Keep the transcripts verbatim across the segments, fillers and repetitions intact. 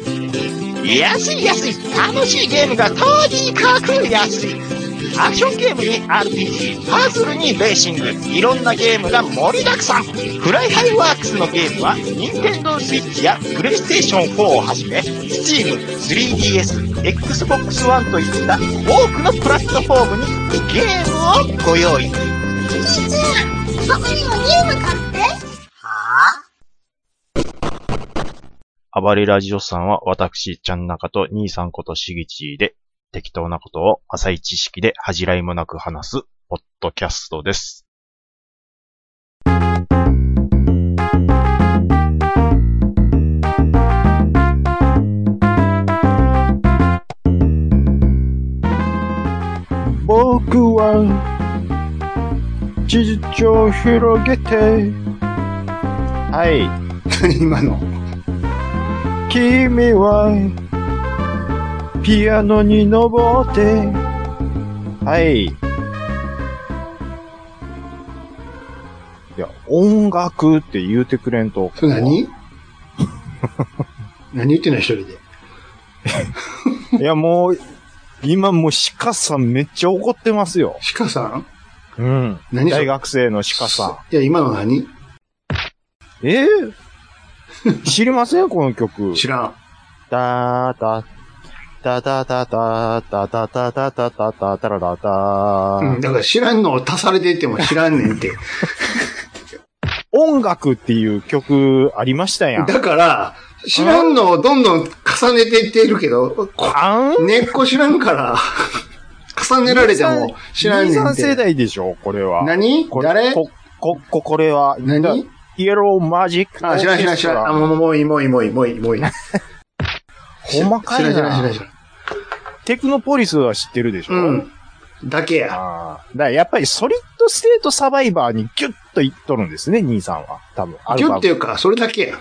安い安い、楽しいゲームがとにかく安い。アクションゲームに アールピージー、パズルにレーシング、いろんなゲームが盛りだくさん。フライハイワークスのゲームは、ニンテンドースイッチやプレイステーションフォーをはじめ、スチーム、スリーディーエス、エックスボックスワン といった多くのプラットフォームにゲームをご用意。 兄ちゃん、僕にもゲーム買って。はぁ？暴れラジオさんは私、ちゃんなかと兄さんことしぎちで、適当なことを浅い知識で恥じらいもなく話すポッドキャストです。僕は地図帳を広げて、はい。 何今の？ 君はピアノに登って、はい。いや、音楽って言うてくれんと。 それ何？何言ってんの一人で。 いや、もう、今もう鹿さんめっちゃ怒ってますよ。 鹿さん？ うん。 何？ 大学生の鹿さん。いや、今の何？ えー、知りませんこの曲。 知らん。 だーだ、だだだだだだだだだだだだらだだ。 うん、だから知らんのを足されていっても知らんねんって。 音楽っていう曲ありましたやん。 だから、知らんのをどんどん重ねていっているけど、根っこ知らんから、重ねられても知らんねんって。 にじゅうさん世代でしょこれは。 何？誰？ こ、こ、こ、これは。 何？ イエローマジック。 あ、知らん知らん知らん。あ、もう、もういい、もういい、もういい、もういい、もういい。 ほんまかいな。 知らん知らん知らん知らん。 テクノポリスは知ってるでしょ？ うん。だけや。 ああ。だからやっぱりソリッドステートサバイバーにギュッといっとるんですね、兄さんは。多分。 ギュッっていうか、それだけや。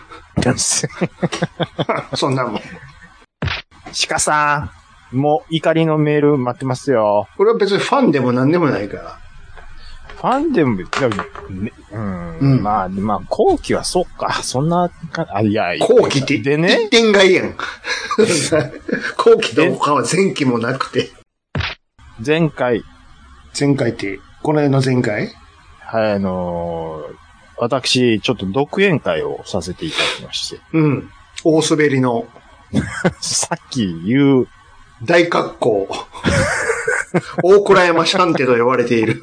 そんなもん。 鹿さん、もう怒りのメール待ってますよ。 俺は別にファンでも何でもないから。 ファンでも、ね、うん、うん、まあ、まあ、後期はそっか、そんな、あ、いや、 後期ってでね。一点買いやん。後期どこかは前期もなくて。 前回。 前回って、この辺の前回？ はい、あのー、私、ちょっと独演会をさせていただきまして。 うん。大滑りの。 さっき言う。 大格好。大倉山シャンテと呼ばれている。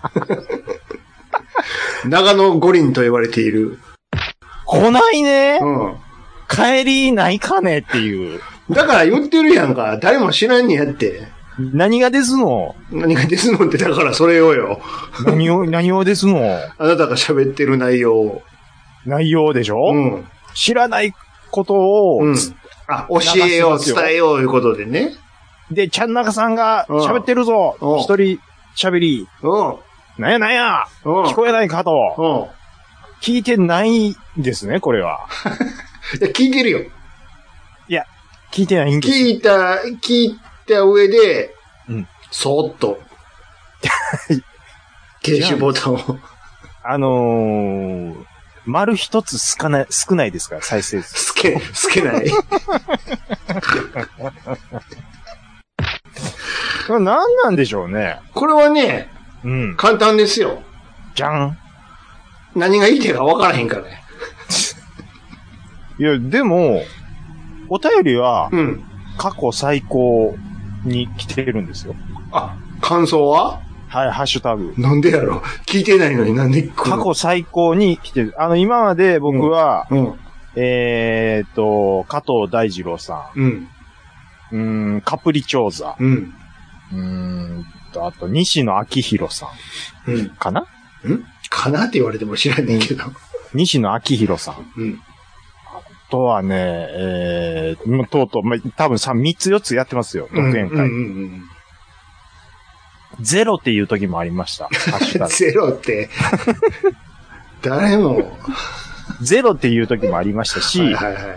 長野五輪と呼ばれている。 来ないね。 うん。 帰りないかねっていう。 だから言ってるやんか。誰も知らんねやって。 何がですの？ 何がですのって、だからそれをよ。 何を、何をですの？ あなたが喋ってる内容。 内容でしょ？うん。知らないことを、 うん、あ、教えよう、伝えよういうことでね。 で、ちゃんなかさんが喋ってるぞ。一人喋り。なんやなんや。聞こえないかと。聞いてないんですね、これは。 いや、聞いてるよ。 いや、聞いてないんです。 聞いた、聞いた上で、うん、そーっと。停止ボタンを。 あのー、丸一つ少ない、少ないですから、再生数。 すけ、すけない。 これ何なんでしょうね。 これはね、 うん、 簡単ですよ。 じゃん。 何が言いたいか分からへんからね。 いや、でも、お便りは、 うん、 過去最高に来てるんですよ。 あ、感想は？ はい、ハッシュタグ。 なんでやろ？聞いてないのになんで来るの？ 過去最高に来てる。あの、今まで僕は、 うんうん、 えーっと、加藤大二郎さん。うん。うーん、カプリチョーザ。 うん。 うーんと、あと、西野昭弘さん。うん。かな？ んかなって言われても知らんねんけど。 西野昭弘さん。うん。あとはね、えー、とうとう、ま、多分さ、みっつよっつやってますよ。独演会。うんうんうんうんゼロっていう時もありました。 ゼロって。誰も。 ゼロっていう時もありましたし、 はいはいはい、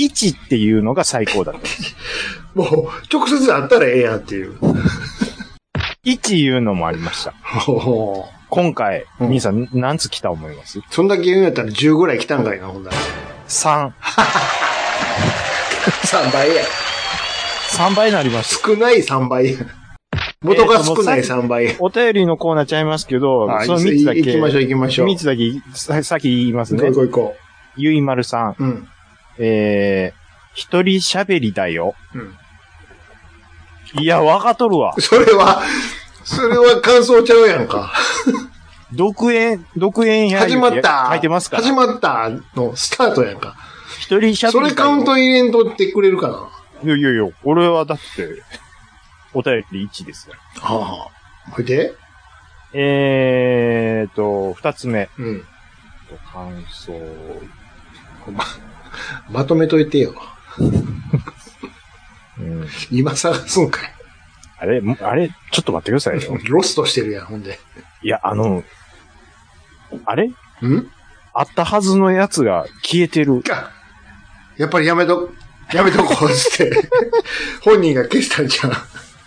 いちっていうのが最高だった。 もう、直接会ったらええやんっていう。 いちいうのもありました。今回、うん、兄さん何つ来た思います？ そんだけ言うんやったらじゅうぐらい来たんかいな、ほんだら。 さん。 さんばいや。 さんばいになりました。 少ないさんばいや。元が少ないさんばいや。 お便りのコーナーちゃいますけど、 はい、 そのみっつだけ。 行きましょう行きましょう。 みっつだけ、さ、さっき言いますね。 行こう行こう。ゆいまるさん。 うん。 えー、一人喋りだよ。 うん。 いや、わかっとるわ。 それは、それは感想ちゃうやんか。 独演、独演や始まった。 書いてますから。 始まったのスタートやんか。 一人喋りだよ。 それカウント入れんとってくれるかな。 いやいやいや、俺はだって、お便りいちですよ。 はあ。これでえーと、二つ目。 うん。 感想。 ま、まとめといてよ。 うん、 今探すんかい。 あれあれちょっと待ってくださいよ。 ロストしてるやん、ほんで。 いや、あの、あれんあったはずのやつが消えてる。 やっぱりやめと、やめとこうって。本人が消したんじゃん。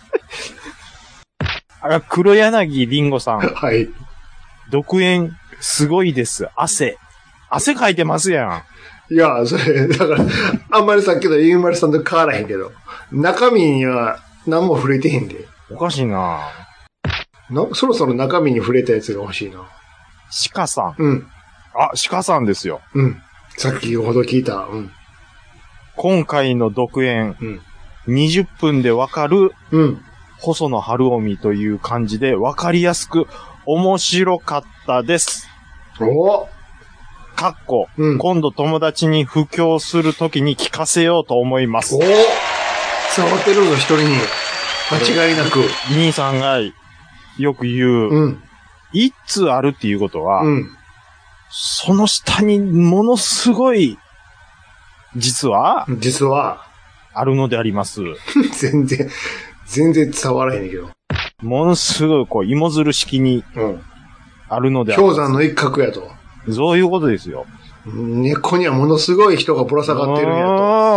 あ、黒柳りんごさん。 はい。 独演、すごいです。汗。汗かいてますやん。いや、それ、だから、あんまりさっきのゆうまるさんと変わらへんけど、中身には何も触れてへんで。 おかしいなな、そろそろ中身に触れたやつが欲しいな。 鹿さん。 うん。 あ、鹿さんですよ。 うん。さっきほど聞いた。うん。 今回の独演、 うん、 にじゅっぷんでわかる、 うん。 細野晴臣という感じでわかりやすく面白かったです。 おかっこ、 うん、 今度友達に布教するときに聞かせようと思います。 お伝わってるぞ、一人に。間違いなく。 兄さんがよく言う、 うん。 一通あるっていうことは、 うん。 その下にものすごい、実は、 実は、 あるのであります。 全然、全然伝わらへんねんけど。 ものすごい、こう、芋づる式に、あるのであります。 氷山の一角やと。 そういうことですよ。 根っこにはものすごい人がぶら下がってるんやと。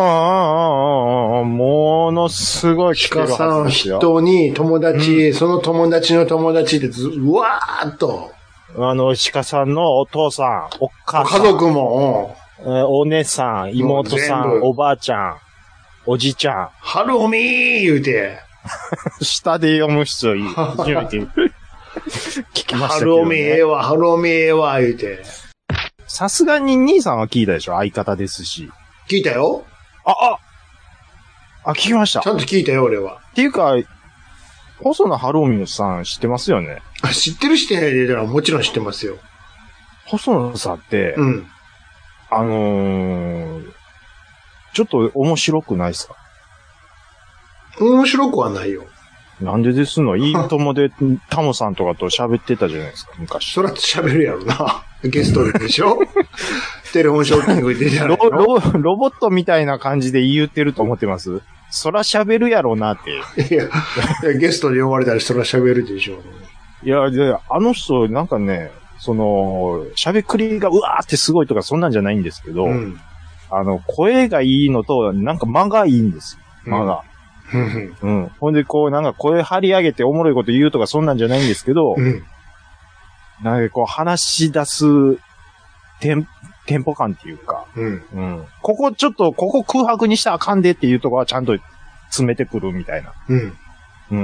ものすごい鹿さん人に友達、うん、その友達の友達でず、うわーっと。 あの、鹿さんのお父さん、お母さん。 家族も、 お姉さん、妹さん、おばあちゃん、おじちゃん。 ハローミー言うて。 下で読む人いい。初めて聞きましたけど、ね。 ハローミーええわ、ハローミーええわ、言うて。 さすがに兄さんは聞いたでしょ？相方ですし。 聞いたよ。 あ、ああ、聞きました。 ちゃんと聞いたよ、俺は。 っていうか、細野晴臣さん知ってますよね？ あ、知ってる知ってないで、だからもちろん知ってますよ。 細野さんって、 うん。 あのー、ちょっと面白くないですか？ 面白くはないよ。 なんでですの？いい友でタモさんとかと喋ってたじゃないですか、昔。 そら喋るやろな。ゲストでしょテレフォンショッキングでじゃないのロ、ロ、ロボットみたいな感じで言ってると思ってます？そら喋るやろうなって。 いや、いやゲストで呼ばれたらそら喋るでしょう。 いや、で、あの人、なんかね、その、喋くりがうわーってすごいとかそんなんじゃないんですけど、うん、あの、声がいいのと、なんか間がいいんですよ。間が。うん。うん。ほんで、こう、なんか声張り上げておもろいこと言うとかそんなんじゃないんですけど、うん、なんかこう話し出すテン、テンポ感っていうか、うん。うん。ここちょっと、ここ空白にしたらあかんでっていうとこはちゃんと詰めてくるみたいな。うん。うん。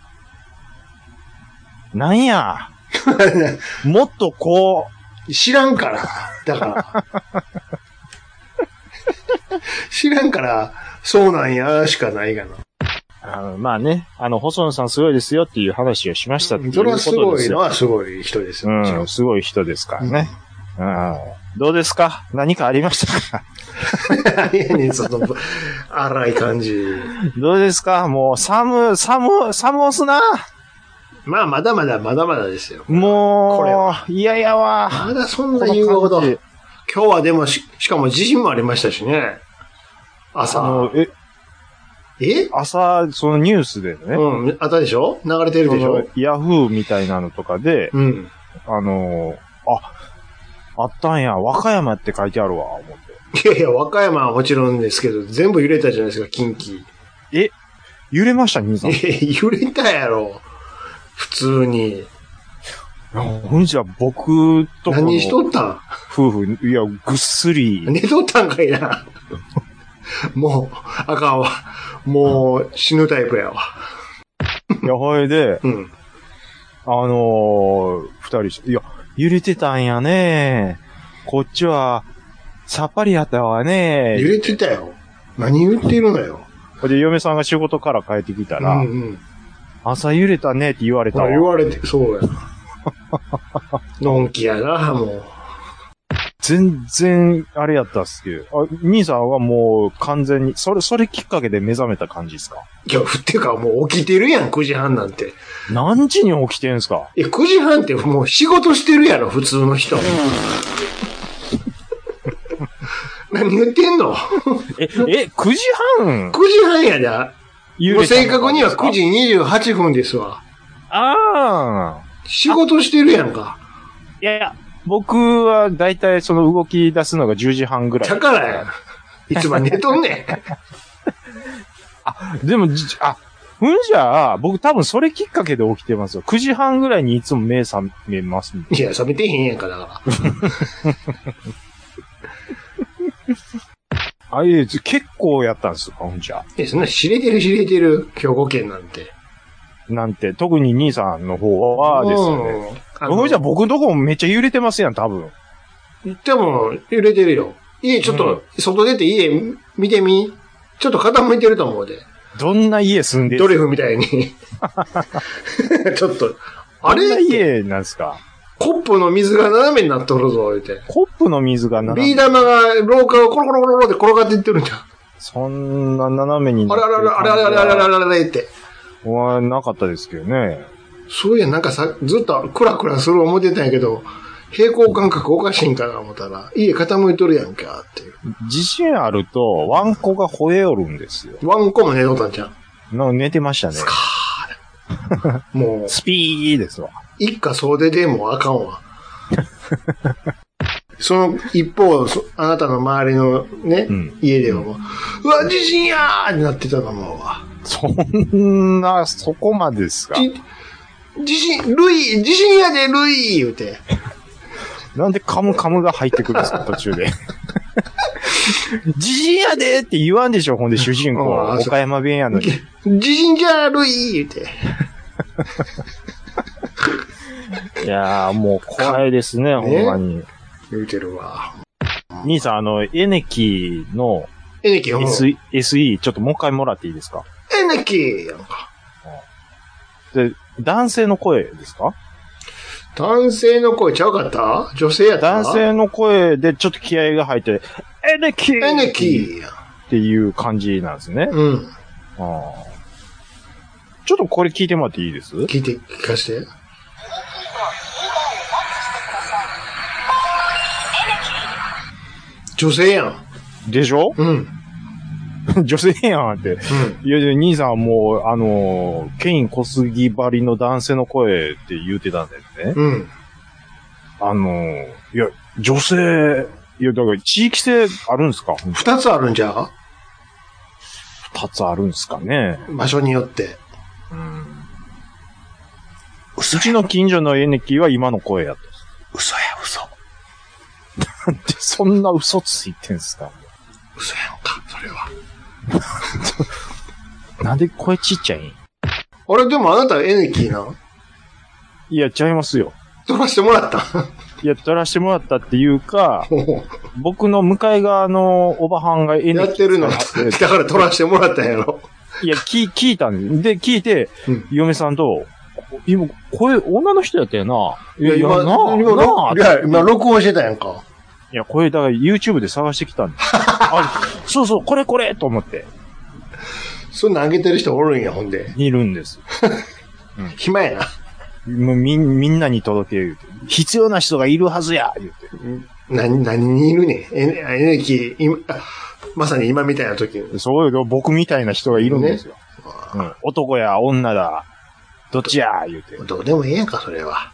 なんや。もっとこう。知らんから。だから。知らんから、そうなんや、しかないがな。 あのまあね、あの、細野さんすごいですよっていう話をしましたっていうことですよ。 それはすごいのはすごい人ですよ。 うん、すごい人ですからね。うん、どうですか？何かありましたか？ 何やねん、その、荒い感じ。 どうですか？もう、寒、寒、寒押すな。 まあ、まだまだ、まだまだですよ。 もう、これは。いやいやわ。 まだそんな言うほど。今日はでもし、しかも地震もありましたしね。朝。あの、ええ朝、そのニュースでね。 うん、あったでしょ？流れてるでしょ？ ヤフーみたいなのとかで、 うん。 あの、あ、あったんや、和歌山って書いてあるわ、思って。 いやいや、和歌山はもちろんですけど、全部揺れたじゃないですか、近畿。 え揺れました、兄さん。 え、揺れたやろ。普通に。 ほんじゃ、僕とこの何しとったん？ 夫婦、いや、ぐっすり。 寝とったんかいな。 もう、あかんわ。もう、死ぬタイプやわ。 いや、ほいで、 うん。 あのー、二人、いや、揺れてたんやね。こっちは、さっぱりやったわね。 揺れてたよ。何言ってるのよ。 で、嫁さんが仕事から帰ってきたら、 うんうん、 朝揺れたねって言われたわ。 言われて、そうや。のんきやな、もう。 全然、あれやったっすけど、あ、兄さんはもう完全に、それ、それきっかけで目覚めた感じですか？ いや、っていうかもう起きてるやん、くじはんなんて。 何時に起きてんすか？ いや、くじはんってもう仕事してるやろ、普通の人。何言ってんの？ え、え、くじはん ? くじはんやで。もう正確にはくじにじゅうはっぷんですわ。 ああ。 仕事してるやんか。 いやいや、僕はだいたいその動き出すのがじゅうじはんぐらい。 だからや。いつまで寝とんねん。 あ、でも、あ、ふんじゃあ、僕多分それきっかけで起きてますよ。くじはんぐらいにいつも目覚めますんで。 いや、覚めてへんやんか、だから。 あいつ結構やったんですよ、ほんじゃ。 え、そんな知れてる知れてる、兵庫県なんて。 なんて、特に兄さんの方はですよね。ほんじゃ僕のとこもめっちゃ揺れてますやん、多分。 でも、揺れてるよ。家ちょっと、外出て家見てみ。ちょっと傾いてると思うで。 どんな家住んでる？ ドリフみたいに。ちょっと、あれ？ どんな家なんですか？ コップの水が斜めになっとるぞ、言うて。 コップの水が斜め。 ビー玉が廊下をコロコロコロコロって転がっていってるんじゃん。 そんな斜めになってる。 あれあれあれあれあれあれあれあれって。 はなかったですけどね。 そういや、なんかさ、ずっとクラクラする思ってたんやけど、平行感覚おかしいんかな思ったら、家傾いとるやんか、っていう。 自信あると、ワンコが吠えおるんですよ。 ワンコも寝とったんじゃん。 なんか寝てましたね。 スカーもう。 スピーですわ。 一家総出でもあかんわ。その一方、あなたの周りのね、うん、家ではもう、うわ、地震やーってなってたと思うわ。 そんな、そこまでですか？ 地震、ルイ、地震やで、ルイ言うて。 なんでカムカムが入ってくるんですか、途中で。地震やでって言わんでしょ、ほんで主人公。岡山弁やのに。 地震じゃ、ルイ言うて。 いやー、もう怖いですね、ほんまに。 言うてるわ。 兄さん、あの、エネキの、 エネキの S、エスイー、ちょっともう一回もらっていいですか？ エネキやんか。 で、男性の声ですか？ 男性の声ちゃうかった？女性やった？ 男性の声でちょっと気合が入って、エネキーエネキーっていう感じなんですね。 うん。 あちょっとこれ聞いてもらっていいです？ 聞いて、聞かして。女性やん。 でしょ？うん。女性やんって。うん、いやいや、兄さんはもう、あの、ケイン小杉張りの男性の声って言うてたんだよね。 うん。 あの、いや、女性、いや、だから地域性あるんですか？ 二つあるんじゃ？ 二つあるんですかね。 場所によって。 うん。うちの近所のエネキーは今の声やった。 嘘や、嘘。 なんでそんな嘘ついてんすか？ 嘘やんか、それは。 なんで声ちっちゃいん？ あれ、でもあなたエネキーな？ いや、ちゃいますよ。 撮らしてもらった？ いや、撮らしてもらったっていうか、僕の向かい側のおばはんがエネキーやってるの。だから撮らしてもらったんやろ。 いや、聞、聞いたんで、で、聞いて、うん、嫁さんと、今、声、女の人やったよな。 いや、今、な今、なあ、いや、今、録音してたやんか。 いや、これ、だから YouTube で探してきたんです。あ、そうそう、これこれと思って。 そんな上げてる人おるんや、ほんで。 いるんです。 うん、暇やな。 もうみ、みんなに届け言うて。必要な人がいるはずや言うて。 何、何にいるねん。エネキー、今、まさに今みたいな時に。 そうよ、僕みたいな人がいるんですよ。ねうん、男や女だ。どっちや言うて。 どうでもええやんか、それは。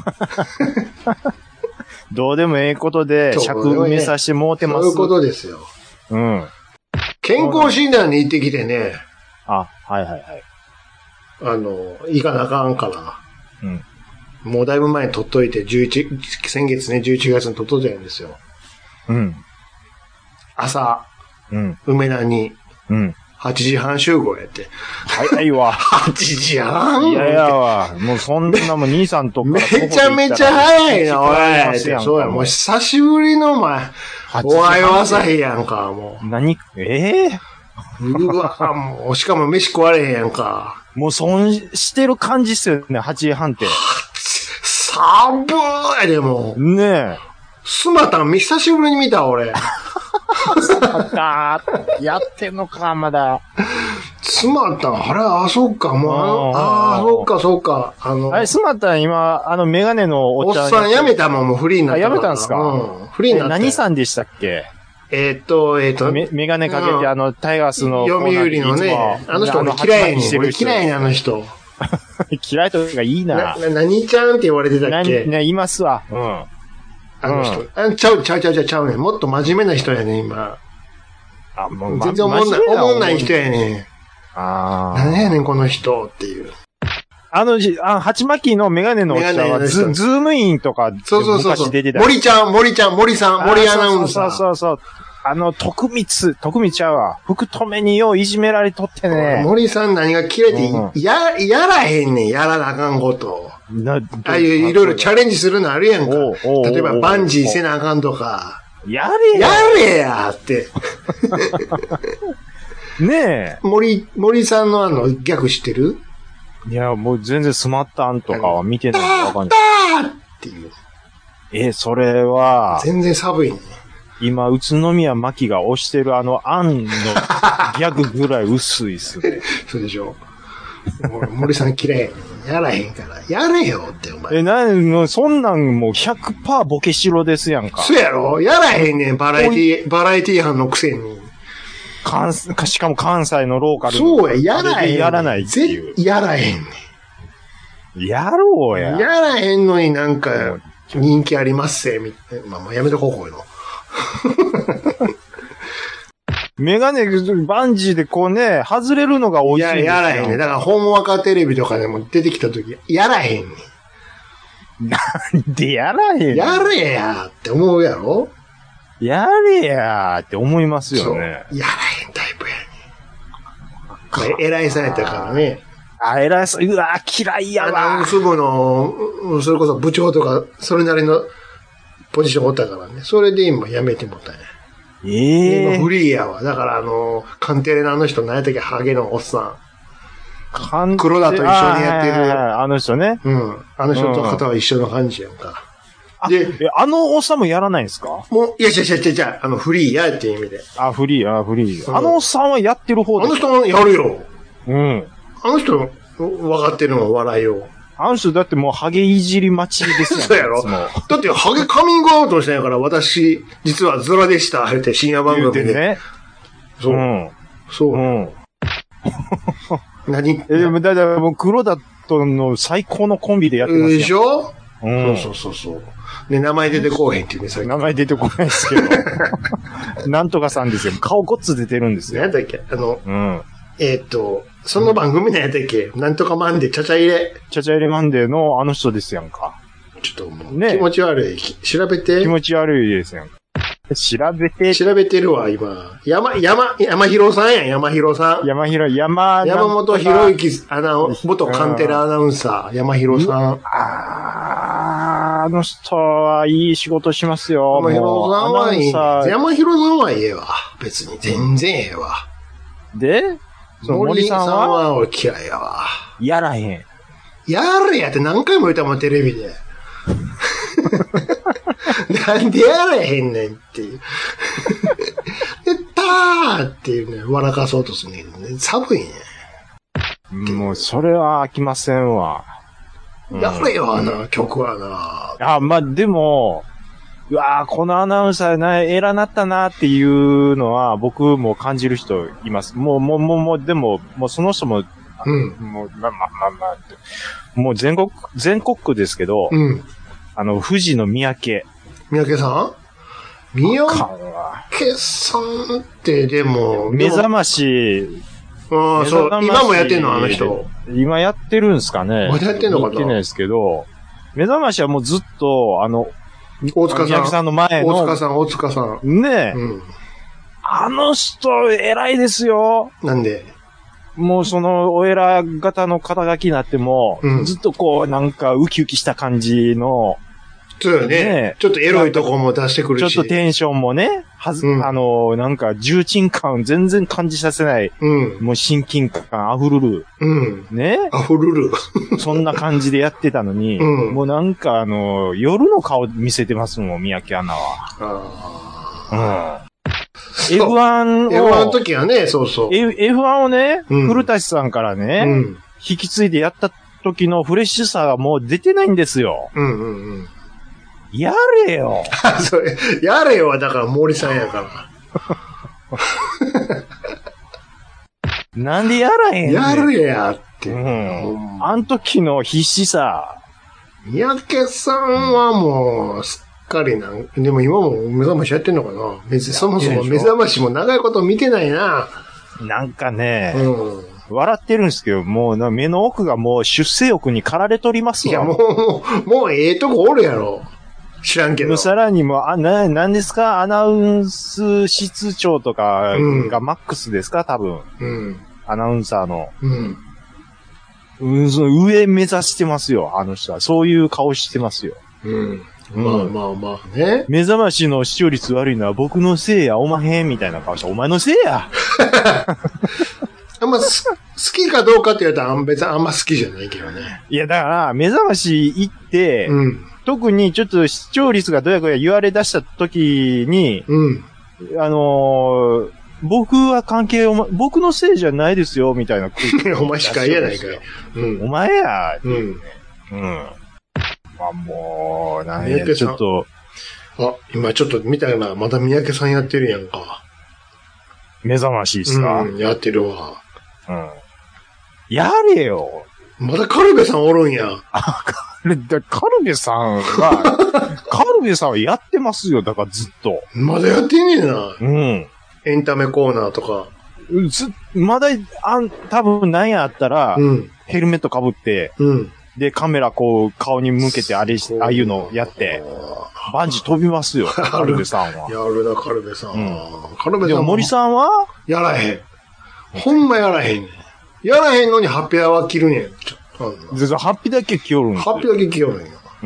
どうでもええことで、尺埋めさせてもうてます。 そういうことですよ。 うん。 健康診断に行ってきてね。 あ、はいはいはい。 あの、行かなあかんから。 うん。 もうだいぶ前に取っといて、じゅういち、先月ね、じゅういちがつに取っといたんですよ。 うん。 朝、 うん。 梅田に。 うん。 はちじはん集合やって。 早いわ。 はちじはんいやいやわ。もうそんなもん兄さんとか。 めちゃめちゃ早いな、おい。そうや、もう久しぶりのお前。おはよう朝日やんか、もう。 何ええー、うわ、もう、しかも飯食われへんやんか。 もう損してる感じっすよね、はちじはんって。 寒ーいでも。 ねえ。 スマタン久しぶりに見た、俺。 スマタン、やってんのか、まだ。 スマタン、あれ、あ、そっか、もう、あの、ああ、そっか、そっか、あの。 あれ、スマタン今、あの、メガネのおっちゃん。 おっさん辞めたもん、もうフリーになった。 あ、辞めたんすか？ うん。フリーになった。 何さんでしたっけ？ えー、っと、えー、っと。 メ、メガネかけて、うん、あの、タイガースの。 読売のね、あの人俺嫌いに、俺嫌いにあの人。 嫌いとかいいな。 な、な、何ちゃんって言われてたっけ？ ね、いますわ。うん。 あの人。あ、ちゃう、ちゃうちゃうちゃうちゃうね。もっと真面目な人やね、今。 あ、もう、 全然思んない、思んない人やね。 ああ。 何やねん、この人っていう。 あの、あ、ハチマキのメガネのおっちゃんはズ、ズームインとか、 そうそうそうそう。 出てた。 森ちゃん、森ちゃん、森さん、森アナウンサー。 そうそうそう。あの、徳光、徳光ちゃうわ。福留によういじめられとってね。 森さん何が切れて、うん、や、やらへんねん、やらなあかんこと。な、ああいういろいろチャレンジするのあるやんか。おうおうおう、例えばバンジーせなあかんとか。 やれややれやって。 ねえ。 森、森さんのあの、ギャグ知ってる？ いや、もう全然スマッタンとかは見てないからわかんない。 ターっていう。 え、それは。 全然寒いね。 今、宇都宮真希が推してるあの、アンのギャグぐらい薄いっすね。 そうでしょ。森さん嫌い。やらへんから。やれよって、お前。 え、なに、そんなんもう ひゃくパーセント ボケしろですやんか。 そうやろ？やらへんねん、バラエティ、バラエティ班のくせに。 関、しかも関西のローカルの。そうや、やらへん。 やらないっていう。 やらへんねん。やろうや。 やらへんのになんか、人気ありますせ、みたいな。まあ、もうやめとこう、こういうの。 メガネ、バンジーでこうね、外れるのが多いんですよ。 いや、やらへんね。だから、ほんわかテレビとかでも出てきたとき、やらへんね。 なんでやらへんね。 やれやって思うやろ？ やれやーって思いますよね。 そう。やらへんタイプやね。偉いされたからね。 あ、偉いさ、うわ嫌いやわ。 アナウンス部の、それこそ部長とか、それなりのポジションおったからね。それで今辞めてもったね。 ええー。 今フリーやわ。だからあの、カンテレのあの人、何やったっけ、ハゲのおっさん。 カンテレ黒田と一緒にやってる。 あ, あの人ね。 うん。あの人と方は一緒の感じやんか。 で、え、あのおっさんもやらないんですか？ もう、いや、いやいやいやいや、あの、フリーやっていう意味で。 あ、フリー、あ、フリー。うん、あのおっさんはやってる方ですか？あの人もやるよ。 うん。 あの人、分かってるのは笑いを。 あの人だってもうハゲいじり待ちですよね。 そうやろ？だってハゲカミングアウトしたんやから、私、実はズラでした。言って深夜番組で。 ね。 そう。 うん。 そう。うん。何？ え、だからもう黒田との最高のコンビでやってますよ。 でしょ？ うん。 そうそうそうそう。ね、名前出てこうへんっていうね、さっき。 名前出てこないですけど。なんとかさんですよ。顔ごっつ出てるんですよ。 何だっけ？あの、 うん。 えー、っと、その番組のやったっけ？なんとかマンデー、ちゃちゃ入れ。 ちゃちゃ入れマンデーのあの人ですやんか。 ちょっともう、ね、気持ち悪い。調べて。 気持ち悪いですやんか。調べて。 調べてるわ、今。山、山、山広さんやん、山広さん。 山広、山、 山本博之、あの、元カンテラアナウンサー、山広さん。 あー、あの人はいい仕事しますよ。 山広さんはいい、ね。山広さんはええわ。別に、全然ええわ。 で森さんは森さんは俺嫌いやわ。 やらへん。 やれやって何回も言ったもん、テレビで。なんでやれへんねんっていう。で、たーっていうね、笑かそうとするんだけどね。寒いね。 もう、それは飽きませんわ。 やれよ、あの、曲はな。 あ、まあ、でも、うわぁ、このアナウンサーな、偉なったなっていうのは、僕も感じる人います。もう、もう、もう、もうでも、もうその人も、 うん。 もう、まあまあまあまあ、もう全国、全国区ですけど、 うん。 あの、富士の三宅。 三宅さん三宅さんって、でも、 目覚まし、 ああ、そう、今もやってんのあの人。 今やってるんですかね。 まだやってんのかな？ やってないですけど、目覚ましはもうずっと、あの、 大塚さん。 三宅さんの前の。 大塚さん、大塚さん。 ねえ。 うん。 あの人、偉いですよ。 なんでもうその、お偉型の肩書きになっても、 うん、 ずっとこう、なんか、ウキウキした感じの、 そうよね。ねちょっとエロいとこも出してくるし。 ちょっとテンションもね、はず、うん、あの、なんか、重鎮感全然感じさせない。うん。もう親近感あふるる。うん。ねあふるる。 そんな感じでやってたのに、うん、もうなんかあの、夜の顔見せてますもん、三宅アナは。ああ。うん。エフワン を。エフワン の時はね、そうそう。エフワン をね、うん、古舘さんからね、うん、引き継いでやった時のフレッシュさがもう出てないんですよ。うんうんうん。やれよ。 それ、やれよはだから森さんやから。 なんでやらへんねん。 やれやって。うん。あん時の必死さ。 三宅さんはもう、すっかりなん、でも今も目覚ましやってんのかな別にそもそも目覚ましも長いこと見てないな。 なんかね、うん、笑ってるんですけど、もう目の奥がもう出世欲に駆られとりますわ。 いやもう、もうええとこおるやろ。知らんけど。 さらにも、あ、な、なんですかアナウンス室長とかがマックスですか多分。うん。アナウンサーの。うん。うん、その上目指してますよ、あの人は。そういう顔してますよ。うん。 うん、まあまあまあね。 目覚ましの視聴率悪いのは僕のせいや、おまへんみたいな顔して、お前のせいやあんます好きかどうかって言うと別にあんま好きじゃないけどね。 いや、だから、目覚まし行って、うん。特にちょっと視聴率がどうやこや言われ出した時に、うん、あのー、僕は関係を、僕のせいじゃないですよ、みたいな。 お前しか言えないかい。 うん、お前や、うん。うん。まあもう、なんや、ちょっと。 あ、今ちょっと見たよな、まだ三宅さんやってるやんか。 目覚ましいっすか、 うん、やってるわ。 うん。やれよ。 まだカルベさんおるんや。 あ、カルベさんは、カルベさんはやってますよ、だからずっと。 まだやってんねえな。うん。エンタメコーナーとか。 ず、まだ、あん、多分何やあったら、うん、ヘルメット被って、うん、で、カメラこう、顔に向けてあれ、ああいうのやって、バンジー飛びますよ、カルベさんは。 やるな、カルベさん。うん、 カルベさん。でも森さんはやらへん。ほんまやらへんねん。やらへんのにハッピーは着るねん。ちょっとハッピーだけ着よるんですよ。ハッピーだけ着よるんや。うん。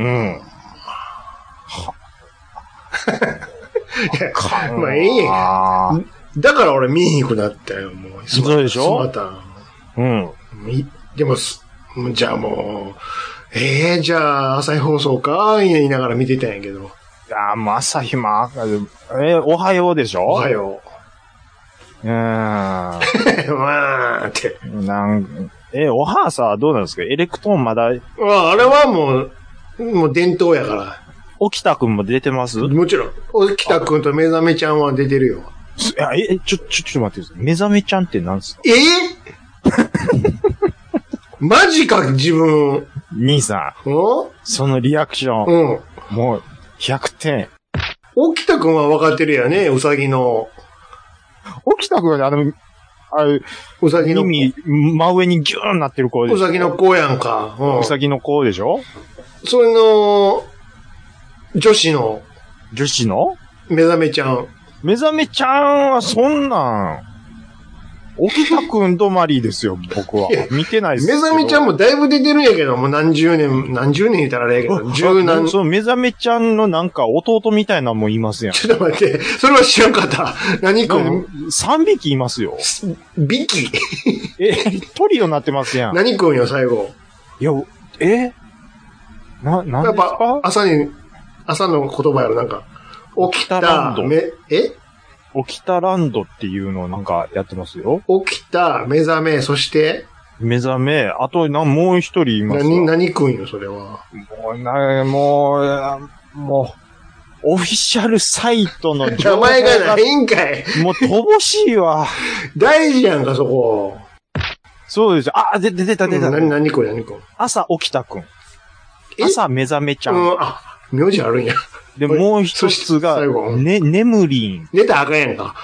まあ、ええやん。だから俺見えへんくなったよ、もう。 そうでしょまた。うん。でも、じゃあもう、ええー、じゃあ朝日放送か言いながら見てたんやけど。 いや、もう朝日も、えー、おはようでしょおはよう。うーん。まあ、って。 なん、え、おはーさはどうなんですかエレクトーンまだ。 あ、あれはもう、もう伝統やから。 沖田くんも出てますもちろん。沖田くんと目覚めちゃんは出てるよ。 え、ちょ、ちょ、ちょっと待ってください。目覚めちゃんって何ですかえー、マジか、自分。 兄さん。 おそのリアクション。うん。もう、ひゃくてん。 沖田くんは分かってるやね、うさぎの。 沖田くんはね、あの、あれ、うさぎの耳、真上にギューンなってる子でしょ。 うさぎの子やんか。 うん、うさぎの子でしょそれの、女子の。 女子の目覚めちゃん。 目覚めちゃんはそんなん、沖田くん止まりですよ、僕は。見てないです目覚めちゃんもだいぶ出てるんやけど、もう何十年、何十年言ったらあれやけど、十何。 その目覚めちゃんのなんか弟みたいなのもいますやん。 ちょっと待って、それは知らんかった。何くん ? さん 匹いますよ。 匹え、トリオになってますやん。 何くんよ、最後。 いや、えな、なんですかやっぱ、 朝に、朝の言葉やろ、なんか。起きた、ランドめ、え起きたランドっていうのをなんかやってますよ。 起きた、目覚め、そして目覚め、あとな、もう一人いますよ。 何、何くんよ、それは。 もう、な、もう、もう、オフィシャルサイトの名前がないんかい。 もう乏しいわ。 大事やんか、そこ。 そうです。あ、で、で、出た、出た。 何、何くん、何くん。 朝起きたくん。朝目覚めちゃん。うん、 あ、名字あるんや。 で、もう一つが、ね、眠りん。 寝たらあかんやんか。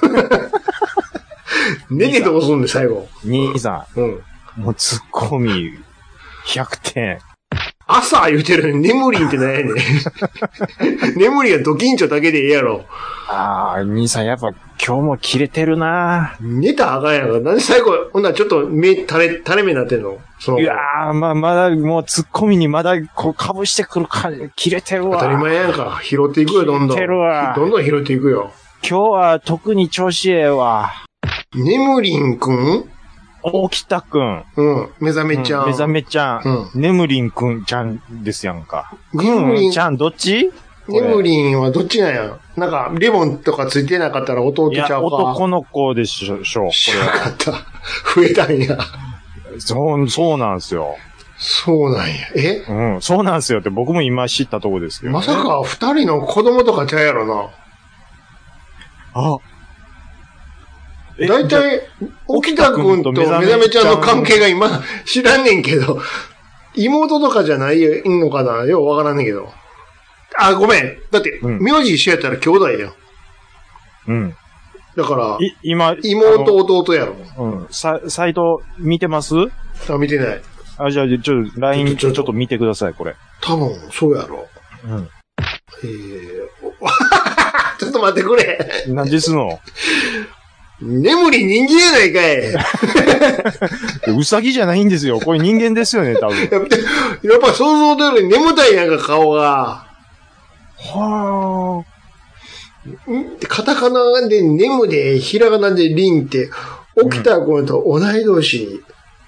寝てどうすんねん、最後。 兄さん。うん。もうツッコミ、ひゃくてん。 朝言うてるのに眠りんって何やねん。眠りがド緊張だけでええやろ。 ああ、兄さんやっぱ、 今日も切れてるな寝たらあかんやんか。なんで最後、ほんならちょっと目、垂れ、垂れ目になってんのその。 いやー、まあ、まだ、もうツッコミにまだ、こう、かぶしてくる感じ、切れてるわ。 当たり前やんか。拾っていくよ、どんどん。 切れてるわ。 どんどん拾っていくよ。 今日は特に調子ええわ。 ねむりんくん沖田くん。 うん。目覚めちゃん。 うん、目覚めちゃん。うん。ねむりんくんちゃんですやんか。ねむりんちゃん、どっちねむりんはどっちなんやなんか、リボンとかついてなかったら弟ちゃうか。いや、 男の子でしょ、しょ。 知らなかった。増えたんや。 そう、そうなんすよ。 そうなんや。えうん、そうなんすよって僕も今知ったとこですけど、ね。 まさか二人の子供とかちゃうやろな。 あ。 だいたい、沖田くんと目覚めちゃんの関係が今知らんねんけど、妹とかじゃないのかなようわからんねんけど。あ、ごめん。だって、うん、名字一緒やったら兄弟やん。 うん。 だから、 い今、 妹弟やろ。 うん。さ、サイト見てます？ あ、見てない。 あ、じゃあ、ちょっと、ラインちょっと見てください、これ。 多分、そうやろ。うん。えー、ちょっと待ってくれ。 何ですの？ 眠り人間やないかい。 うさぎじゃないんですよ。これ人間ですよね、多分。やっぱ想像通り眠たいやんか、顔が。 はあ。カタカナで眠で、ひらがなでリンって、沖田君と同い年。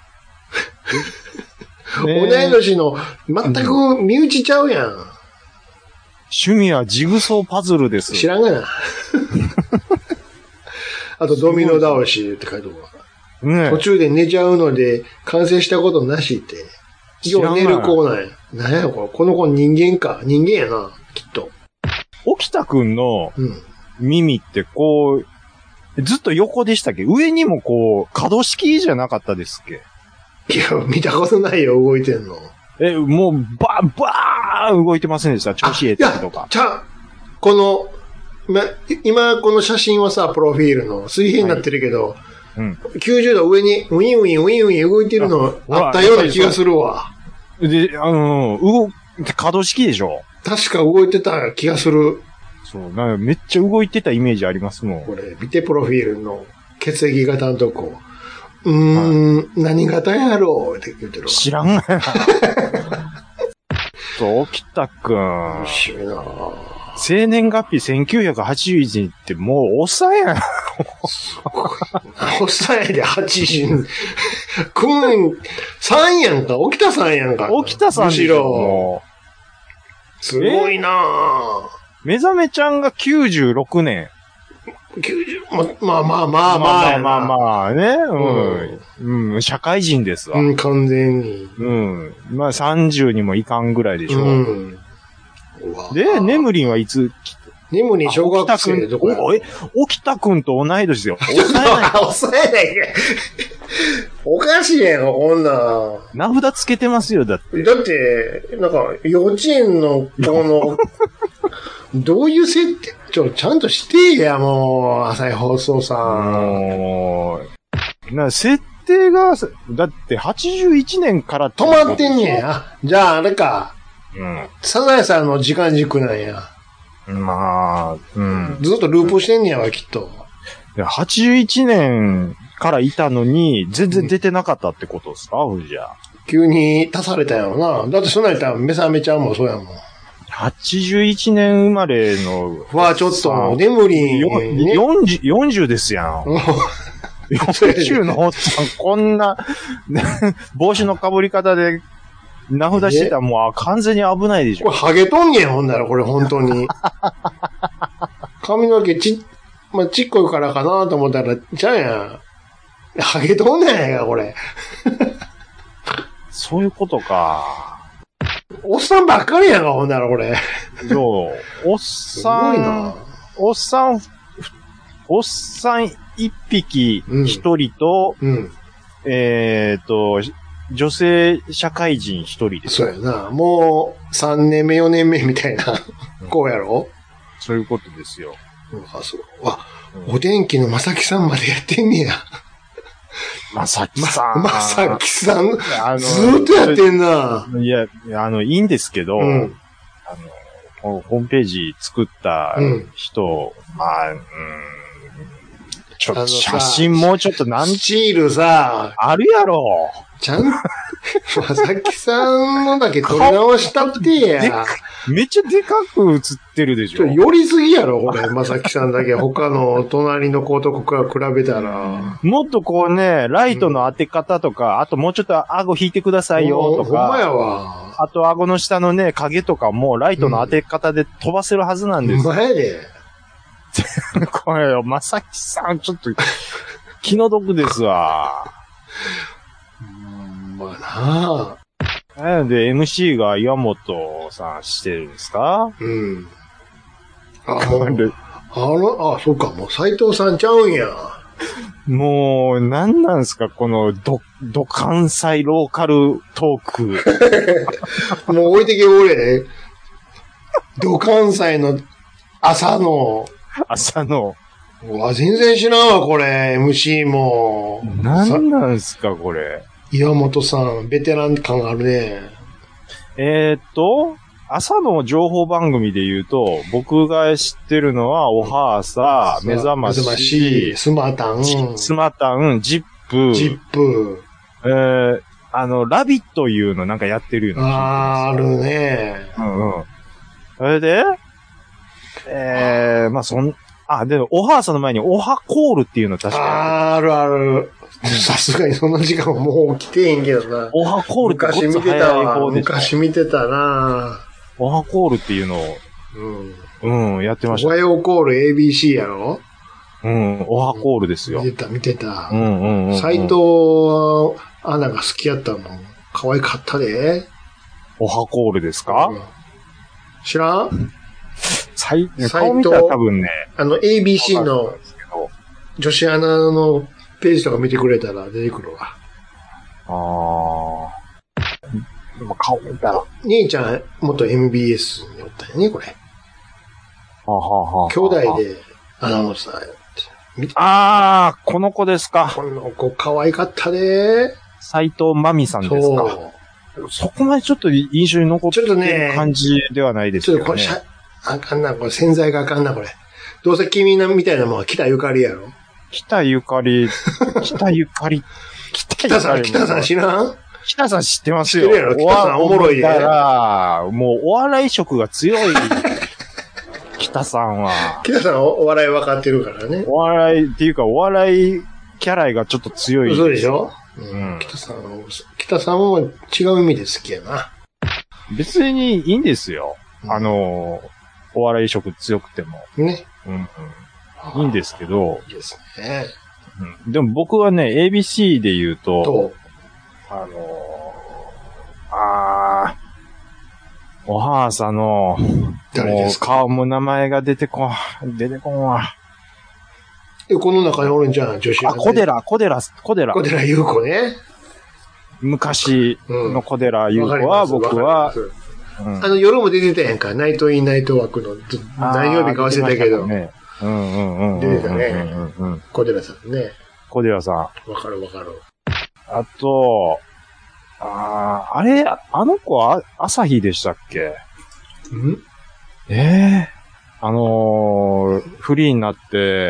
うん、同い年の、全く身内ちゃうやん。 趣味はジグソーパズルです。 知らんがな。あと、ドミノ倒しって書いてあるわ。ね、途中で寝ちゃうので、完成したことなしって。よう寝る子なんや。なんやこれ。この子人間か。人間やな、きっと。 沖田くんの耳ってこう、ずっと横でしたっけ？上にもこう、可動式じゃなかったですっけ？ いや、見たことないよ、動いてんの。 え、もう、バー、バー動いてませんでした？調子ええとか。 じゃあ、この、ま、今、この写真はさ、プロフィールの水平になってるけど、はいうん、きゅうじゅうど上にウィンウィンウィンウィン動いてるのあったような気がするわ。 で、あの、動、可動式でしょ？ 確か動いてた気がする。 そう、なんかめっちゃ動いてたイメージありますもん。 これ、見てプロフィールの血液型のとこ。うーん、はい、何型やろうって言ってるわ。 知らんがな。そう、沖田くん。 面白いなぁ。 生年月日せんきゅうひゃくはちじゅういちねんってもうおっさんやん。 おっさんやではちじゅう。くん、さんやんか。沖田さんやんか。 沖田さんでしょ。 すごいなぁ。 目覚めちゃんがきゅうじゅうろくねん。きゅうじゅう、まあまあまあまあまあまあまあね。うん。うん、社会人ですわ。 うん、完全に。 うん。まあさんじゅうにもいかんぐらいでしょ。うん。で、ネムリンはいつネムリン小学生どこやおえ、沖田くんと同い年ですよ。 抑えない。抑えない。おかしいやんか、こんな。 名札つけてますよ、だって。 だって、なんか、幼稚園の子の、どういう設定、ちょ、ちゃんとしてや、もう、朝日放送さん。もう、な、設定が、だってはちじゅういちねんから止まってんねや。じゃあ、あれか。うん。サザエさんの時間軸なんや。 まあ、うん。 ずっとループしてんねやわ、きっと。 いや、はちじゅういちねんからいたのに、全然出てなかったってことですか、うん、じゃあ。 急に足されたんやろな。だってそんなんやったら、目覚めちゃうもん、そうやもん。 はちじゅういちねん生まれの。 わあ、ちょっと、眠り、 ね、よんじゅう、よんじゅうですやん。よんじゅうのおっさん、こんな、帽子の被り方で、名札してたらもう完全に危ないでしょ。 これハゲとんねん、ほんなら、これ本当に。髪の毛ち、まあ、ちっこいからかなと思ったら、じゃあやん。ハゲとんねんやんか、これ。 そういうことか。 おっさんばっかりやんか、ほんなら、これ。 そう。おっさん、すごいな。おっさん、おっさん一匹一人と、うんうん、えっと、女性社会人一人です。 そうやな。もう、三年目、四年目みたいな、こうやろ？ そういうことですよ。 あ、そう。あ、うん、お天気のまさきさんまでやってんねや。 まさきさん。 ま、まさきさん、あのずーっとやってんな。 いや、あの、いいんですけど、うん、あの、ホームページ作った人、うん、まあ、うん、 ちょっと写真もうちょっとなんスチールさ、 あるやろ。 ちゃん、まさきさんのだけ撮り直したってや。 めっちゃでかく写ってるでしょ。 寄りすぎやろ、これ。まさきさんだけ他の隣の子とこから比べたら。 もっとこうね、ライトの当て方とか、うん、あともうちょっと顎引いてくださいよとか。 ほんまやわ。 あと顎の下のね、影とかもライトの当て方で飛ばせるはずなんですよ。 ほんまやで。 これよ、まさきさん、ちょっと、気の毒ですわ。 まあななので、エムシー が岩本さんしてるんですか？ うん。あ、もう、あの、あ、そうか、もう斎藤さんちゃうんや。 もう、なんなんすか、この、ど、ど関西ローカルトーク。もう置いてけぼれね。ど関西の朝の。 朝の。 うわ、全然知らんわ、これ、エムシー も。 なんなんすか、これ。 岩本さん、ベテラン感あるね。 えー、っと、朝の情報番組で言うと、僕が知ってるのは、おはーさ、目覚まし、 目覚ましスマタン、 スマタン、ジップ、 ジップ、 えー、あの、ラビットいうのなんかやってるよね。 あー、あるね。 うんうん。それで、えー、まあ、そん、あ、でも、おはーさんの前に、おはコールっていうの確かに。 あー、あるある。さすがにそんな時間はもう起きてへんけどな。 おはコールって昔見てたわ。昔見てたな。 おはコールっていうのを、うん。うん、やってました。 おはようコール エービーシー やろ？ うん、おはコールですよ。 見てた、見てた。 うんうんうん、うん。 斎藤アナが好きやったもん。可愛かったで。 おはコールですか？うん、 知らん？ 斎藤、顔見たら多分ね。 あの エービーシー の女子アナのページとか見てくれたら出てくるわ。 ああ。顔見たら。 兄ちゃん、元 エムビーエス におったよね、これ。 はあ、はあはあ、 兄弟でアナウンサーやって。見てああ、この子ですか。 この子可愛かったで。 斎藤真美さんですか。そう。そこまでちょっと印象に残ってる感じではないですけどね。ちょっとこれ、 あかんな、これ洗剤があかんな、これ。どうせ君なみたいなもんは北ゆかりやろ。 北ゆかり、北ゆかり、 北ゆかり。北さん、北さん知らん？ 北さん知ってますよ。 知ってるやろ、北さんおもろいで。 だから、もうお笑い色が強い。北さんは。 北さんお笑い分かってるからね。 お笑いっていうか、お笑いキャラがちょっと強い。 そうでしょ？うん。北さん、北さんも違う意味で好きやな。 別にいいんですよ。うん、あの、お笑い色強くても。 ね。 うん、うん。いいんですけど。 いいですね。 うん。でも僕はね、エービーシー で言うと、 とあのー、あー、おはーさんの、 誰ですか？ もう顔も名前が出てこん、出てこんわ。 え、この中におるんじゃん、女子。 あ、小寺、小寺、小寺。 小寺優子ね。 昔の小寺優子は、うん、僕は、 うん、あの、夜も出てたやんか。ナイトインナイト枠の、何曜日か忘れたけど。 ね、うんうんうん。 出てたね。小寺さんね。 小寺さん。わかるわかる。 あと、ああ、あれ、あの子は朝日でしたっけ？ んええー、あのー、フリーになって、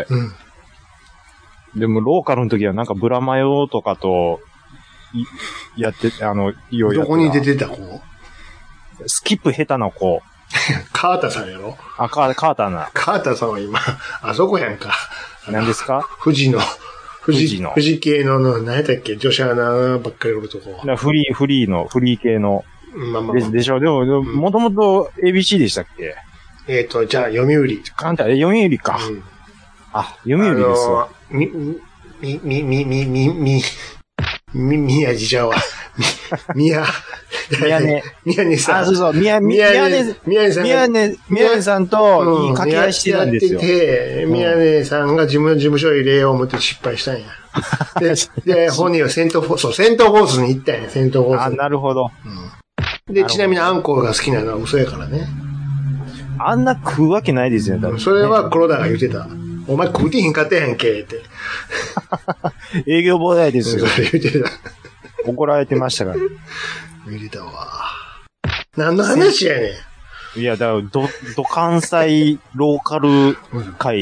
うん、 でもローカルの時はなんかブラマヨとかと、やって、あの、いよいよ。 どこに出てた子？ スキップ下手な子。 カータさんやろ？ あ、カー、カータな。 カータさんは今、あそこやんか。 何ですか？ 富士の。 富士の。 富士系の、何やったっけ？女子アナばっかりおるとこ。 フリー、フリーの、フリー系の。 まあまあ、 で, でしょ。でも、もともと エービーシー でしたっけ？ えっ、ー、と、じゃあ、読売。 簡単、読売か。うん、あ、読売ですよ。 み、み、み、み、み、み、み、み、みやじちゃうわ。みや、 みやね。 みやねさん。 あ、そうそう、みや、みやね、みやねさん。みやね、みやねさんと、いい掛け合いしてたんですよ。 やってて、みやねさんが自分の事務所入れよう思って失敗したんや。で、で、本人はセントフォース、そう、セントフォースに行ったんや、セントフォース。 あ、なるほど。 うん。で、ちなみにアンコウが好きなのは嘘やからね。 あんな食うわけないですよ、多分。 それは黒田が言ってた。お前食うてへんかったやんけ、って。 営業妨害ですよ。 それ言ってた。 怒られてましたから。 見れたわ。何の話やねん。いや、だから、ど、ど関西ローカル会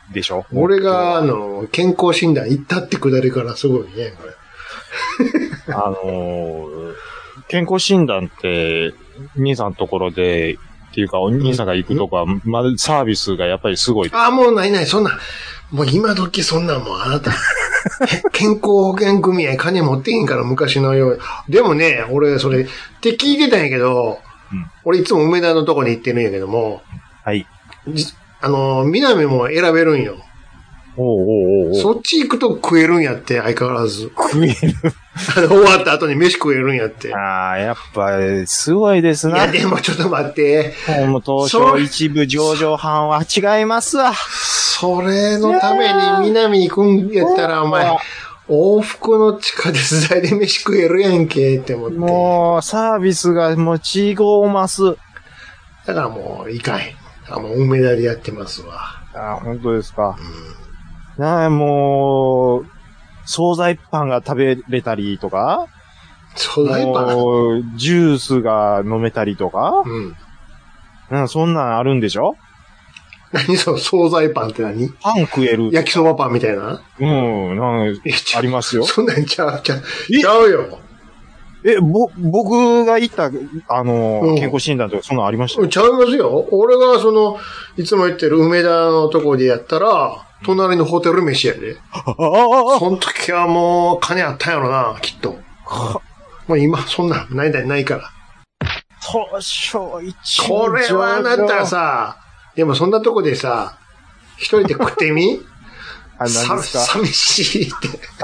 でしょ。 俺が、あの、健康診断行ったってくだりからすごいね、これ。 あのー、健康診断って、兄さんのところで、っていうか、お兄さんが行くとこは、まだサービスがやっぱりすごい。 ああ、もうないない、そんな、もう今時そんなんもうあなた、健康保険組合金持ってへんから昔のように。でもね、俺それ、って聞いてたんやけど、うん、俺いつも梅田のとこに行ってるんやけども、 はい。 あの、南も選べるんよ。 おうおうおうおう。 そっち行くと食えるんやって、相変わらず。 食えるあの、終わった後に飯食えるんやって。 ああ、やっぱ、すごいですな。 いや、でもちょっと待って。 もう東証一部上場班は違いますわ。 それのために南行くんやったら、お前、往復の地下鉄代で飯食えるやんけ、って思って。 もう、サービスがもう違うます。 だからもう、いかへん。あ、もう、梅田でやってますわ。 あ、本当ですか。うん、なあ、もう、惣菜パンが食べれたりとか、 惣菜パンジュースが飲めたりとか、うん。なんかそんなんあるんでしょ？ 何その惣菜パンって何？ パン食える。 焼きそばパンみたいな？ うん、なんかありますよ。 そんなんちゃう、ちゃう、ちゃうよ。 え、ぼ、僕が行った、あの、うん、健康診断とかそんなんありました？ ちゃいますよ。俺がその、いつも言ってる梅田のとこでやったら、隣のホテル飯やで。その時はもう金あったんやろな、きっと。もう今、そんな、ないだないから。 東証一部。 これはあなたさ、でもそんなとこでさ、一人で食ってみあ、何ですか？ 寂しいって。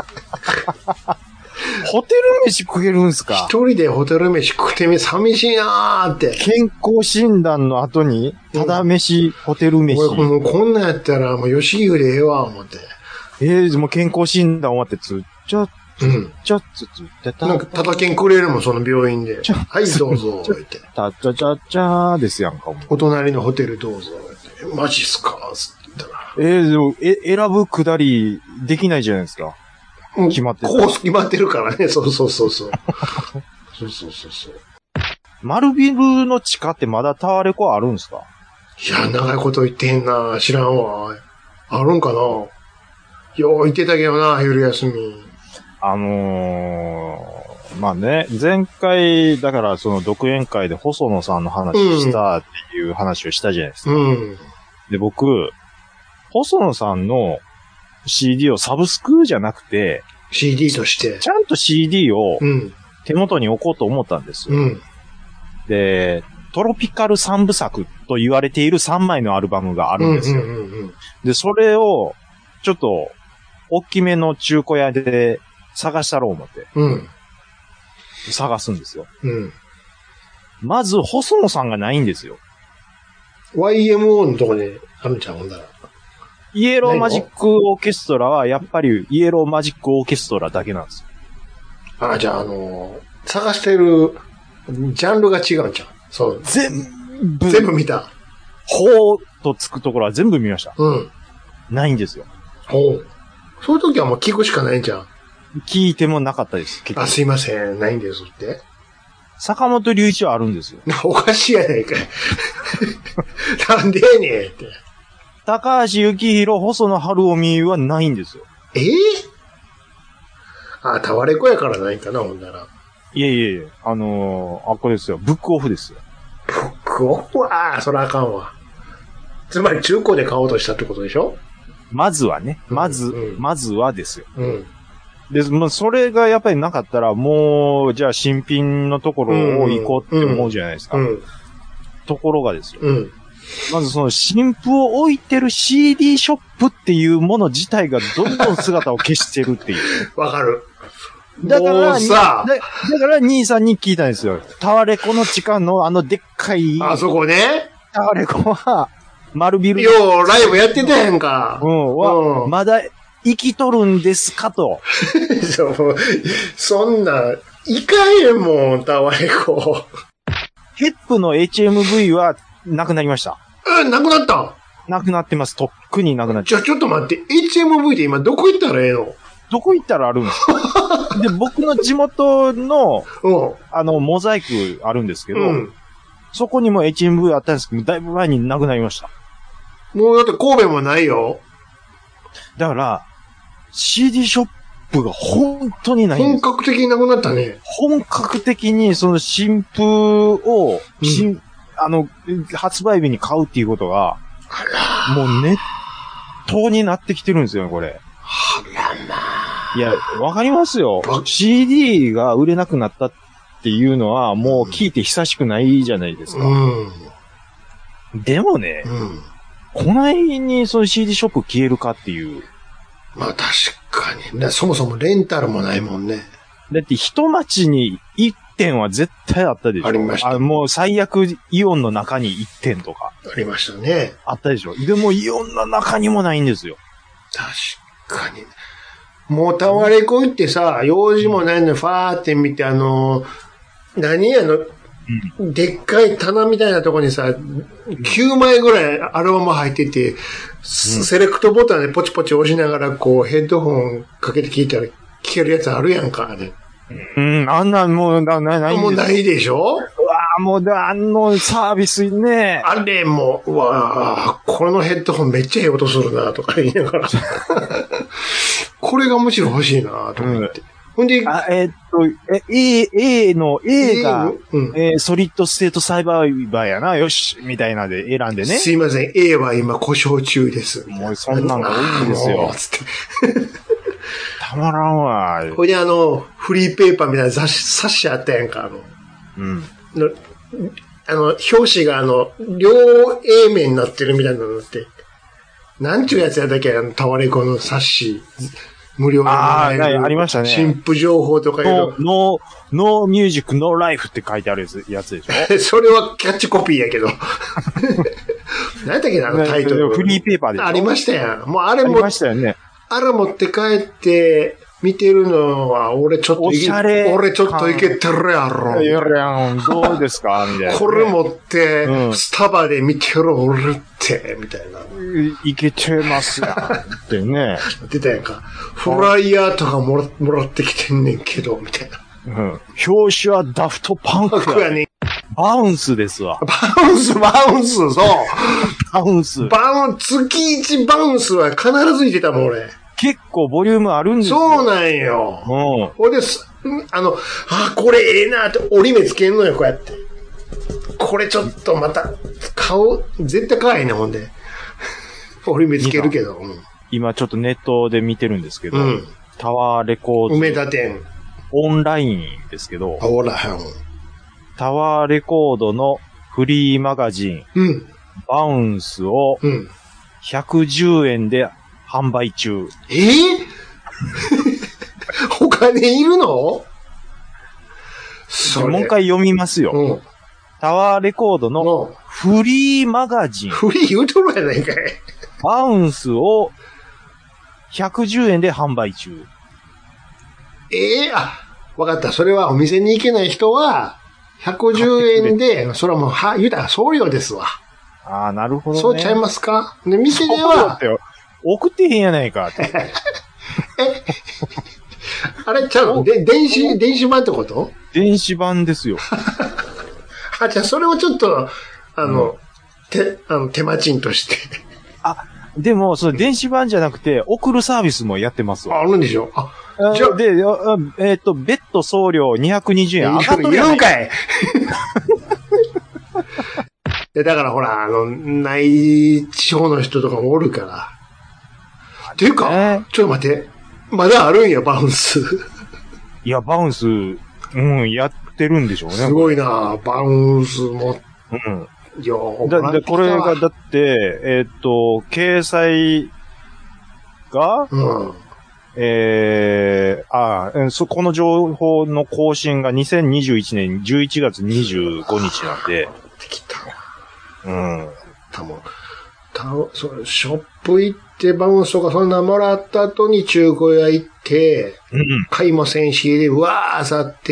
ホテル飯食えるんすか？ 一人でホテル飯食ってみ、寂しいなーって。 健康診断の後に、ただ飯、うん、ホテル飯。 俺もうこんなんやったら、もう吉牛でええわ、思って。 ええー、もう健康診断終わって、つっちゃ、つっちゃ、つっつってた。 なんか、ただけんくれるもん、その病院で。はい、どうぞ、って。 たっちゃちゃっちゃーですやんか。 お隣のホテルどうぞ、って。マジっすかつって言ったら。 ええー、でも、え、選ぶくだり、できないじゃないですか。決まってる。 コース決まってるからね。そうそうそうそう。そうそうそうそう。 丸ビルの地下ってまだタワレコあるんですか？ いや、長いこと言ってへんな。知らんわ。あるんかな？よう言ってたけどな、昼休み。 あのー、まあね、前回、だからその独演会で細野さんの話したっていう話をしたじゃないですか。うん。で、僕、細野さんのシーディー をサブスクじゃなくて、 シーディー として。 ちゃんと シーディー を手元に置こうと思ったんですよ。うん、で、トロピカル三部作と言われているさんまいのアルバムがあるんですよ。うんうんうんうん、で、それを、ちょっと、大きめの中古屋で探したろう思って。うん、探すんですよ。うん、まず、細野さんがないんですよ。 ワイエムオー のとこにあるんちゃうほんだら。 イエローマジックオーケストラは、やっぱりイエローマジックオーケストラだけなんですよ。 ああ、じゃあ、あのー、探してる、ジャンルが違うんちゃう？そう。 全部。 全部見た。 ほうとつくところは全部見ました。うん。ないんですよ。 ほう。そういう時はもう聞くしかないんじゃん。 聞いてもなかったです。 あ、すいません。ないんですって。 坂本龍一はあるんですよ。 おかしいやないかい。なんでやねんって。 高橋幸宏、細野晴臣はないんですよ。 ええー、あ、タワレコやからないかな、ほんなら。 いえいえいえ、あのー、あ、これですよ。ブックオフですよ。 ブックオフは、そらあかんわ。つまり中古で買おうとしたってことでしょ？ まずはね。まず、うんうん、まずはですよ。うん。で、まあ、それがやっぱりなかったら、もう、じゃあ新品のところを行こうって思うじゃないですか。うんうん、ところがですよ。うん。まずその新譜を置いてる シーディー ショップっていうもの自体がどんどん姿を消してるっていう。 わかる。 だからさだ、だから兄さんに聞いたんですよ。タワレコの地下のあのでっかい。 あそこね。 タワレコは、丸ビル。 よう、ライブやってたやんか。 うん。は、うん、まだ生きとるんですかと。 そう、そんな、いかへんもん、タワレコ。 ヘップの エイチエムブイ は、なくなりました。 え、なくなったん？ なくなってます。とっくになくなっちゃう。じゃあちょっと待って、エイチエムブイ で今どこ行ったらええの？ どこ行ったらあるんですか？で、僕の地元の、あの、モザイクあるんですけど、うん、そこにも エイチエムブイ あったんですけど、だいぶ前になくなりました。 もうだって神戸もないよ。 だから、シーディー ショップが本当にないんです。 本格的になくなったね。 本格的にその新譜を、新、うん、あの、発売日に買うっていうことが、もうネットになってきてるんですよ、これ。 あらまあ。 いや、わかりますよ。シーディー が売れなくなったっていうのは、もう聞いて久しくないじゃないですか。うん、でもね、うん、この辺にその シーディー ショップ消えるかっていう。 まあ確かに。だそもそもレンタルもないもんね。 だって一町にいってんは絶対あったでしょ。 ありました。 あ、もう最悪イオンの中にいってんとか。 ありましたね。 あったでしょ。でもイオンの中にもないんですよ。 確かに。もうタワレコ行ってさ、用事もないのにファーって見て、あの、何やの、うん、でっかい棚みたいなとこにさ、きゅうまいぐらいアルバム入ってて、うん、セレクトボタンでポチポチ押しながらこうヘッドホンかけて聞いたら聞けるやつあるやんか、ね。 うん、あんなもうな、な、ないんですよ。 もうないでしょ？うわぁ、もうあのサービスね。 あれも、うわぁ、このヘッドホンめっちゃええ音するなとか言いながら。これがむしろ欲しいなと思って。うん、ほんで、 あ、えー、っと、え、A、A の A が、うん、えー、ソリッドステートサイバーバーやな、よし、みたいなで選んでね。 すいません、A は今故障中です。 もうそんなんが多いんですよ。つってたまらんわ。 これであの、フリーペーパーみたいな雑誌、冊子あったやんか、あの。うん。のあの、表紙があの、両 A 面になってるみたいなのって、なんちゅうやつやったっけ、あの、タワレコの冊子。無料でもらえる。 ああ、ありましたね。 新譜情報とかいうの。 ノー、ノーミュージック、ノーライフって書いてあるやつでしょそれはキャッチコピーやけど。何やったっけな、あのタイトル。 フリーペーパーでしょ。 ありましたやん。もうあれも、 ありましたよね。 あれ持って帰って見てるのは、俺ちょっといけ、俺ちょっといけてるやろ。 いやいや、どうですかみたいな、ね。 これ持って、うん、スタバで見てる俺って、みたいな。 いけちゃいますやん。ってね。 出たやんか。フライヤーとかもらもらってきてんねんけど、みたいな。 うん。表紙はダフトパンクやね。バウンスですわ。 バウンス、バウンス、そう。 バウンス。 バウン、月一バウンスは必ずいてたもん、俺。 結構ボリュームあるんですよ。 そうなんよ。うん。ほいで、あの、あ、これええなって折り目つけんのよ、こうやって。これちょっとまた、顔、絶対可愛いね、ほんで。折り目つけるけど。うん、 今ちょっとネットで見てるんですけど、うん、タワーレコード。 梅田店。 オンラインですけど、 オンライン。 タワーレコードのフリーマガジン、うん、バウンスをひゃくじゅうえんで販売中。 えー、お金いるの？ それもう一回読みますよ。うん、タワーレコードのフリーマガジン。 フリー言うとるやないかい。 バウンスをひゃくじゅうえんで販売中。 ええー、あ、わかった。それはお店に行けない人は、ひゃくじゅうえんで、それはもう、は、言うたら送料ですわ。 ああ、なるほどね。 そうちゃいますか？で、店では。 送ってへんやないかって。えあれちゃうので、電子、電子版ってこと？ 電子版ですよ。 あ、じゃあそれをちょっと、あの、うん、手、あの、手間賃として。 あ、でも、その電子版じゃなくて、送るサービスもやってますわ。 あ、あるんでしょ？あ、 じゃあ、で、えっと、別途送料にひゃくにじゅうえん上がっとるやん。 いるんかいで、だからほら、あの、内地方の人とかもおるから。っていうか、えー、ちょっと待って。まだあるんや、バウンス。いや、バウンス、うん、やってるんでしょうね。 すごいなバウンスも。うん。よだ、で、これが、だって、えっと、掲載が、うん。えー、ああ、そ、この情報の更新がにせんにじゅういちねんじゅういちがつにじゅうごにちなんで。 できた。 うん。 たぶん、たそショップ行ってバウンスとかそんなもらった後に中古屋行って、うん、買いませんし、で、うわーさって、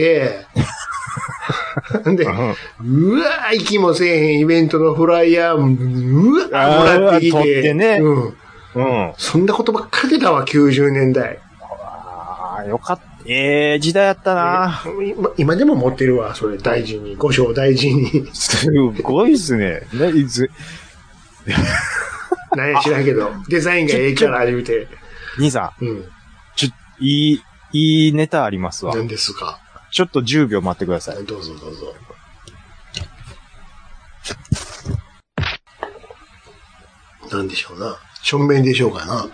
で、うわー行きもせえへんイベントのフライヤー、うわーもらってきて。 取ってね。 うん。うん。そんなことばっかり出たわ、きゅうじゅうねんだい。 ああ、よかった。ええー、時代やったな、 えー今。今でも持ってるわ、それ、大事に。五章大事に。 すごいっすね。いつなんや知らんけど、デザインがええから言うて。 兄さん。うん。 ちょ、いい、いいネタありますわ。 何ですか？ ちょっとじゅうびょう待ってください。 どうぞどうぞ。なんでしょうな。正面でしょうかな。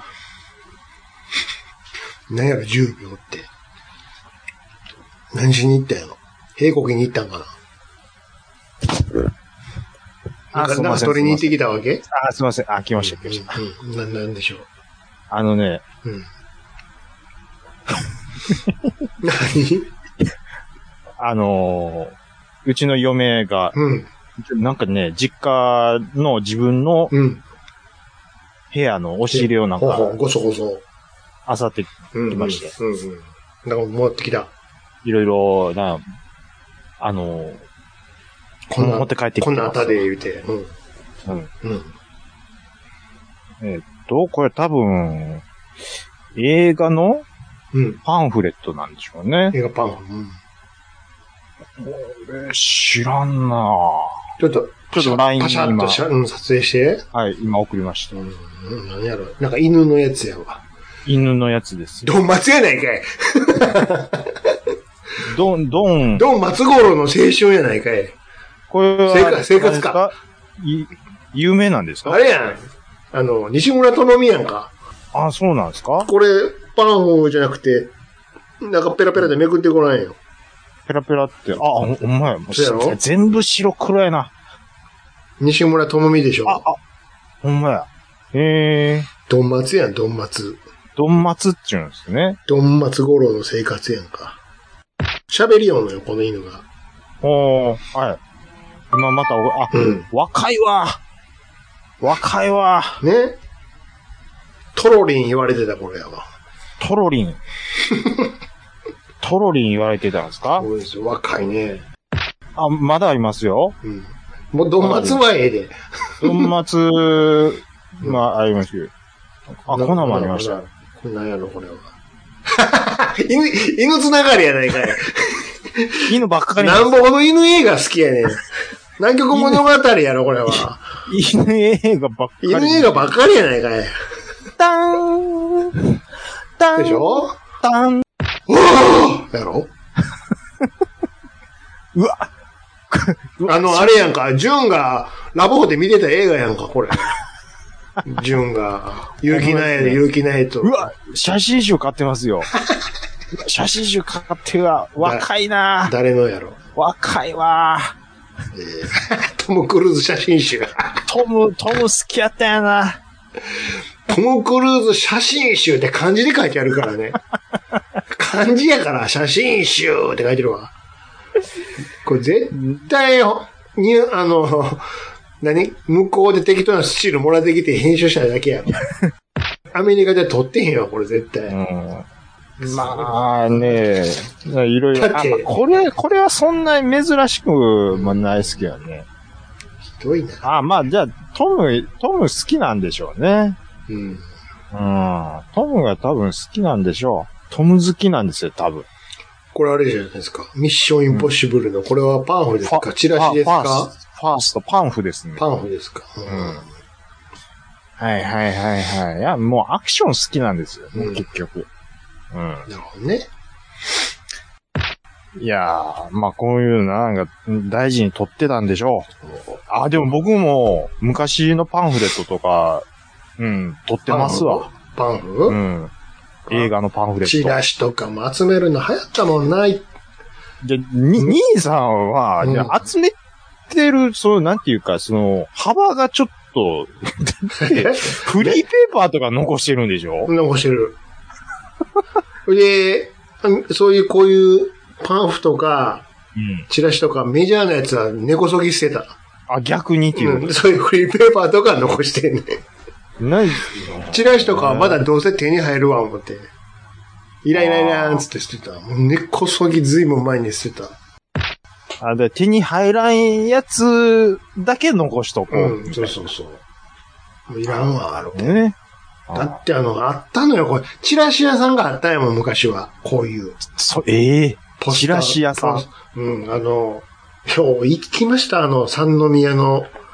何やろ、じゅうびょうって。何しに行ったんやろ。平国に行ったんかな。 あ、 なんか、なんか取りに行ってきたわけ？ あ、すいません。あ、来ました、来ました。 うん、な、なんでしょう。 あのね。 うん。何？ あのー、うちの嫁が、 うん。 なんかね、実家の自分の、 うん。 部屋の押し入れをなんか、 ほうほうごそごそ。 あさってきまして。 うんうん。うんうん。なんか持ってきた。 いろいろな、あのー、 こんな、 持って帰ってきてこんなあたで言うて。うん。 うん。 うん。 えーっと、これ多分、映画のうん。 パンフレットなんでしょうね。 映画パンフ。うん。 えー、知らんなぁ。 ちょっと、 ちょっと ライン にパシャッとシャ、うん、撮影して。 はい、今送りました。 うん、うん、何やろ。なんか犬のやつやわ。 犬のやつです。 ドン松やないかい。 ドン、ドン。 ドン松五郎の青春やないかい。 これは、 生活、生活か。 い、有名なんですか？ あれやん。あの、西村智美やんか。 あ、そうなんですか？ これ、パンフじゃなくて、なんかペラペラでめくってごらんよ。 ペラペラって、あ、ほんまや。 そうやろ？ 全部白黒やな。 西村智美でしょ。 あ、あ、ほんまや。へえ。 ドン松やん、ドン松。 ドン松って言うんですね。 ドン松五郎の生活やんか。喋りよんのよ、この犬が。 おー、はい。今また、あ、 うん、 若いわ。若いわ。 ね。トロリン言われてた、これやわ。 トロリン。トロリン言われてたんですか？ そうですよ、若いね。 あ、まだありますよ。 うん。もう、ドン松はええで。 ドン松、まあ、ありますよ。あ、こんなんもありました。 これ何やろ、これは。犬、犬つながりやないかい。 犬ばっかり。 なんぼほど犬映画好きやねん。南極物語やろ、これは。 犬映画ばっかり。 犬映画ばっかりやないかい。 ターンタンでしょタンおーやろうわあの、あれやんか、ジュンがラボで見てた映画やんか、これ。ジュンが、勇気ないで勇気ないと。 うわ、写真集買ってますよ。写真集買ってるわ。若いな。 誰のやろ。 若いわ。 えー、トム・クルーズ写真集。 トム、トム好きやったやな。 トム・クルーズ写真集って漢字で書いてあるからね。漢字やから写真集って書いてるわ。これ絶対、に、あの、何向こうで適当なスチールもらってきて編集しただけやろ。アメリカで撮ってへんわ、これ絶対。 うん、まあね、いろいろ。 だって、 これ、これはそんなに珍しくもないっすけどね。 ひどいな。 あ、まあじゃあ、トム、トム好きなんでしょうね。 うん。 うん。トムが多分好きなんでしょう。トム好きなんですよ、多分。 これあれじゃないですか。ミッションインポッシブルの、これはパンフですか？チラシですか？ ファースト、パンフですね。 パンフですか？ うん。はいはいはいはい。いや、もうアクション好きなんですよね、うん、結局。うん。 なるほどね。 いやー、まあこういうのなんか大事に取ってたんでしょう。あ、でも僕も昔のパンフレットとか、うん、取ってますわ。 パンフ？ うん。映画のパンフレット。 チラシとかも集めるの流行ったもんない。 で、に、兄さんは、うん、集めてる、そう、なんていうか、その、幅がちょっと、フリーペーパーとか残してるんでしょ？ 残してる。で、そういう、こういうパンフとか、うん、チラシとか、メジャーなやつは根こそぎ捨てた。 あ、逆にっていう、 うん。そういうフリーペーパーとか残してんねん。 ないチラシとかはまだどうせ手に入るわ、思って。イライライラーンつって捨てた。もう根こそぎずいぶん前に捨てた。 あ、で、手に入らんやつだけ残しとこう。 うん、そうそうそう。もういらんわ、あるね。 だってあの、あったのよ、これ。チラシ屋さんがあったんやもん、昔は。こういう。 そ、ええー、チラシ屋さん。 うん、あの、今日行きました、あの、三宮の、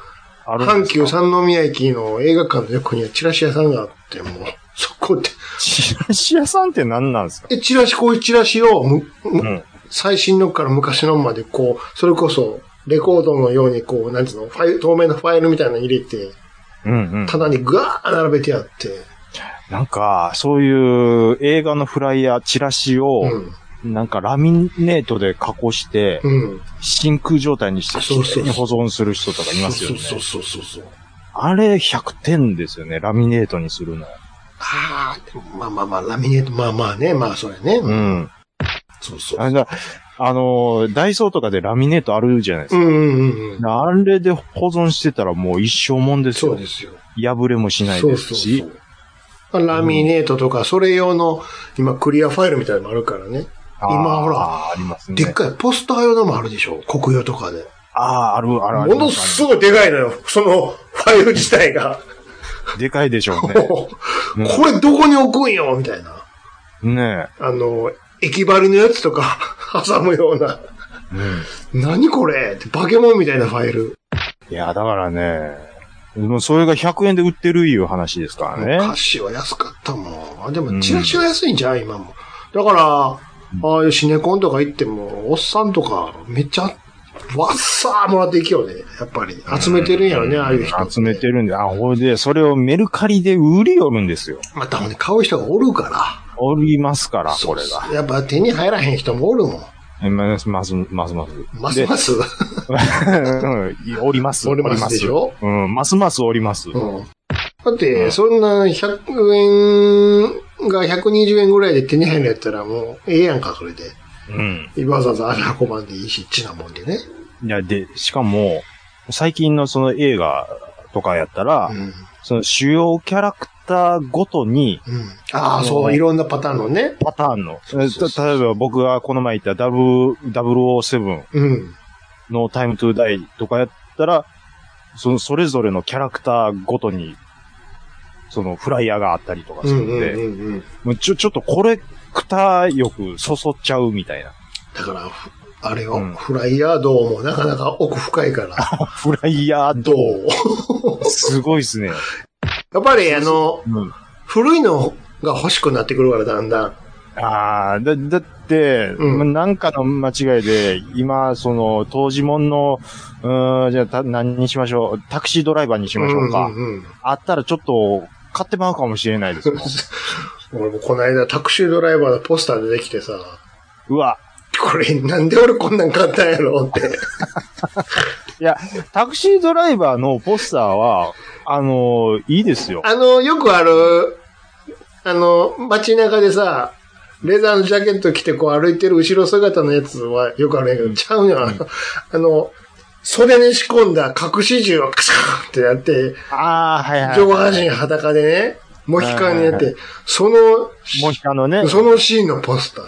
阪急三宮駅の映画館の横にはチラシ屋さんがあって、もう、そこで。 チラシ屋さんって何なんですか？ え、チラシ、こういうチラシを、むうん、 最新のから昔のまで、こう、それこそ、レコードのように、こう、なんつうの、ファイル、透明のファイルみたいなの入れて、 うんうん、 棚にぐわー並べてあって。 なんか、そういう映画のフライヤー、チラシを、うん、なんかラミネートで加工して、うん、真空状態にして、そうそうそう、保存する人とかいますよね。 そうそうそうそう。あれひゃくてんですよね、ラミネートにするの。 ああ、まあまあまあ、ラミネート、まあまあね、まあそれね。 うん。 そうそうそう。 あだあの、ダイソーとかでラミネートあるじゃないですか。 うんうんうん。 あれで保存してたらもう一生もんですよ。 そうですよ。 破れもしないですし。 そうそうそう。ラミネートとか、それ用の、今クリアファイルみたいなのもあるからね。今ほら、 ありますね。 でっかいポスター用のもあるでしょ、国用とかで。 ああ、ある、ある、ある。 ものすごいでかいのよ、そのファイル自体が。 でかいでしょうね。 うん、これどこに置くんよみたいな。 ねえ。 あの、駅張りのやつとか挟むような。うん、何これってバケモンみたいなファイル。 いや、だからね、もうそれがひゃくえんで売ってるいう話ですからね。 歌詞は安かったもん。あ、でもチラシは安いんじゃん、今も。だから、ああいうシネコンとか行っても、おっさんとかめっちゃ、わっさーもらっていきよね。やっぱり。集めてるんやろね、ああいう人。 集めてるんで、あ、ほいで、それをメルカリで売りよるんですよ。 また、ね、買う人がおるから。 おりますから、これが。 やっぱ手に入らへん人もおるもん。 ます、ます、ます、ます。 ますますおります。 おりますでしょ？ うん、ますますおります。 うん、だって、そんなひゃくえんがひゃくにじゅうえんぐらいで手に入るやったらもうええやんか、それで。うん。わざわざ足運ばんでいいし、ちなもんでね。 いや、で、しかも、最近のその映画とかやったら、うん、その主要キャラクターごとに、 うん、ああ、そう、いろんなパターンのね。 パターンの。そうそうそう、例えば僕がこの前言ったダブダブルオーセブンのタイムトゥーダイとかやったら、そのそれぞれのキャラクターごとに、そのフライヤーがあったりとかするんで、うんうんうんうん、もうちょ、ちょっとコレクター欲そそっちゃうみたいな。 だから、あれよ、うん、フライヤー道もなかなか奥深いから。 フライヤー道すごいっすね。 やっぱりあの、うん、古いのが欲しくなってくるからだんだん。 ああ、だ、だって、うん、なんかの間違いで、今、その、当時もんの、うーん、じゃあた、何にしましょう。タクシードライバーにしましょうか。うんうんうん、あったらちょっと、買ってまうかもしれないですよ。 俺もこの間タクシードライバーのポスター出てきてさ。 うわ。 これ、なんで俺こんなん買ったんやろって。 いや、タクシードライバーのポスターは、あの、いいですよ。 あの、よくある、あの、街中でさ、レザーのジャケット着てこう歩いてる後ろ姿のやつはよくあるんやけど、ちゃうやん。うん、あの、袖に仕込んだ隠し銃をカシャーってやって、 ああ、はいはい、はい。 上半身裸でね、モヒカンにやって、はいはいはい、その、 モヒカンのね。 そのシーンのポスター。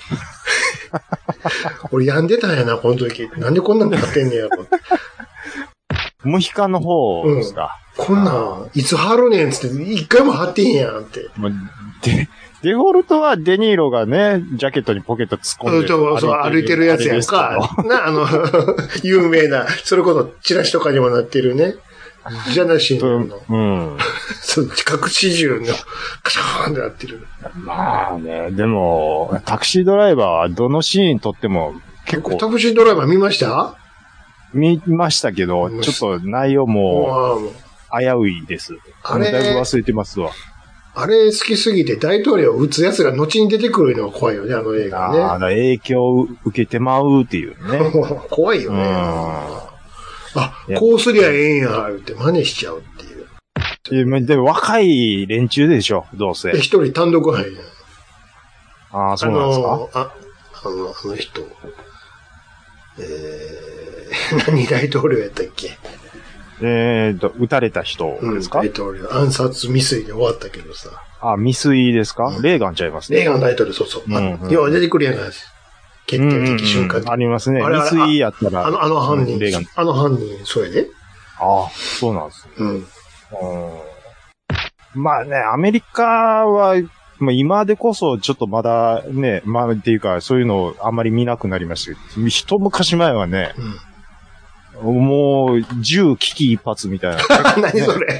俺病んでたんやな、この時。なんでこんなん買ってんねやろ。 モヒカンの方ですか。 うん、こんなん、いつ貼るねんつって、一回も貼ってへんやんって。 で、デフォルトはデニーロがね、ジャケットにポケット突っ込んでそうそう、歩いてるやつやんか。な、あの、有名な、それこそチラシとかにもなってるね。じゃなしの。うん。そう、隠し銃の、カシャーンってなってる。 まあね、でも、タクシードライバーはどのシーン撮っても結構。 タクシードライバー見ました？ 見ましたけど、ちょっと内容も危ういです。あれだいぶ忘れてますわ。 あれ好きすぎて大統領を撃つ奴が後に出てくるのが怖いよね、あの映画ね。 ああ、影響を受けてまうっていうね。 怖いよね。あ、こうすりゃええんや、って真似しちゃうっていう。 でも若い連中でしょ、どうせ。 一人単独犯や。 ああ、そうなんですか？ あの、あ、あの、あの人。えー、何大統領やったっけ？ えーと、撃たれた人ですか？ うん、大統領。暗殺未遂で終わったけどさ。 あ、未遂ですか？うん、レーガンちゃいますね。 レーガン大統領、そうそう。うんうん、要は出てくるやんか。決定的瞬間、うんうん。 ありますね。未遂やったら。 あの、あの犯人、レーガン。あの犯人、そうやで。 ああ、そうなんですね。うん。うん、まあね、アメリカは、まあ、今でこそちょっとまだね、まあっていうか、そういうのをあんまり見なくなりましたけど、一昔前はね、 もう、銃危機一髪みたいな。 何それ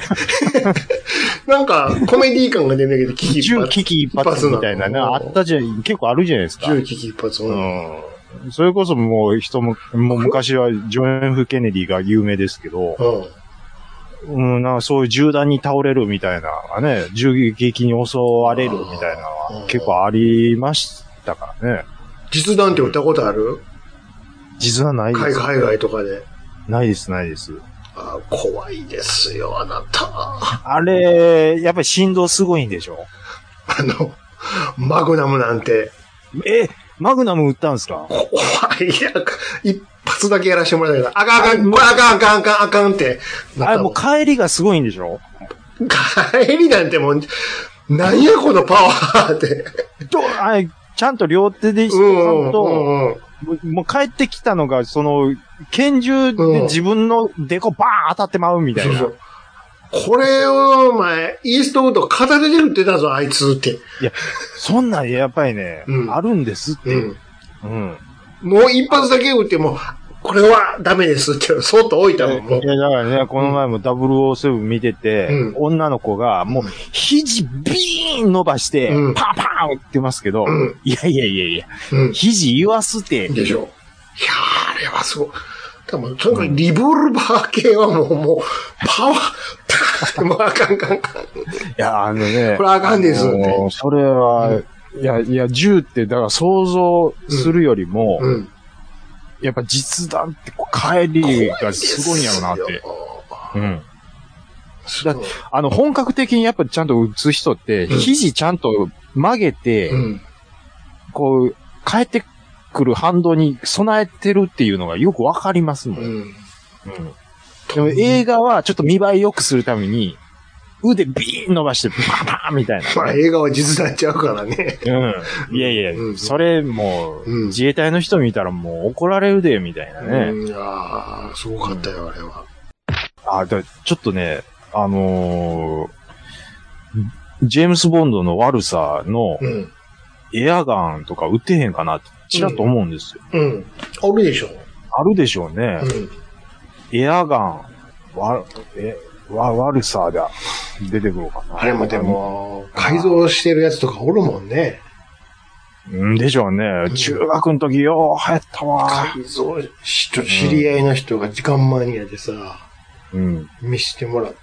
なんか、コメディー感が出るけど、危機一髪。 銃危機一髪みたいなね。あったじゃん、結構あるじゃないですか。 銃危機一髪。 うん。それこそもう人も、もう昔はジョン・F・ケネディが有名ですけど、うん、うん、なんかそういう銃弾に倒れるみたいなね、銃撃に襲われるみたいなのは結構ありましたからね。 実弾って撃ったことある？ 実弾ないです。 海外とかで。 ないです、ないです。 あ、怖いですよ、あなた。 あれ、やっぱり振動すごいんでしょ？ あの、マグナムなんて。 え、マグナム撃ったんですか？ 怖い。いや、一発だけやらせてもらったけど、あかんあかん、これあかんあかんあかんあかんって。 あれもう帰りがすごいんでしょ？ 帰りなんてもう、何やこのパワーって。 どあれ、ちゃんと両手でしてうんと、うんうんもう帰ってきたのが、その、拳銃で自分のデコバーン当たってまうみたいな。そうそう。これを、お前、イーストウッド片手で撃ってたぞ、あいつって。いや、そんなんやっぱりね、うん、あるんですって、うんうん。もう一発だけ撃っても、これはダメですって、そっと置いたもん、もう。 いや、だからね、この前もダブルオーセブン見てて、うん、女の子が、もう、肘ビーン伸ばして、うん、パンパン打ってますけど、うん、いやいやいやいや、うん、肘言わすて。 でしょ。いやー、あれはすごい。多分、とにかくリボルバー系はもう、もう、パワー、もうあかんかんかん。いや、あのね。 これあかんですって。 それは、うん、いや、いや、銃って、だから想像するよりも、うんうんやっぱ実弾って帰りがすごいんやろうなって。うん。だあの、本格的にやっぱちゃんと撃つ人って、うん、肘ちゃんと曲げて、うん、こう、帰ってくる反動に備えてるっていうのがよくわかりますもん。うん。うん、でも映画はちょっと見栄え良くするために、腕ビーン伸ばしてパンパンみたいな、ね。 まあ映画は実弾ちゃうからね。 うん。いやいや、うん、それもう、うん、自衛隊の人見たらもう怒られるで、みたいなね。 うん、いやー、すごかったよ、あれは。 あ、だちょっとね、あのー、ジェームス・ボンドの悪さの、エアガンとか撃てへんかなって、ちらっと思うんですよ。 うん。うん、あるでしょ。 あるでしょうね。うん、エアガン、わ、え、わ、悪さで出てくるかな。 あれもでも、改造してるやつとかおるもんね。 うんでしょうね。うん、中学の時よう流行ったわ。 改造し、知り合いの人が時間マニアでさ、うん。見してもらって、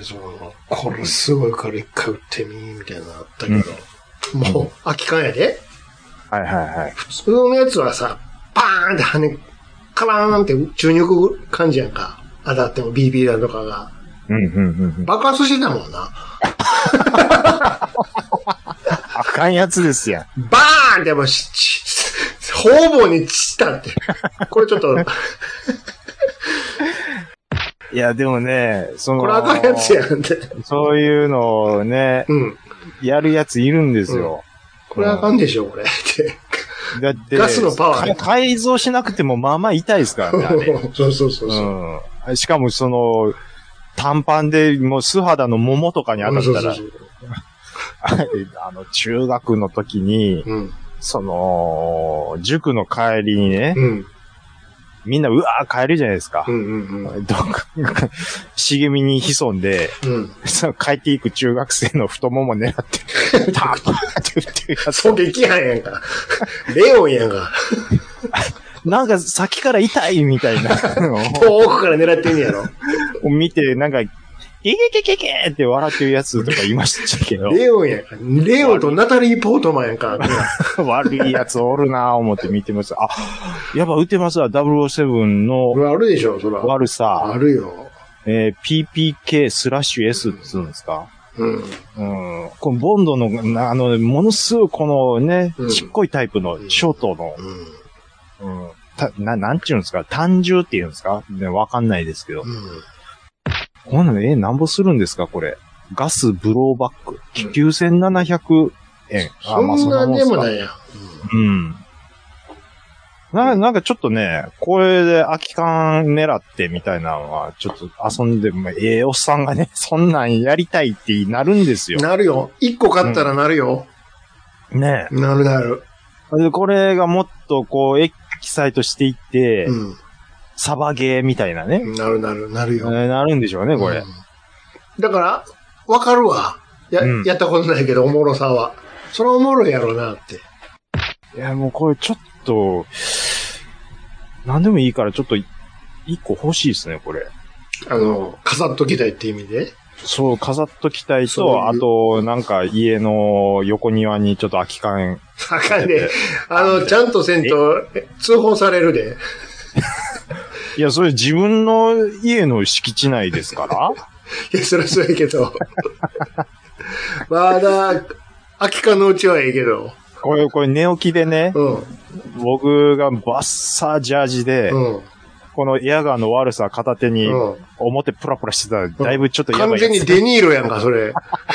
その、これすごいから一回撃ってみ、みたいなのあったけど、うん、もう、空き缶やで。 はいはいはい。 普通のやつはさ、パーンって跳ね、カラーンって宙に浮く感じやんか。当たっても ビービー 弾とかが。 うんうんうんうん、 爆発してたもんな。 あかんやつですやん。バーンってもうし、ち、方々に散ったって。これちょっと。 いや、でもね、その。 これあかんやつやんって。 そういうのをね、うん、やるやついるんですよ。 うん、これあかんでしょ、これって。 だって、 ガスのパワー。 改造しなくてもまあまあ痛いですからね。 そうそうそうそう、 うん。しかもその、短パンでもう素肌の桃とかに当たったら、そうそうそうあの、中学の時に、うん、その、塾の帰りにね、うん、みんなうわー帰るじゃないですか。うんうんうん、どっか茂みに潜んで、うん、その帰っていく中学生の太もも狙って、ターッって言ってるやつ。 そう激犯やんか。レオンやんか。 なんか先から痛いみたいな。 遠くから狙ってんやろ。 見て、なんか、ゲゲゲゲゲーって笑ってるやつとかいましたけど。 レオンやんか。レオンとナタリー・ポートマンやんか。 悪いやつおるなぁ思って見てます。あ、やっぱ撃てますわ。ダブルオーセブンの。 あるでしょ、そら。 悪さ。 あるよ。 えー、ピーピーケー スラッシュ S って言うんですか。うん。うん。このボンドの、あの、ものすごいこのね、うん、ちっこいタイプのショートの、うん。うんたな、なんちゅうんですか単銃って言うんですかね、わかんないですけど。うん、こんなの、え、なんぼするんですかこれ。ガスブローバック。きゅうせんななひゃくえん。うん、 あ、まあ、そんなでもないや。 うん。うん、な、なんかちょっとね、これで空き缶狙ってみたいなのは、ちょっと遊んで、まあ、ええおっさんがね、そんなんやりたいってなるんですよ。 なるよ。一個買ったらなるよ。 うん、ねえ。 なるなる。 で、これがもっとこう、エキサイトしていって、うん、 サバゲーみたいなね。 なるなる、なるよ。 なるんでしょうね、これ。うん、 だから、わかるわ。や、うん、やったことないけど、おもろさは。それはおもろいやろうなって。 いや、もうこれちょっと、なんでもいいからちょっと、一個欲しいですね、これ。 あの、飾っときたいって意味で。 そう、飾っときたいと、あと、なんか家の横庭にちょっと空き缶。 あかんで、あの、ちゃんとせんと、通報されるで。 いや、それ自分の家の敷地内ですからいや、そりゃそうやけど。まだ、空き缶のうちはええけど。 これ、これ寝起きでね、 うん、 僕がバッサージャージで、うん、このエアガンの悪さ片手に、表プラプラしてたら、だいぶちょっとやばいやつ、 完全にデニーロやんか、それ。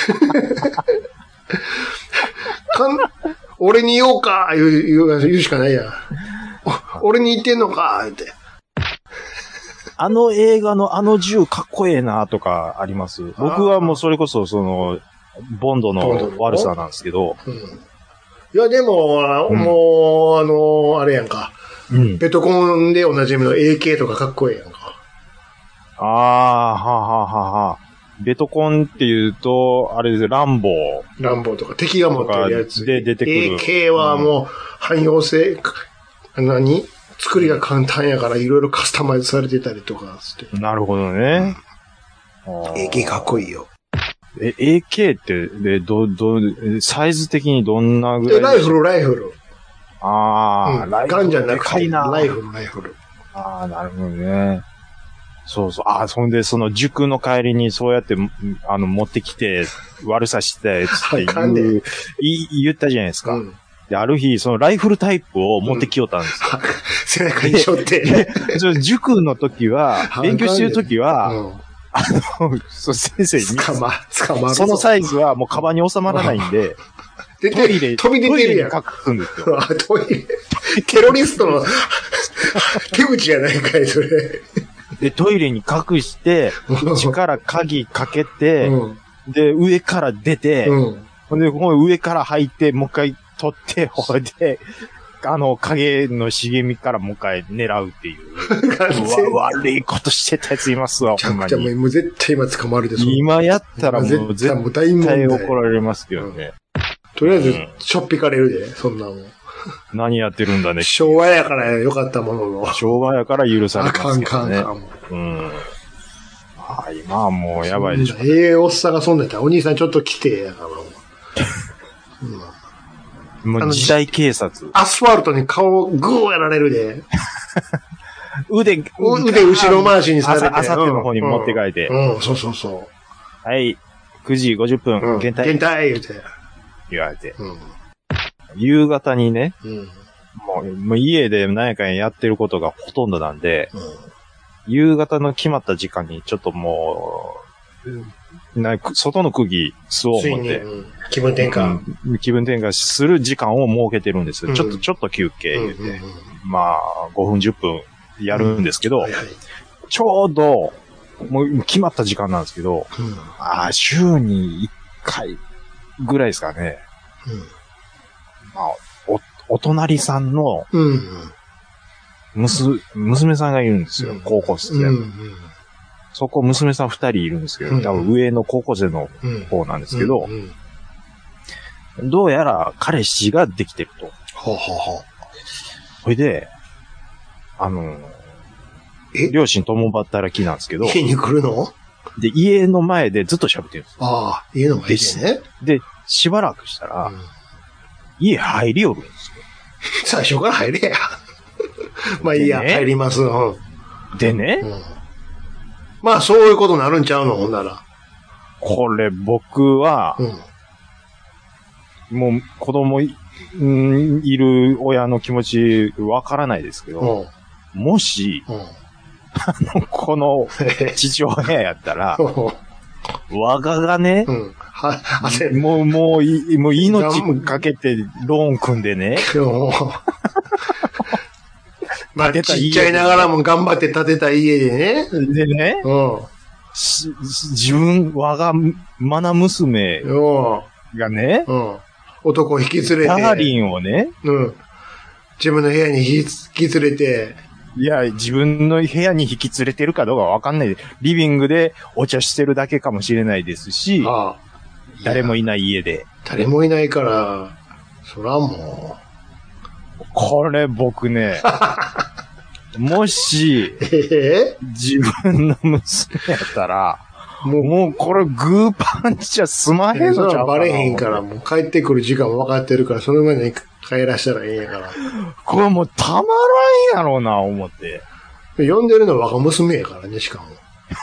かん俺に言おうか言う、言う、言うしかないやん。俺に言ってんのかって。 あの映画のあの銃かっこええなとかあります。僕はもうそれこそその、ボンドの悪さなんですけど。 うん、いやでも、うん、もう、あの、あれやんか。うん、ペトコンでおなじみの エーケー とかかっこええやんか。 ああ、はあ、はあはあ、ベトコンって言うと、あれですよ、ランボー。 ランボーとか敵が持ってるやつ。 で出てくる。 エーケー はもう、汎用性、うん、何作りが簡単やからいろいろカスタマイズされてたりとかして。 なるほどね。 うん、エーケー かっこいいよ。 え、エーケー って、で、ど、ど、サイズ的にどんなぐらい？ ライフル、ライフル。 ああ、 うん、ライフル。ガンじゃなくて、ライフル、ライフル。 ああ、なるほどね。そうそう。ああ、そんで、その塾の帰りにそうやって、あの、持ってきて、悪さして、つって言う、言ったじゃないですか。うん、で、ある日、そのライフルタイプを持ってきよったんですよ。うん、 背中にしょって。 その塾の時は、勉強してる時は、うん、あの、そう、先生に。 つかま、つかまる。 そのサイズはもうカバンに収まらないんで、トイレ、 飛び出てるやん。 トイレに隠すんですよ。 トイレ。テロリストの手口じゃないかい、それ。 で、トイレに隠して、内から鍵かけて、うん、で、上から出て、うん、で、この上から入って、もう一回取って、ほいで、あの、影の茂みからもう一回狙うっていう。うわ、悪いことしてたやついますわ、ほんまに。 もう絶対今捕まるでしょ。 今やったらもう絶対怒られますけどね。 うん、とりあえず、しょっぴかれるで、そんなもん。 何やってるんだね。 昭和やからよかったものの。 昭和やから許されますけどね。 あかんかんかん。 うん。あ、今はもうやばいでしょ。 ええおっさんがそんなやったら、お兄さんちょっと来てやから。 うん、もう時代警察。 アスファルトに顔をグーやられるで。 腕、 腕後ろ回しにされて。 あさっての方に持って帰って。 うん、うん、そうそうそう。 はい。くじごじゅっぷん、うん、限界。 限界言うて。 言われて。うん、夕方にね、うん、もう、もう家で何やかんやってることがほとんどなんで、うん、夕方の決まった時間にちょっともう、な外の釘吸おう思って、うん、 気分転換、 うん、気分転換する時間を設けてるんですよ。うん、ちょっと、ちょっと休憩言って、うんうんうん、まあ、ごふんじゅっぷんやるんですけど、うんはいはい、ちょうど、もう決まった時間なんですけど、うん、あ週にいっかいぐらいですかね。うんまあ、お、お隣さんの、うん、むす、娘さんがいるんですよ、うん、高校生、うんうん。そこ娘さん二人いるんですけど、うん、多分上の高校生の方なんですけど、うんうんうん、どうやら彼氏ができてると。 ほうほうほう。 それで、あの、両親共働きなんですけど、 家に来るの？ で、家の前でずっと喋ってるんですよ。 ああ、家の前でね。 で、しばらくしたら、うん家入りよるんですよ。 最初から入れや。まあいいや、ね、入ります、うん。 でね、うん。 まあそういうことになるんちゃうのほんなら。 これ僕は、うん、もう子供い、うん、いる親の気持ちわからないですけど、うん、もし、うん、あの、この父親やったら、我ががね、うんは、もう、もう、い、もう命かけてローン組んでね。 まあ、ちっちゃいながらも頑張って建てた家でね。 でね。うん。自分、我が、マナ娘がね。うん。 男を引き連れて。 ダーリンをね。 うん。自分の部屋に引き連れて。 いや、自分の部屋に引き連れてるかどうかわかんない。リビングでお茶してるだけかもしれないですし、ああ誰もいない家で。 誰もいないから、そらもう。これ僕ね、もし、 えー、 自分の娘やったら、もう、もうこれグーパンチじゃ済まへんのちゃうかな。 バレへんから、もう帰ってくる時間も分かってるから、その前に帰らしたらええんやから。 これもうたまらんやろうな、思って。 呼んでるのは若娘やからね、しかも。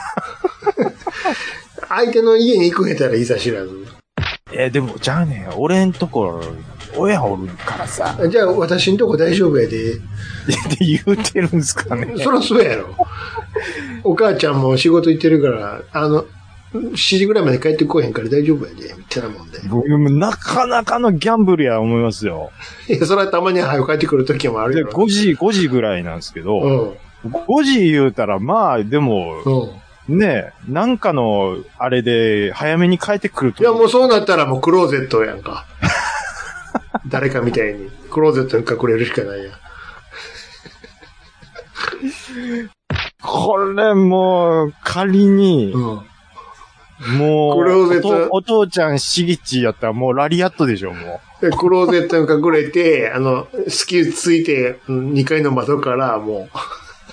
相手の家に行くんやったらいざ知らず。 えー、でも、じゃあね、俺んとこ、親おるからさ。 じゃあ、私んとこ大丈夫やで。 って言うてるんすかね。 そらそうやろ。お母ちゃんも仕事行ってるから、あの、しちじぐらいまで帰ってこへんから大丈夫やで、みたいなもんで。 僕もなかなかのギャンブルや思いますよ。 いや、それはたまに早く帰ってくる時もあるよ。 ごじ、ごじぐらいなんですけど、うん、ごじ言うたら、まあ、でも、うん、ねえ、なんかの、あれで、早めに帰ってくると。 いや、もうそうなったらもうクローゼットやんか。誰かみたいに。クローゼットに隠れるしかないやん。 これもう、仮に、うん、もう、クローゼットお、お父ちゃんしぎちやったらもうラリアットでしょ、もう。クローゼットに隠れて、あの、隙ついて、にかいの窓からもう、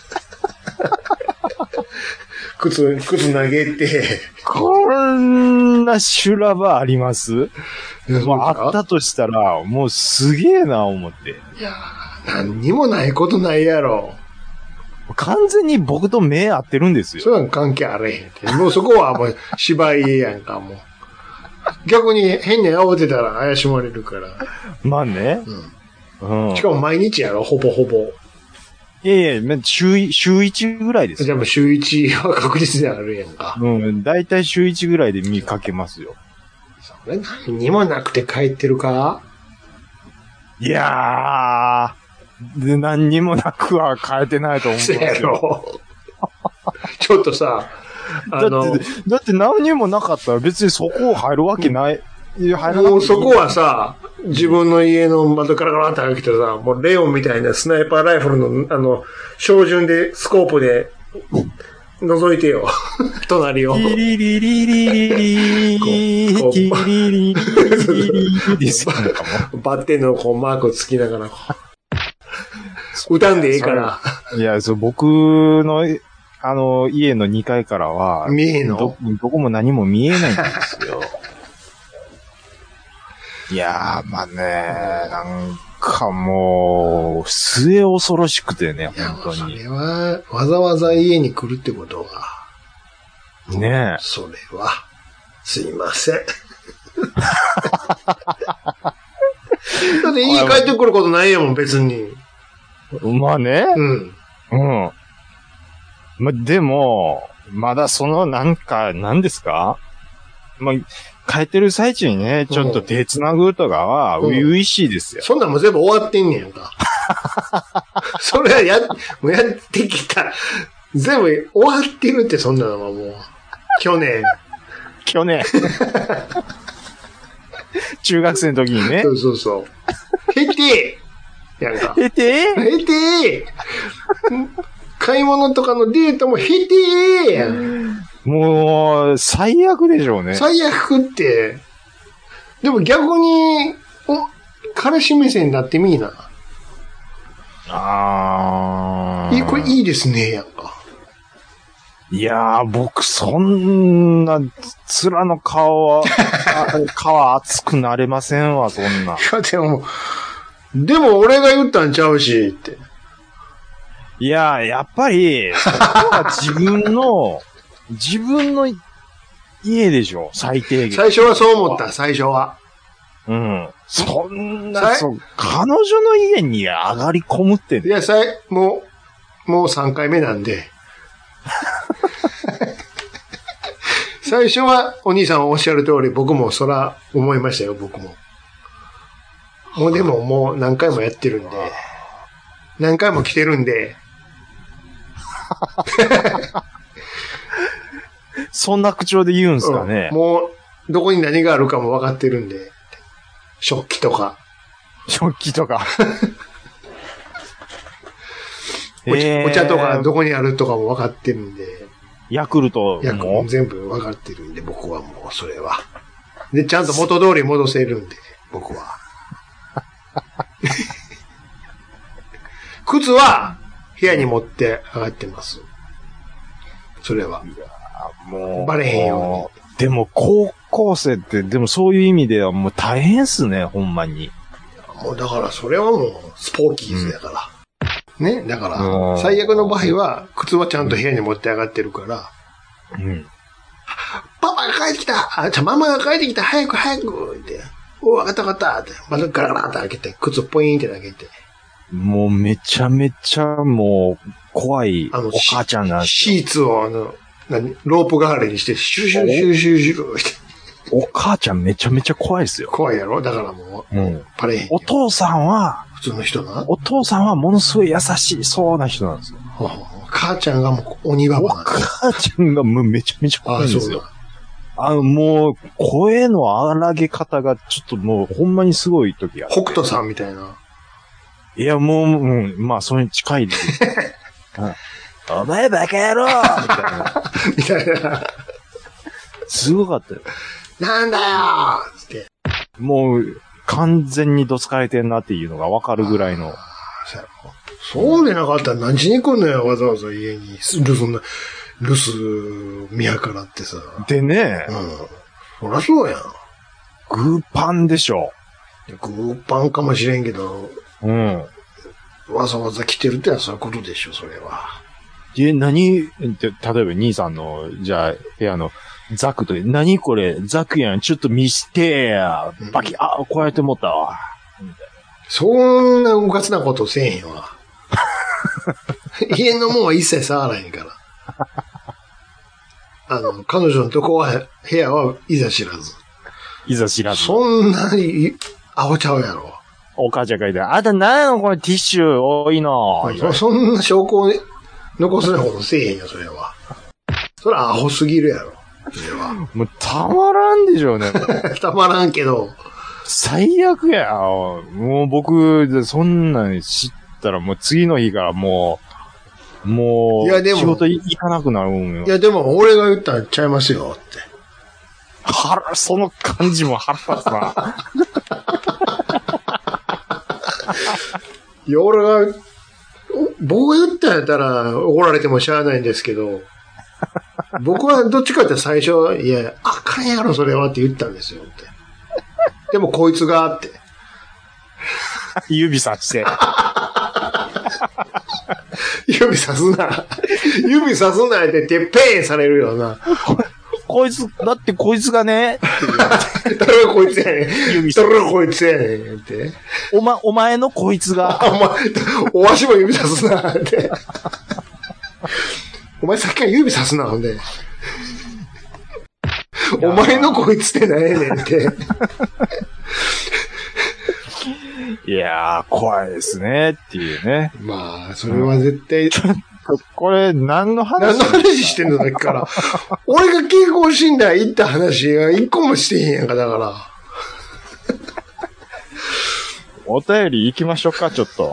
靴、靴投げて。 こんな修羅場ありますもうあったとしたら、もうすげえな、思って。 いやー、何にもないことないやろ。 完全に僕と目合ってるんですよ。 そういうの関係あれへんって。もうそこはもう芝居やんか、もう。逆に変に慌てたら怪しまれるから。 まあね。 うん。しかも毎日やろ、ほぼほぼ。 いやいや、週、週いちぐらいですよ。 じゃあもう週いちは確実であるやんか。 うん。だいたい週いちぐらいで見かけますよ。 それ何にもなくて帰ってるか？ いやー、で何にもなくは変えてないと思う。 そうやろ。ちょっとさ、 あのだって、だって何にもなかったら別にそこを入るわけない。 入らなもうそこはさ、自分の家の窓からガラッと開けてさ、もうレオンみたいなスナイパーライフルの、あの、照準で、スコープで、覗いてよ。隣を。リリリリリリリリリリリリバッテンのこうマークつきながら、歌んでええから。 いや、そう、僕の、あの、家のにかいからは、 見えんの？ ど、どこも何も見えないんですよ。いやー、まあね、なんかもう、末恐ろしくてね、本当に。 それは、わざわざ家に来るってことは。 ねえ。 それは、すいません。だって家帰ってくることないやもん、別に。 まあね。 うん。 うん。まあ、でも、まだその、なんか、何ですか？まあ、帰ってる最中にね、ちょっと手繋ぐとかは、初々しいですよ。 うん、そんなんも全部終わってんねやんか。それはや、もうやってきた。全部終わってるって、そんなのはもう。去年。 去年。中学生の時にね。 そうそうそう。へてやんか。 へてへて買い物とかのデートもへてやん。 もう、最悪でしょうね。 最悪って。でも逆に、お、彼氏目線になってみーな。 あー。 いい、これいいですね、やんか。 いやー、僕、そんな、面の顔は、顔熱くなれませんわ、そんな。いや、でも、でも俺が言ったんちゃうし、って。 いやー、やっぱり、そこは自分の、自分の家でしょ、最低限。 最初はそう思った、最初は。 うん。そんな、そう、彼女の家に上がり込むって、 ね。いや、さい、もう、もうさんかいめなんで。最初はお兄さんおっしゃる通り、僕もそら思いましたよ、僕も。もうでももう何回もやってるんで。何回も来てるんで。 そんな口調で言うんすかね、 うん、もう、どこに何があるかも分かってるんで。食器とか。 食器とか。 お茶、お茶とかどこにあるとかも分かってるんで。 ヤクルトヤクルト全部分かってるんで、僕はもうそれは。で、ちゃんと元通り戻せるんで、僕は。靴は部屋に持って上がってます。それは。もう。バレへんように。 でも高校生って、でもそういう意味ではもう大変っすね、ほんまに。 もうだからそれはもうスポーキーズやから。うん、ね。だから、最悪の場合は、靴はちゃんと部屋に持って上がってるから。うん。パパが帰ってきたあ、じゃママが帰ってきた早く早くって。お、わかったわかったって。またガラガラって開けて、靴ポイーンって投げて。 もうめちゃめちゃもう怖いお母ちゃんなんですよ。シーツをあの、何ロープ代わりにして、シュルシュルシュルシュルシュルって。 お母ちゃんめちゃめちゃ怖いですよ。 怖いやろだからもう、うん、パレへん。 お父さんは、 普通の人なお父さんはものすごい優しいそうな人なんですよ。 母ちゃんがもう鬼ババなんですよ。母ちゃんがもうめちゃめちゃ怖いんですよ。あの、もう、声の荒げ方がちょっともうほんまにすごい時ある。 北斗さんみたいな。 いや、もう、うん、まあ、それに近いです。お前バカ野郎みたいな。 みたいな。 すごかったよ。 なんだよーって。 もう、完全にどつかれてんなっていうのがわかるぐらいの。 そうでなかったら何しに来んのよ、わざわざ家に。留守な、留守見計らってさ。 でね。 うん。そらそうやん。 グーパンでしょ。 グーパンかもしれんけど。うん。わざわざ来てるってのはそういうことでしょ、それは。 え、何って、例えば兄さんの、じゃあ、部屋のザクと、何これザクやん、ちょっと見してや。バキ、うん、あ、こうやって持ったわ。 そんなうかつなことせえへんわ。家のもんは一切触らへんから。あの、彼女のとこは、部屋はいざ知らず。 いざ知らず。 そんなに、アホちゃうやろ。 お母ちゃんがいて、あんた何やのこれティッシュ多いの。 そ, そんな証拠を残すようなことせえへんよ、それは。それはアホすぎるやろ。それは。 もうたまらんでしょうね。 たまらんけど。 最悪や。もう僕、そんなに知ったらもう次の日からもう、もう、いやでも仕事行かなくなるんよ。 いやでも俺が言ったらちゃいますよって。 腹、その感じも腹立つな。 いや、俺が、僕が言ったんやったら怒られてもしゃあないんですけど、僕はどっちかって最初、いや、あかんやろそれはって言ったんですよって。でもこいつがって。 指さして。 指さすな。指さすなっててっぺんされるよな。 こいつ、だってこいつがね、 誰がこいつやねん。誰がこいつやねんって。 おま、お前のこいつが。 お前、おわしも指さすなって。お前さっきから指さすな、ほんで。お前のこいつって何やねんって。 いやー、怖いですね、っていうね。 まあ、それは絶対。 これ、何の話何の話してんのだっけから。俺が健康診断行った話が一個もしてへんやんか、だから。 お便り行きましょうか、ちょっと。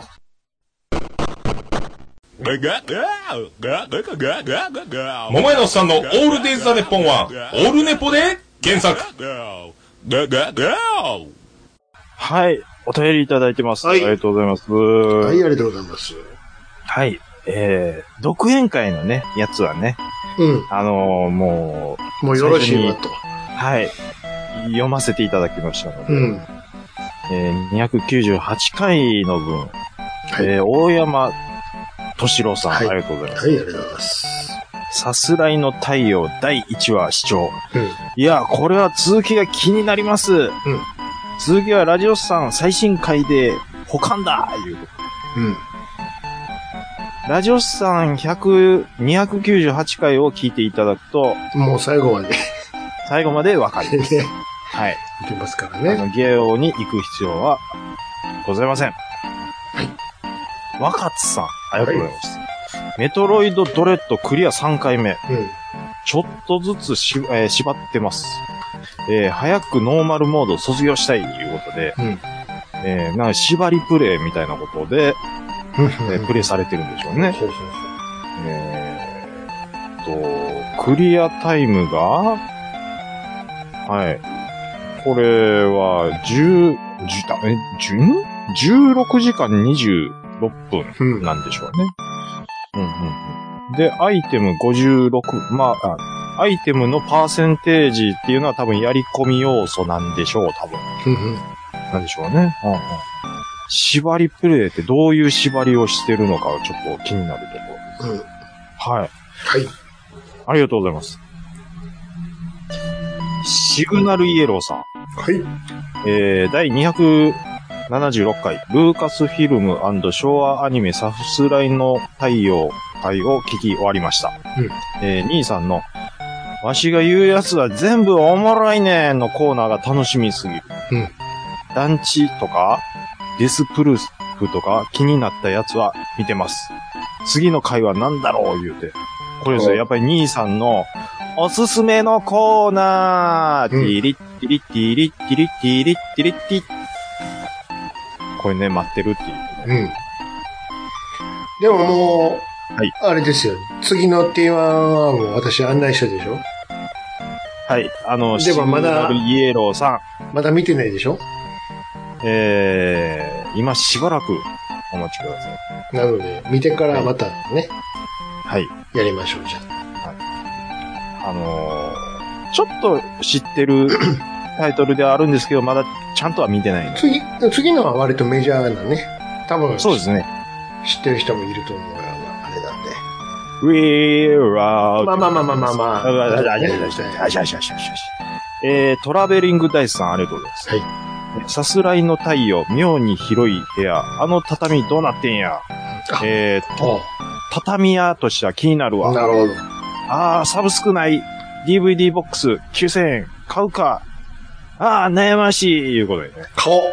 桃屋のおっさんのオールデイズ・ザ・ネッポンは、オールネポで検索。 はい。お便りいただいてます。はい、ありがとうございます。 はい、ありがとうございます。 はい。えー、独演会のね、やつはね。うん。あのー、もう。もうよろしいわと。 はい。読ませていただきましたので。うん。えー、にひゃくきゅうじゅうはちかいの分。はい、えー、大山敏郎さん、はい、ありがとうございます。 はい、ありがとうございます。 さすらいの太陽だいいちわ視聴。うん。いや、これは続きが気になります。うん。続きはラジオスさん最新回で保管だいうこと。うん。ラジオスさんひゃく、にひゃくきゅうじゅうはちかいを聞いていただくと、 もう最後まで。 最後までわかります。はい。 いけますからね。あの、 ゲオに行く必要はございません。はい。若津さん、ありがとうございます。はい、メトロイドドレッドクリアさんかいめ。うん。ちょっとずつし、えー、縛ってます。えー、早くノーマルモードを卒業したいということで、うん。えー、なんか縛りプレイみたいなことで、 えープレイされてるんでしょうね。 そうそうえーっと、クリアタイムが、はい。これは、10、10え、じゅう、じゅうろくじかんにじゅうろっぷんなんでしょうね。うんうんうん、で、アイテムごじゅうろく、まあ、あアイテムのパーセンテージっていうのは多分やり込み要素なんでしょう、多分。 うんうん。 なんでしょうね。うんうん、縛りプレイってどういう縛りをしてるのかちょっと気になるところです。うん、はい。はい。ありがとうございます。シグナルイエローさん。 はい。 えー、だいにひゃくななじゅうろっかい、ルーカスフィルム&昭和アニメサフスライの太陽会を聞き終わりました。うん、えー、兄さんの、わしが言うやつは全部おもろいねんのコーナーが楽しみすぎる。うん、団地とか、デスプルーフとか気になったやつは見てます。次の回は何だろう言うて。これですよ、やっぱり兄さんの、おすすめのコーナー、ティリッティリッティリッティリッティリッティリッティ。これね、待ってるっていう、ね。 うん。でももう、 はい。 あれですよ。次のテーマはもう私案内したでしょ？ はい。あの、 でもまだ、 イエローさん。 まだ見てないでしょ？ えー、今しばらくお待ちください。なので、見てからまたね。 はい。 やりましょう、じゃあ。 あのー、ちょっと知ってるタイトルではあるんですけど、まだちゃんとは見てないの。 次、次のは割とメジャーなね。多分。 そうですね。 知ってる人もいると思うような、あれなんで。 We're out. まあまあまあまあまあまあ。 えー、トラベリングダイスさんありがとうございます。はい。さすらいの太陽、妙に広い部屋、あの畳どうなってんや。えーと、畳屋としては気になるわ。 なるほど。 ああ、サブ少ない。ディーブイディー ボックスきゅうせんえん。買うか。ああ、悩ましい。いうことでね。 買おう。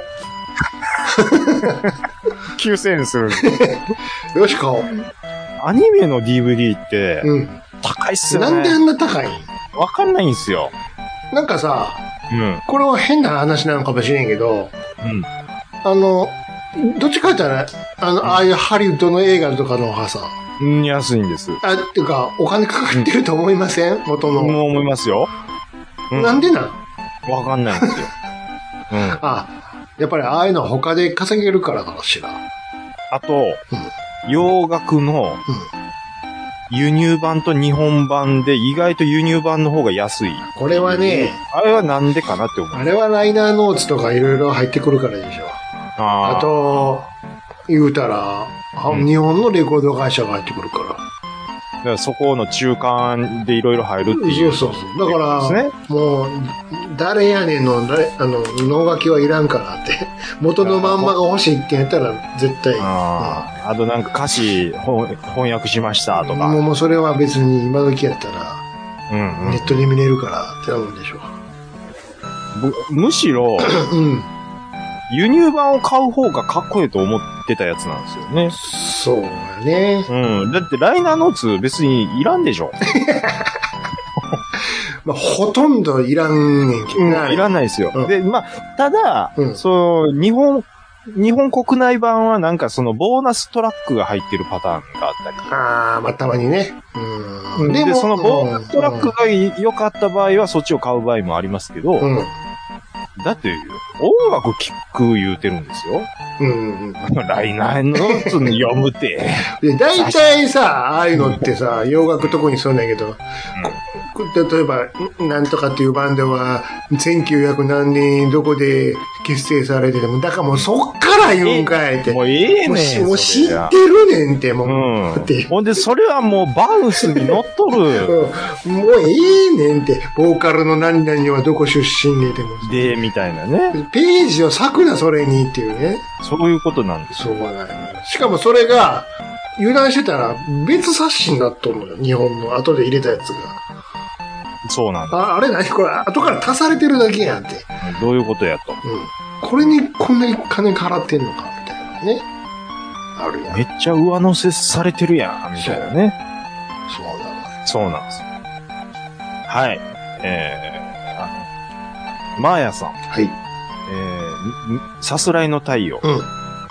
きゅうせんえんする。 よし、買おう。 アニメの ディーブイディー って、うん、高いっすよね。 なんであんな高い？ わかんないんすよ。 なんかさ、 うん、 これは変な話なのかもしれんけど、うん、あの、どっちかって言ったら、あの、うん、ああいうハリウッドの映画とかの方がさ、 うん、安いんです。 あ、っていうか、お金かかってると思いません？うん、元の。 もう思いますよ。 うん、なんでなん？ わかんないんですよ。 うん。あ、やっぱりああいうのは他で稼げるからかしら。 あと、うん、洋楽の輸入版と日本版で意外と輸入版の方が安い。 これはね、 あれはなんでかなって思う。 あれはライナーノーツとかいろいろ入ってくるからでしょ。あ, あと、言うたら、うん、日本のレコード会社が入ってくるから。 だからそこの中間でいろいろ入るっていう。 そうそうそう。だから、ね、もう、誰やねんの、あの、能書きはいらんからって。元のまんまが欲しいって言ったら絶対。 ああ、うん、あとなんか歌詞翻訳しましたとか。 もう、もうそれは別に今時やったら、うんうん、ネットで見れるからってなるんでしょう。むしろ、うん、輸入版を買う方がかっこいいと思ってたやつなんですよね。 そうやね。 うん。だってライナーノーツ別にいらんでしょ。 まあ、ほとんどいらんねんけどね、 うん。いらないですよ。うん、で、まあ、ただ、うん、そう、日本、日本国内版はなんかそのボーナストラックが入ってるパターンがあったり。 ああ、まあ、たまにね。 うん。で、でそのボーナストラックが良かった場合はそっちを買う場合もありますけど、うん、だって、音楽聴く言うてるんですよ。うんうん。ライナーノーツ読むて。 で、大体さ、ああいうのってさ、洋楽特にそうなんやけど、うん、例えば、なんとかっていうバンドは、せんきゅうひゃくなんねんどこで結成されてても、だからもうそっから言うんかいって。 もうええねん。 もう知ってるねんって、もう。 うん、ほんで、それはもうバウンスに乗っとる。 うん、もうええねんって、ボーカルの何々はどこ出身ででも。 で、みたいなね。 ページを割くな、それにっていうね。 そういうことなんですよ。そうなんや。しかもそれが、油断してたら別冊子になっとるのよ。日本の後で入れたやつが。 そうなんだ。 あ、あれ何これ、後から足されてるだけやんって。 どういうことやと。うん。 これにこんなに金払ってんのか、みたいなね。あるやん。 めっちゃ上乗せされてるやん、みたいなね。 そうなの。 そうなんです。はい。えー、あの、マーヤさん。 はい。 えー、さすらいの太陽。うん。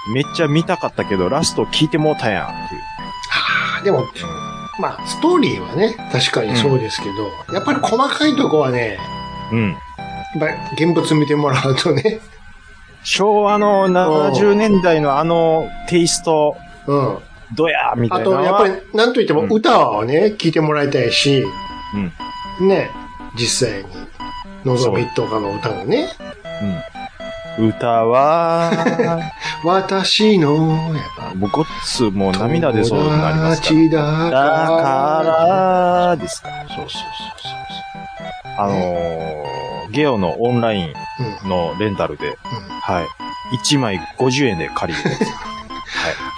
めっちゃ見たかったけど、ラスト聞いてもうたやんっていう。 はあ、でも、まあ、ストーリーはね、確かにそうですけど、うん、やっぱり細かいとこはね、 うん。 やっぱり現物見てもらうとね。 昭和のななじゅうねんだいのあのテイスト、うん。どやみたいな。 あと、やっぱり、なんといっても歌をね、聴、うん、いてもらいたいし、うん。ね、実際に、のぞみとかの歌をね。 うん。歌は、 私の、やっぱ。 もうごっつ、もう涙出そうになりますから。 だから。だからですか。そうそうそうそう。あのー、ゲオのオンラインのレンタルで、うん、はい。いちまいごじゅうえんで借りるんです。はい。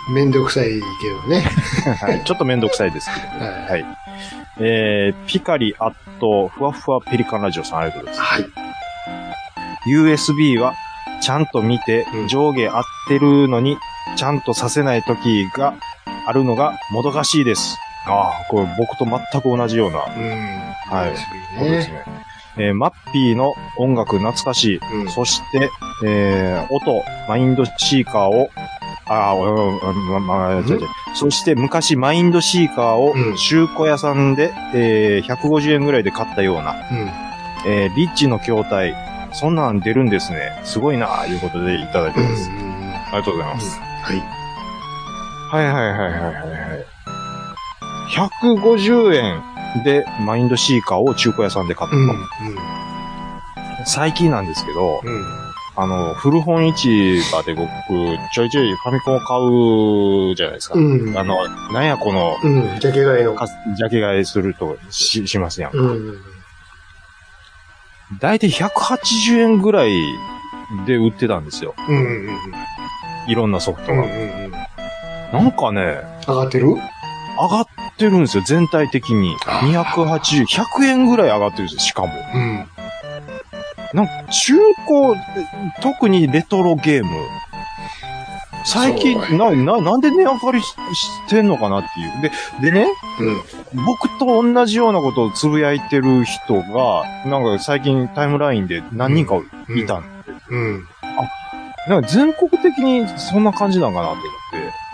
めんどくさいけどね。 はい。ちょっとめんどくさいですけど、ね。はい。はい。えー、ピカリアット、ふわふわペリカンラジオさんありがとうございます。はい。ユーエスビー は、ちゃんと見て、上下合ってるのに、ちゃんとさせない時があるのがもどかしいです。ああ、これ僕と全く同じような。うん。はい。そうですね。えー、マッピーの音楽懐かしい。うん、そして、えー、音、マインドシーカーを、ああ、ま、まあ、そして昔マインドシーカーを中古屋さんで、えー、ひゃくごじゅうえんぐらいで買ったような、うん、えー、リッチの筐体、そんなん出るんですね。すごいなあ、いうことでいただいてます。うん、ありがとうございます。はい。はいはいはいはいはいはい。ひゃくごじゅうえんでマインドシーカーを中古屋さんで買った。うんうん、最近なんですけど、うん、あの、古本市場で僕、ちょいちょいファミコンを買うじゃないですか。うん、あの、なんやこの、 うん、ジャケ買いの。 ジャケ買いするとし、しますやんか。うんだいたいひゃくはちじゅうえんぐらいで売ってたんですよ。うんうんうん、いろんなソフトが、うんうんうん。なんかね。 上がってる？ 上がってるんですよ、全体的に。にひゃくはちじゅう、ひゃくえんぐらい上がってるんですよ、しかも。うん、なんか中古、特にレトロゲーム。最近、な、な、なんで値上がり し, してんのかなっていう。で、でね、うん、僕と同じようなことをつぶやいてる人が、なんか最近タイムラインで何人かいたんで、うんうんうん、あ、なんか全国的にそんな感じなんかなと思って、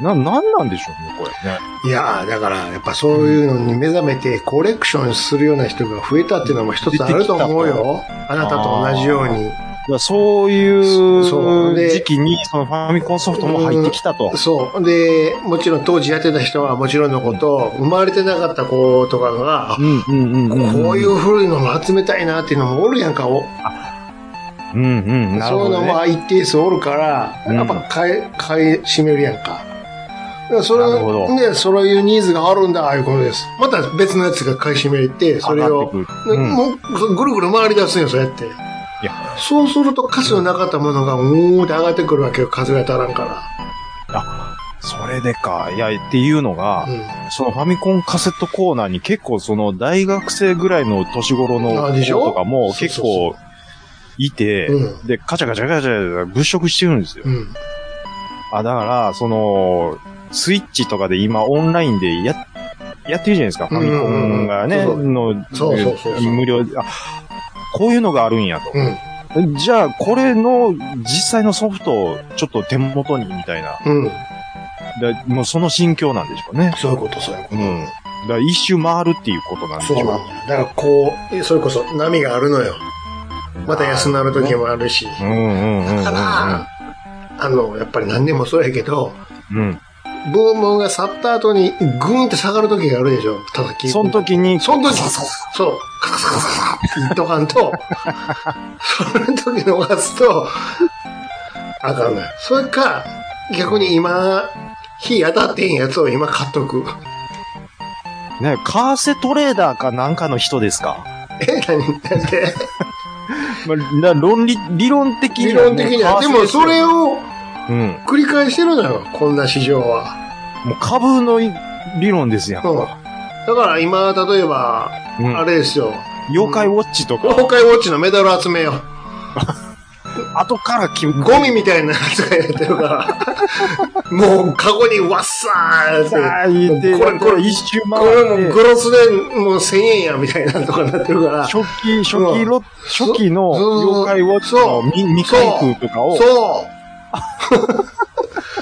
な、なんなんでしょうね、これね。 いやー、だから、やっぱそういうのに目覚めてコレクションするような人が増えたっていうのも一つあると思うよ。あなたと同じように。 そういう時期にそのファミコンソフトも入ってきたと。 そう。で、もちろん当時やってた人はもちろんのこと、生まれてなかった子とかが、こういう古いのも集めたいなっていうのもおるやんか。おうんうん。なるほどね、 そういうのも一定数おるから、やっぱ買い、買い占めるやんか。それね、そういうニーズがあるんだ、ああいうことです。また別のやつが買い占めて、それを、うん、もうぐるぐる回り出すんよ、そうやって。いやそうすると価値のなかったものがうーって上がってくるわけよ、数が足らんから。 あ、それでか。いや、っていうのが、うん、そのファミコンカセットコーナーに結構その大学生ぐらいの年頃の子とかも結構いて、うん、で、カチャカチャカチャ物色してるんですよ。うん、あ、だから、その、スイッチとかで今オンラインでや、やってるじゃないですか、ファミコンがね、の、無料で。あ、こういうのがあるんやと。うん、じゃあ、これの実際のソフトをちょっと手元にみたいな。うん、でもうその心境なんでしょうね。 そういうこと、そういうこと。うん、 だから一周回るっていうことなんでしょう。 そうなんだ。だからこう、それこそ波があるのよ。また安なる時もあるし。うんうんうんうん、だから、あの、やっぱり何年もそうやけど、うん、ブームが去った後にグーンって下がる時があるでしょ、叩き。 その時に、 その時、そう、カサカサカサって言っとかんと、その時逃すと、あかんない。それか、逆に今、火当たってへんやつを今買っとく。 ね、カーセトレーダーかなんかの人ですか？ え、何なんでまあ、論理、理論的には、ね。理論的には。でもそれを、うん、繰り返してるのよ、こんな市場は。 もう株の理論ですやん。うん、だから今、例えば、うん、あれですよ。 妖怪ウォッチとか。 妖怪ウォッチのメダル集めよう。 後からきゴミみたいなやつがやってるから。もう、カゴにわっさーって。 あーてこれ、これ一周回って。 これもうグロスでもうせんえんや、みたいなとかなってるから。 初期、初期ロ、初期の妖怪ウォッチの未開封とかを。 そう。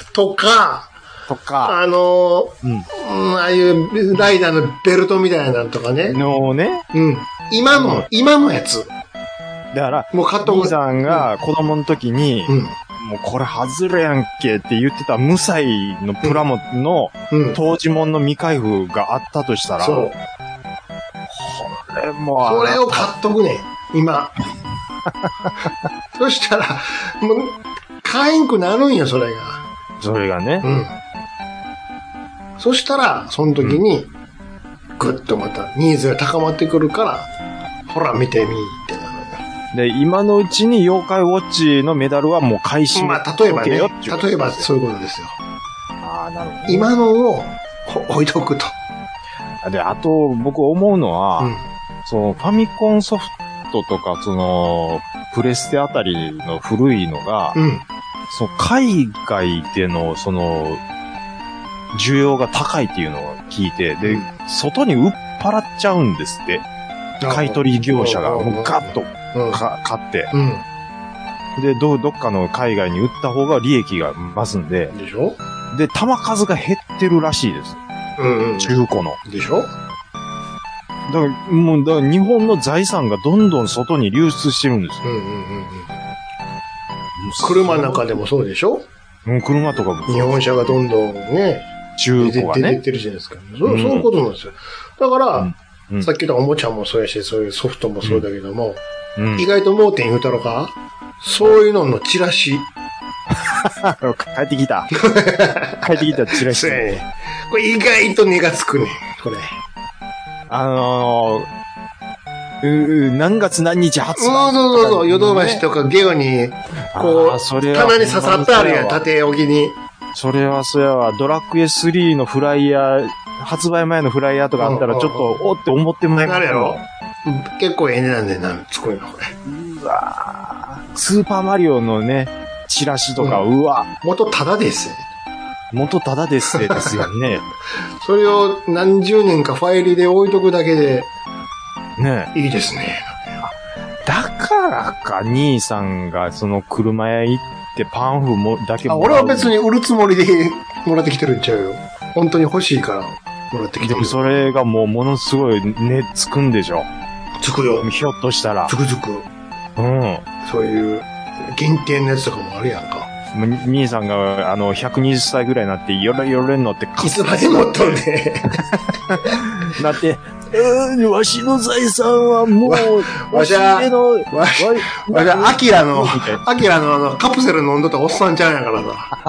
とか、 とか、 あのー、 うん。 うん、ああいうライダーのベルトみたいなのとかね。 のね。 うん。今の、 うん今のやつ。 だから、 もう買っとく。 兄さんが子供の時に、 うん。 もうこれ外れやんけって言ってた無彩のプラモのうん。 当時もんの未開封があったとしたら、 そう。 これもそれを買っとくねん、今。そしたら、もう、買えんくなるんよ、それが。 それがねう。ん。そしたら、その時に、ぐっとまたニーズが高まってくるから、ほら見てみーってなるんだ。 で、今のうちに妖怪ウォッチのメダルはもう買い占めまあ、例えばねとけよっていうこと例えばそういうことですよ。 ああ、なるほど。 今のをほ置いとくと。 で、あと、僕思うのは、 うん。 そのファミコンソフトとか、その、プレステあたりの古いのが、 うん。 その海外での、その、需要が高いっていうのを聞いて、で、 うん外に売っ払っちゃうんですって。買い取り業者が、もうガッとうん。 か買って。 うん。 で、ど、どっかの海外に売った方が利益が増すんで、 でしょで、弾数が減ってるらしいです。 うんうん。 中古の。 でしょだから、もう、だから日本の財産がどんどん外に流出してるんですよ。 うんうんうんうん。車なんかでもそうでしょうん、車とかも。 日本車がどんどんね、 中古がね。 出てってるじゃないですか。そううんそういうことなんですよ。だから、 うんうんさっき言ったおもちゃもそうやし、そういうソフトもそうだけども、 うん。 意外と盲点言うたろかそういうののチラシ。 帰ってきた。帰ってきたチラシそう。やね。これ意外と値がつくねん。これ。 あのー、うう何月何日発売そうそうそうそう、ヨドバシとかゲオに、こあーそれう、 は棚に刺さってあるやん、縦置きに。 それはそれは、ドラクエスリーのフライヤー、発売前のフライヤーとかあったらちょっと、おって思ってもらえますあれやろ結構ええ値段でな、つくんよ、これ。 うわースーパーマリオのね、チラシとか、うわ、 元タダですよ。 元ただですってですよね。 それを何十年かファイルで置いとくだけで、 ねいいですね。 だからか、兄さんがその車屋行ってパンフもだけあ、 もらう。 俺は別に売るつもりでもらってきてるんちゃうよ。本当に欲しいからもらってきてるでも。それがもうものすごい値つくんでしょ。 つくよ。 ひょっとしたらつ。くつく。 うん。 そういう限定のやつとかもあるやんか。 もう兄さんが、あの、ひゃくにじゅっさいぐらいになって、よれよれんのって、 いつまでもっとんね。 なって、うーん、わしの財産はもう、 わしはでの、 わし、わし、アキラの、 みたいなアキラのあの、カプセル飲んどったおっさんちゃうんやからさ。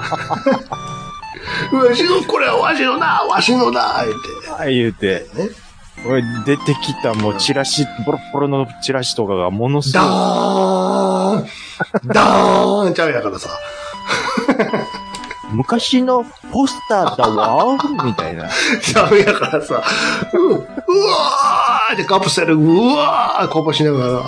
わしの、これはわしのだ、わしのだ、言って。 はい、言うて、 ね俺出てきたもうチラシ、ボロッボロのチラシとかがものすダごい。 ーンダーンちゃうやからさ。 昔のポスターだわみたいな。 ちゃうやからさ。ううわーってカプセル、うわーこぼしながら。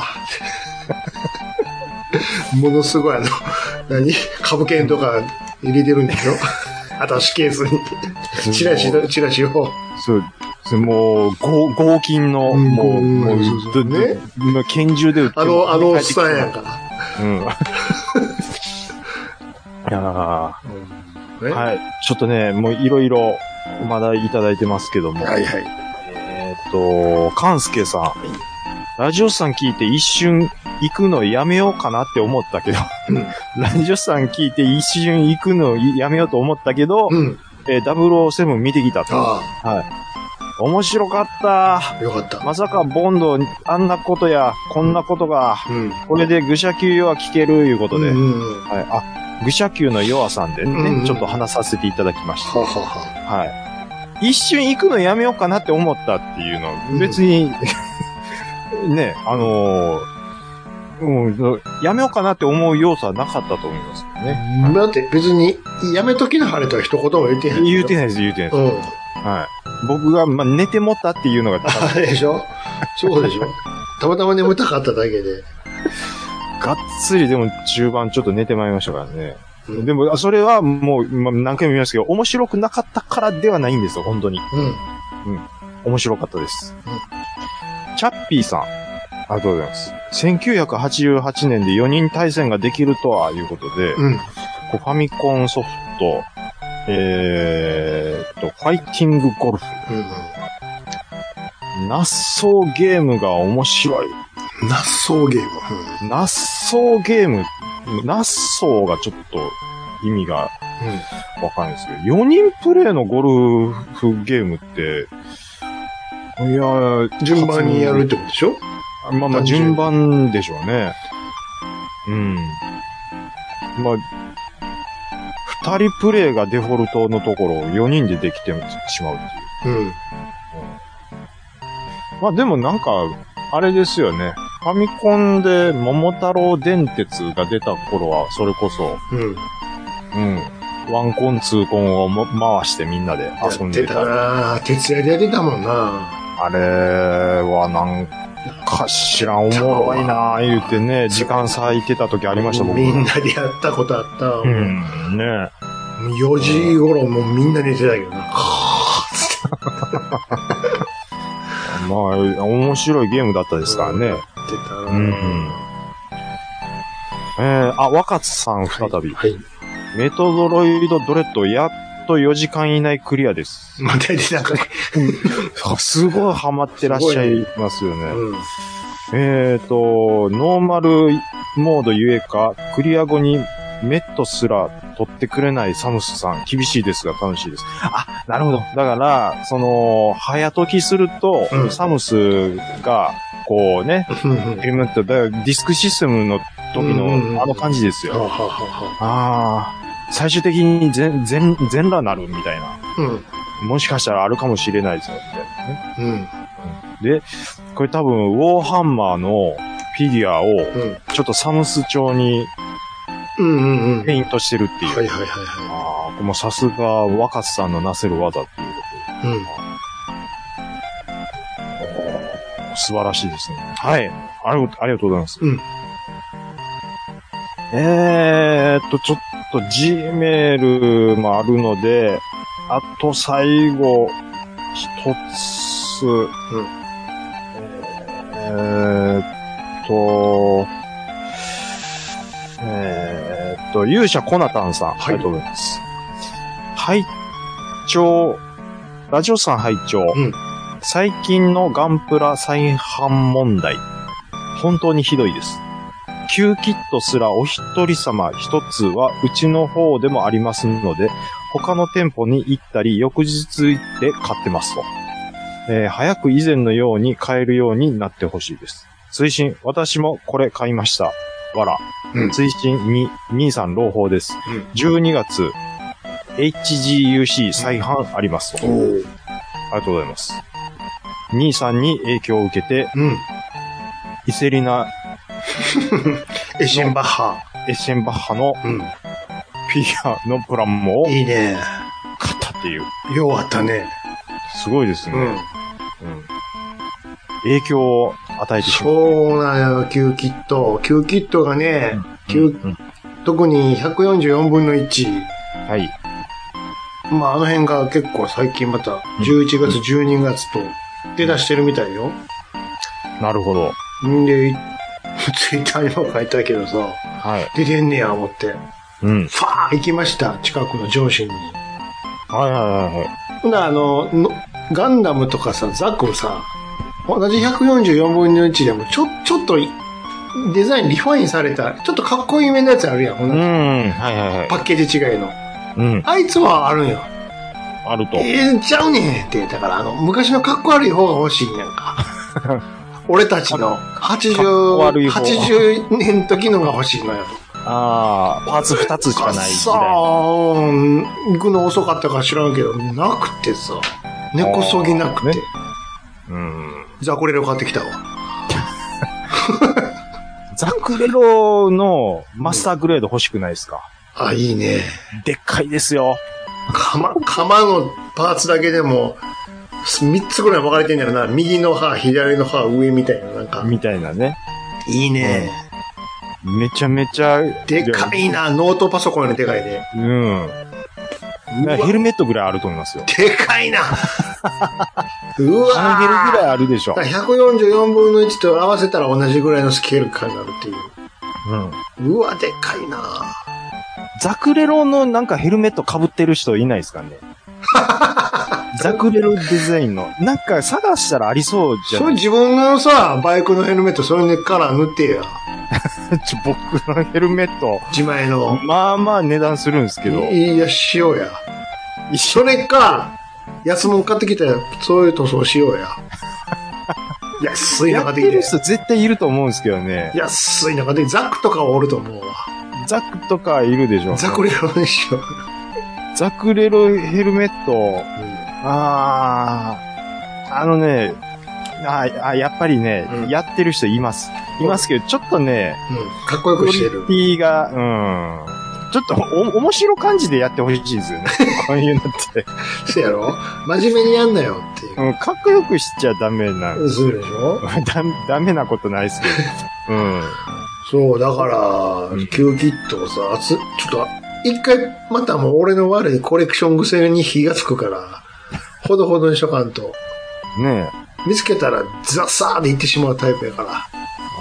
ものすごいあの、何株券とか入れてるんだけど。アタッシュケースに。チラシの、チラシを。 そう。それもう、合合金の、 うんもう、 うんもう、 そうそうどねどもう拳銃で撃ってあの、あのおっさんやんか。 から。 うん。いやーねはい。ちょっとね、もういろいろ、まだいただいてますけども。 はいはい。 えーっと、かんすけさん。ラジオさん聞いて一瞬行くのやめようかなって思ったけど、 うんラジオさん聞いて一瞬行くのやめようと思ったけど、 うん。 えー、ダブルオーセブン見てきたと。 あ面白かった。 あ、よかった。 まさかボンド、あんなことや、こんなことが、 うん。 これで愚者級は聞けるいうことで、 うんうんうん。ははい。あ、愚者級の弱さんでね、 うんうんちょっと話させていただきましははは。 た。はい。一瞬行くのやめようかなって思ったっていうのは、別に、ね、あのーうん、やめようかなって思う要素はなかったと思いますけどね。 だって別に、やめときなはれとは一言も言ってへん。 言うてないです、言うてないです。 うん。 はい。僕が、まあ、寝てもったっていうのが、 あれでしょそうでしょたまたま眠たかっただけで。 がっつりでも中盤ちょっと寝てまいりましたからね。 うんでも、それはもう、まあ、何回も言いますけど、面白くなかったからではないんですよ、本当に。 うん。 面白かったです。 うんチャッピーさん、ありがとうございます。せんきゅうひゃくはちじゅうはちねんでよにん対戦ができるとは、いうことで、 うん。 こうファミコンソフト、 えーっと、ファイティングゴルフ。うん、ナッソーゲームが面白い。 ナッソーゲーム、 うん、ナッソーゲーム、ナッソーがちょっと意味がわかんないですけど、よにんプレイのゴルフゲームって、いやー、 順番にやるってことでしょ？ まあまあ順番でしょうね。うん。まあ、二人プレイがデフォルトのところをよにんでできてしまうっていう。うん。うん、まあでもなんか、あれですよね。ファミコンで桃太郎電鉄が出た頃は、それこそ、うん。うん。ワンコン、ツーコンをも回してみんなで遊んでた。 やってたなぁ。徹夜でやってたもんな。 あれはなんか知らんおもろいなぁ言うてね、時間割いてた時ありました僕。 みんなでやったことあった。 うん。ねよじ頃もうみんな寝てたけどな。 まあ、面白いゲームだったですからね。やってたなぁ。うん。えー、あ、若津さん再び。はい。はい、メトドロイドドレッド、やっとよじかん以内クリアです。 またやってたかね。 すごいハマってらっしゃいますよね。うん、えーと、ノーマルモードゆえか、クリア後にメットすら取ってくれないサムスさん、厳しいですが楽しいです。あ、なるほど。だから、その、早解きすると、うん、サムスが、こうね、ヘルメット、だからディスクシステムの時のあの感じですよ。ああ、最終的に全、全、全裸なるみたいな。うん。もしかしたらあるかもしれないですよ、みたいなね。うん。で、これ多分、ウォーハンマーのフィギュアを、ちょっとサムス調に、うんうんうん。ペイントしてるっていう。はいはいはいはい。ああ、これもさすが若狭さんのなせる技っていうことで。うん。素晴らしいですね。はい。ありがとうございます。うん。えーっと、ちょっと G メールもあるので、あと最後、一つ、うん、えーっと、えーっと、勇者コナタンさん、はい、ありがとうございます。拝聴、ラジオさん拝聴、うん、最近のガンプラ再販問題、本当にひどいです。旧キットすらお一人様一つはうちの方でもありますので、他の店舗に行ったり翌日行って買ってますと。えー、早く以前のように買えるようになってほしいです。追伸、私もこれ買いました。わら。うん、追伸に、兄さん朗報です。うん、じゅうにがつ、エイチジーユーシー 再販ありますと。うん、ありがとうございます。兄さんに影響を受けて、うん、イセリナ、 エッシェンバッハ。 エッシェンバッハの、フィギュアのプラモを、 いいね。 買ったっていう。 ようあったね。 すごいですね。うん。うん、影響を与えてしまう。 そうなんや、旧キット。旧キットがね、うんうん、特にひゃくよんじゅうよんぶんのいち。はい。まあ、あの辺が結構最近また、じゅういちがつ、じゅうにがつと出だしてるみたいよ。 なるほど。 んで、ツイッターにも書いたけどさ、はい、出てんねや思って、うん、ファー行きました、近くの上司に。 はいはいはいはい。 ほな、あのの、ガンダムとかさ、ザクさ、同じひゃくよんじゅうよんぶんのいちでも、ちょ、ちょっと、デザインリファインされた、ちょっとかっこいいめのやつあるやん、ほんな、うん、はいはいはい。パッケージ違いの。うん。あいつはあるんよ。 あると。 えー、ちゃうねんって、だからあの、昔のかっこ悪い方が欲しいんやんか。俺たちのはちじゅう、はちじゅうねん時のが欲しいのよ。 ああ、パーツふたつしかない時代。 さあ、行くの遅かったか知らんけど、なくてさ、根こそぎなくて。ね、うん。ザクレロ買ってきたわ。 ザクレロのマスターグレード欲しくないですか？ うん、あ、いいね。 でっかいですよ。 釜、釜のパーツだけでも、三つぐらい分かれてんだよな。右の歯、左の歯、上みたいな、なんか。 みたいなね。 いいね。 うん、めちゃめちゃ。 でかいな、ノートパソコンよりでかいで。うん。 ヘルメットぐらいあると思いますよ。 でかいな。うわぁ。ヘルぐらいあるでしょ。 ひゃくよんじゅうよんぶんのいちと合わせたら同じぐらいのスケール感になるっていう。うん。うわ、でかいな。 ザクレロのなんかヘルメット被ってる人いないですかね。ザクレロデザインの。なんか探したらありそうじゃない。 それ自分のさ、バイクのヘルメットそれでカラー塗ってや。 ちょ僕のヘルメット。 自前の。 まあまあ値段するんですけど。 いや、しようや。それか、安物買ってきたら、そういう塗装しようや。安いのができる。 やってる人絶対いると思うんですけどね。 安いのができる。ザクとかはおると思うわ。 ザクとかいるでしょ。 ザクレロにしよう。 ザクレロヘルメット。うん、ああ、あのね、ああ、やっぱりね、うん、やってる人います。いますけど、ちょっとね、 うん、かっこよくしてる。 クオリティが、うん。ちょっとお、面白感じでやってほしいですよね。こういうのって。 そうやろ真面目にやんなよっていう。 うん、かっこよくしちゃダメな。 そうでしょだ、ダメなことないですけど。うん。 そう、だから、キューキットをさ、ちょっと、一回、またもう俺の悪いコレクション癖に火がつくから、ほどほどにしとかんと。 ねえ。見つけたら、ザッサーで行ってしまうタイプやから。あ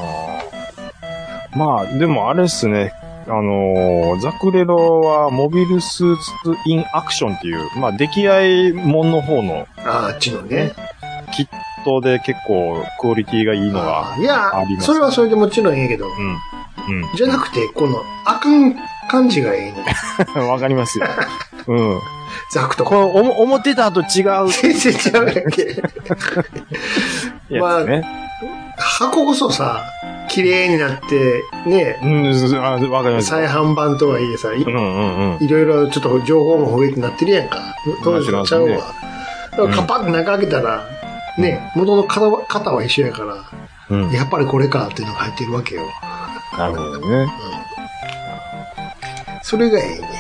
まあ、でもあれっすね。あのー、ザクレロはモビルスーツインアクションっていう、まあ、出来合いもんの方の。 ああっちのね。 キットで結構クオリティがいいのがあります。いや、 それはそれでもちろんいいけど。うん。うん。じゃなくて、この、あかん感じがいいね。わかりますよ。うん。 ザクとか。 これ、お、思ってたと違う。 全然違うやんけ。まあ、ね、箱こそさ、綺麗になって、ね。 うん、あ、わかります。 再販版とはいえさ、い、うんうんうん、いろいろちょっと情報も増えてなってるやんか。当時とちゃうわ。だからカパッて中開けたら、うん、ね、元の型は、型は一緒やから、うん、やっぱりこれかっていうのが入ってるわけよ。 なるほどね。うん。 それがいいね。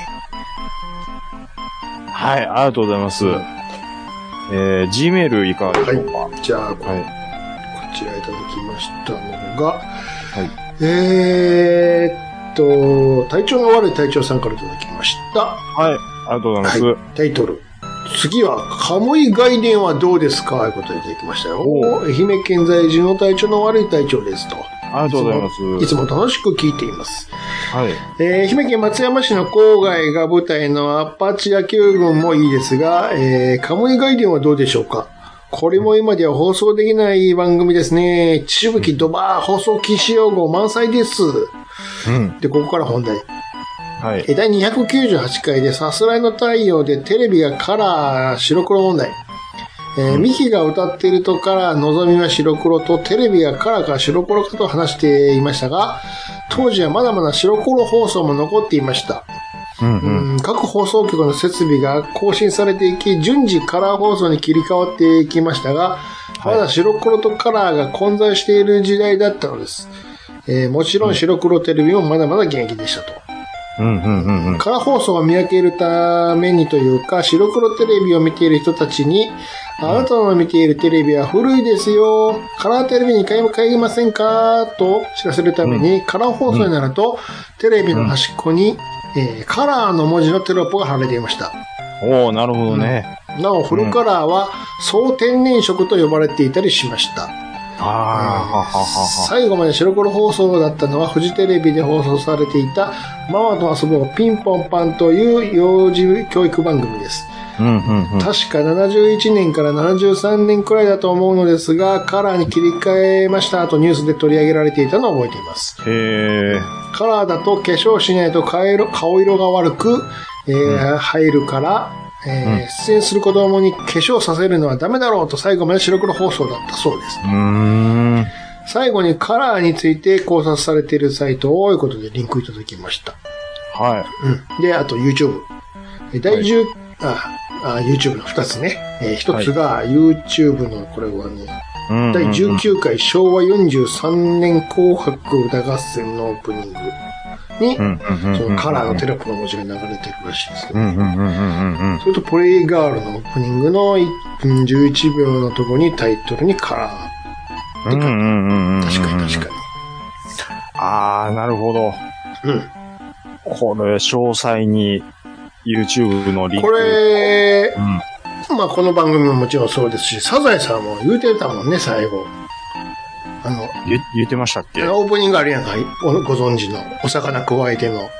はい、ありがとうございます。うん、えー、Gmail いかがでしょうか。 はい、じゃあ、はい、こちらいただきましたのが、はい、えーっと、体調の悪い隊長さんからいただきました。 はい、ありがとうございます。はい、 タイトル。次は、カムイ外伝はどうですかということでいただきましたよ。愛媛県在住の体調の悪い隊長ですと。 ありがとうございます。 いつも楽しく聞いています。 はい。 えー、愛媛県松山市の郊外が舞台のアパッチ野球軍もいいですが、えー、カムイ外伝はどうでしょうか。これも今では放送できない番組ですね。血吹きドバー放送禁止用語満載です。うん。で、ここから本題。はい。だいにひゃくきゅうじゅうはちかいでさすらいの太陽でテレビがカラー白黒問題。えー、ミキが歌っているとカラー、のぞみは白黒とテレビがカラーか白黒かと話していましたが、当時はまだまだ白黒放送も残っていました。うんうんうん、各放送局の設備が更新されていき、順次カラー放送に切り替わっていきましたが、まだ白黒とカラーが混在している時代だったのです。えー、もちろん白黒テレビもまだまだ現役でしたと。うんうんうんうん、カラー放送を見分けるためにというか、白黒テレビを見ている人たちに、あなたの見ているテレビは古いですよ。カラーテレビに変えませんかと知らせるために、うん、カラー放送になると、テレビの端っこに、えー、カラーの文字のテロップが貼られていました。 おー、なるほどね。 うん、なお、フルカラーは総天然色と呼ばれていたりしました。あー、最後まで白黒放送だったのはフジテレビで放送されていたママと遊ぼうピンポンパンという幼児教育番組です。うんうんうん、確かななじゅういちねんからななじゅうさんねんくらいだと思うのですが、カラーに切り替えましたとニュースで取り上げられていたのを覚えています。へー。カラーだと化粧しないと顔色、顔色が悪く、えーうん、入るから、えーうん、出演する子供に化粧させるのはダメだろうと最後まで白黒放送だったそうです。うーん。最後にカラーについて考察されているサイトをということでリンクいただきました。はい。うん。で、あと YouTube。だいじゅう、はい、あ、あ、YouTube のふたつね。えー、ひとつが YouTube の、これはね、はい、だいじゅうきゅうかい昭和よんじゅうさんねん紅白歌合戦のオープニングに、そのカラーのテロップの文字が流れてるらしいですけど、それとプレイガールのオープニングのいっぷんじゅういちびょうのとこにタイトルにカラーって書いて、確かに確かに。 あー、なるほど。うん。これ、詳細に YouTube のリンク。 これ、うん、まあこの番組ももちろんそうですし、サザエさんも言うてたもんね、最後。あの、 言、言ってましたっけ？ オープニングあるやんか、ご存知の、お魚加えての。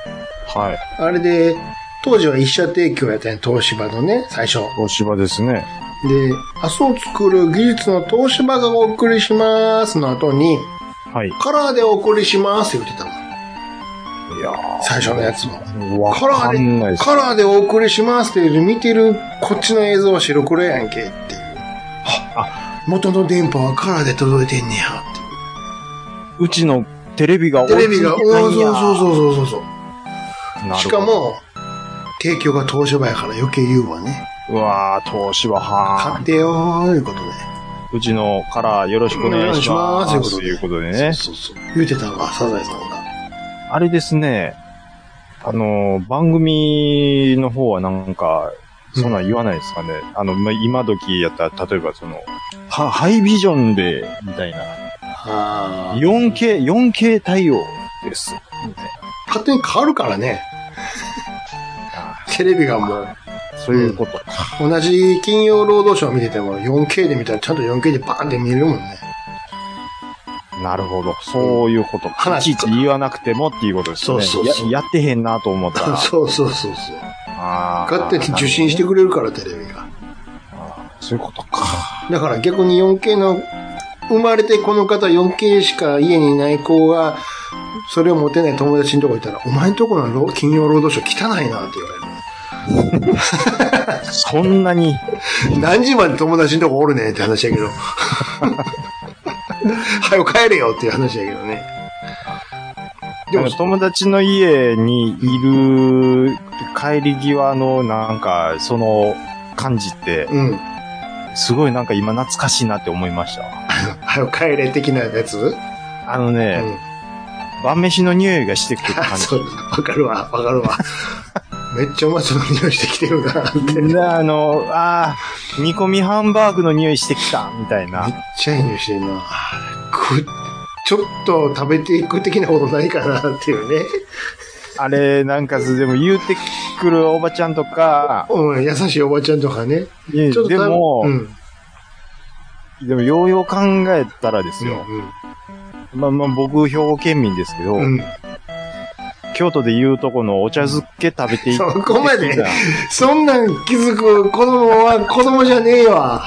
はい。 あれで、当時は一社提供やったんや、東芝のね、最初。 東芝ですね。 で、明日を作る技術の東芝がお送りしますの後に、 はい。 カラーでお送りしますって言ってたもん。 いやー最初のやつも。 わカラかんないでーで、 す。 カラーでお送りしますって見てるこっちの映像は白黒やんけっていう。あ、元の電波はカラーで届いてんねやっていう。 うちのテレビがテレビが、 追いついてないんやそうそうそうそうそうそう。 なるほどしか、も、提供が東芝やから余計言うわね。 うわー、東芝は買ってよー、いうことで。 うちのカラーよろしくお願いします。 お願いしますということでね。 そうそうそう。言うてたわ、サザエさんが。 あれですね、あの、番組の方はなんか、そんなん言わないですかね。うん、あの、ま、今時やったら、例えばその、は、ハイビジョンで、みたいな。 はよんケー、よんケー 対応です。 勝手に変わるからね。テレビがもう、 そういうことか。 同じ金曜ロードショーを見てても よんケー で見たらちゃんと よんケー でバーンって見えるもんね。 なるほど。そういうことか。 話いちいち言わなくてもっていうことですね。 そうそうそうや。やってへんなと思ったら。 そうそうそうそう。 あー勝手に受信してくれるから、テレビが。 そういうことか。 だから逆に よんケー の、生まれてこの方 よんケー しか家にいない子が、それを持てない友達のとこ行ったら、お前んとこのロ金曜ロードショー汚いなって言われる。 そんなに。 何時まで友達のとこおるねんって話やけど。はよ帰れよっていう話やけどね。 でも友達の家にいる帰り際のなんか、その感じって、 うん。 すごいなんか今懐かしいなって思いましたわ。 はよ帰れ的なやつあのね、 うん。 晩飯の匂いがしてくる感じ。 そう、わかるわ、わかるわ。めっちゃうまそうな匂いしてきてるな、って。めっであの、あー煮込みハンバーグの匂いしてきた、みたいな。 ちゃいい匂いしてるな。く、ちょっと食べていく的なことないかなっていうね。 あれ、なんかでも言うてくるおばちゃんとか、 うん、優しいおばちゃんとかね。 いやちょっとたでも、 うん。 でもようよう考えたらですよ。まあまあ僕、兵庫県民ですけど、 うん。うん。 京都で言うとこのお茶漬け食べていそこまでてきたそんなん気づく子供は子供じゃねえわ。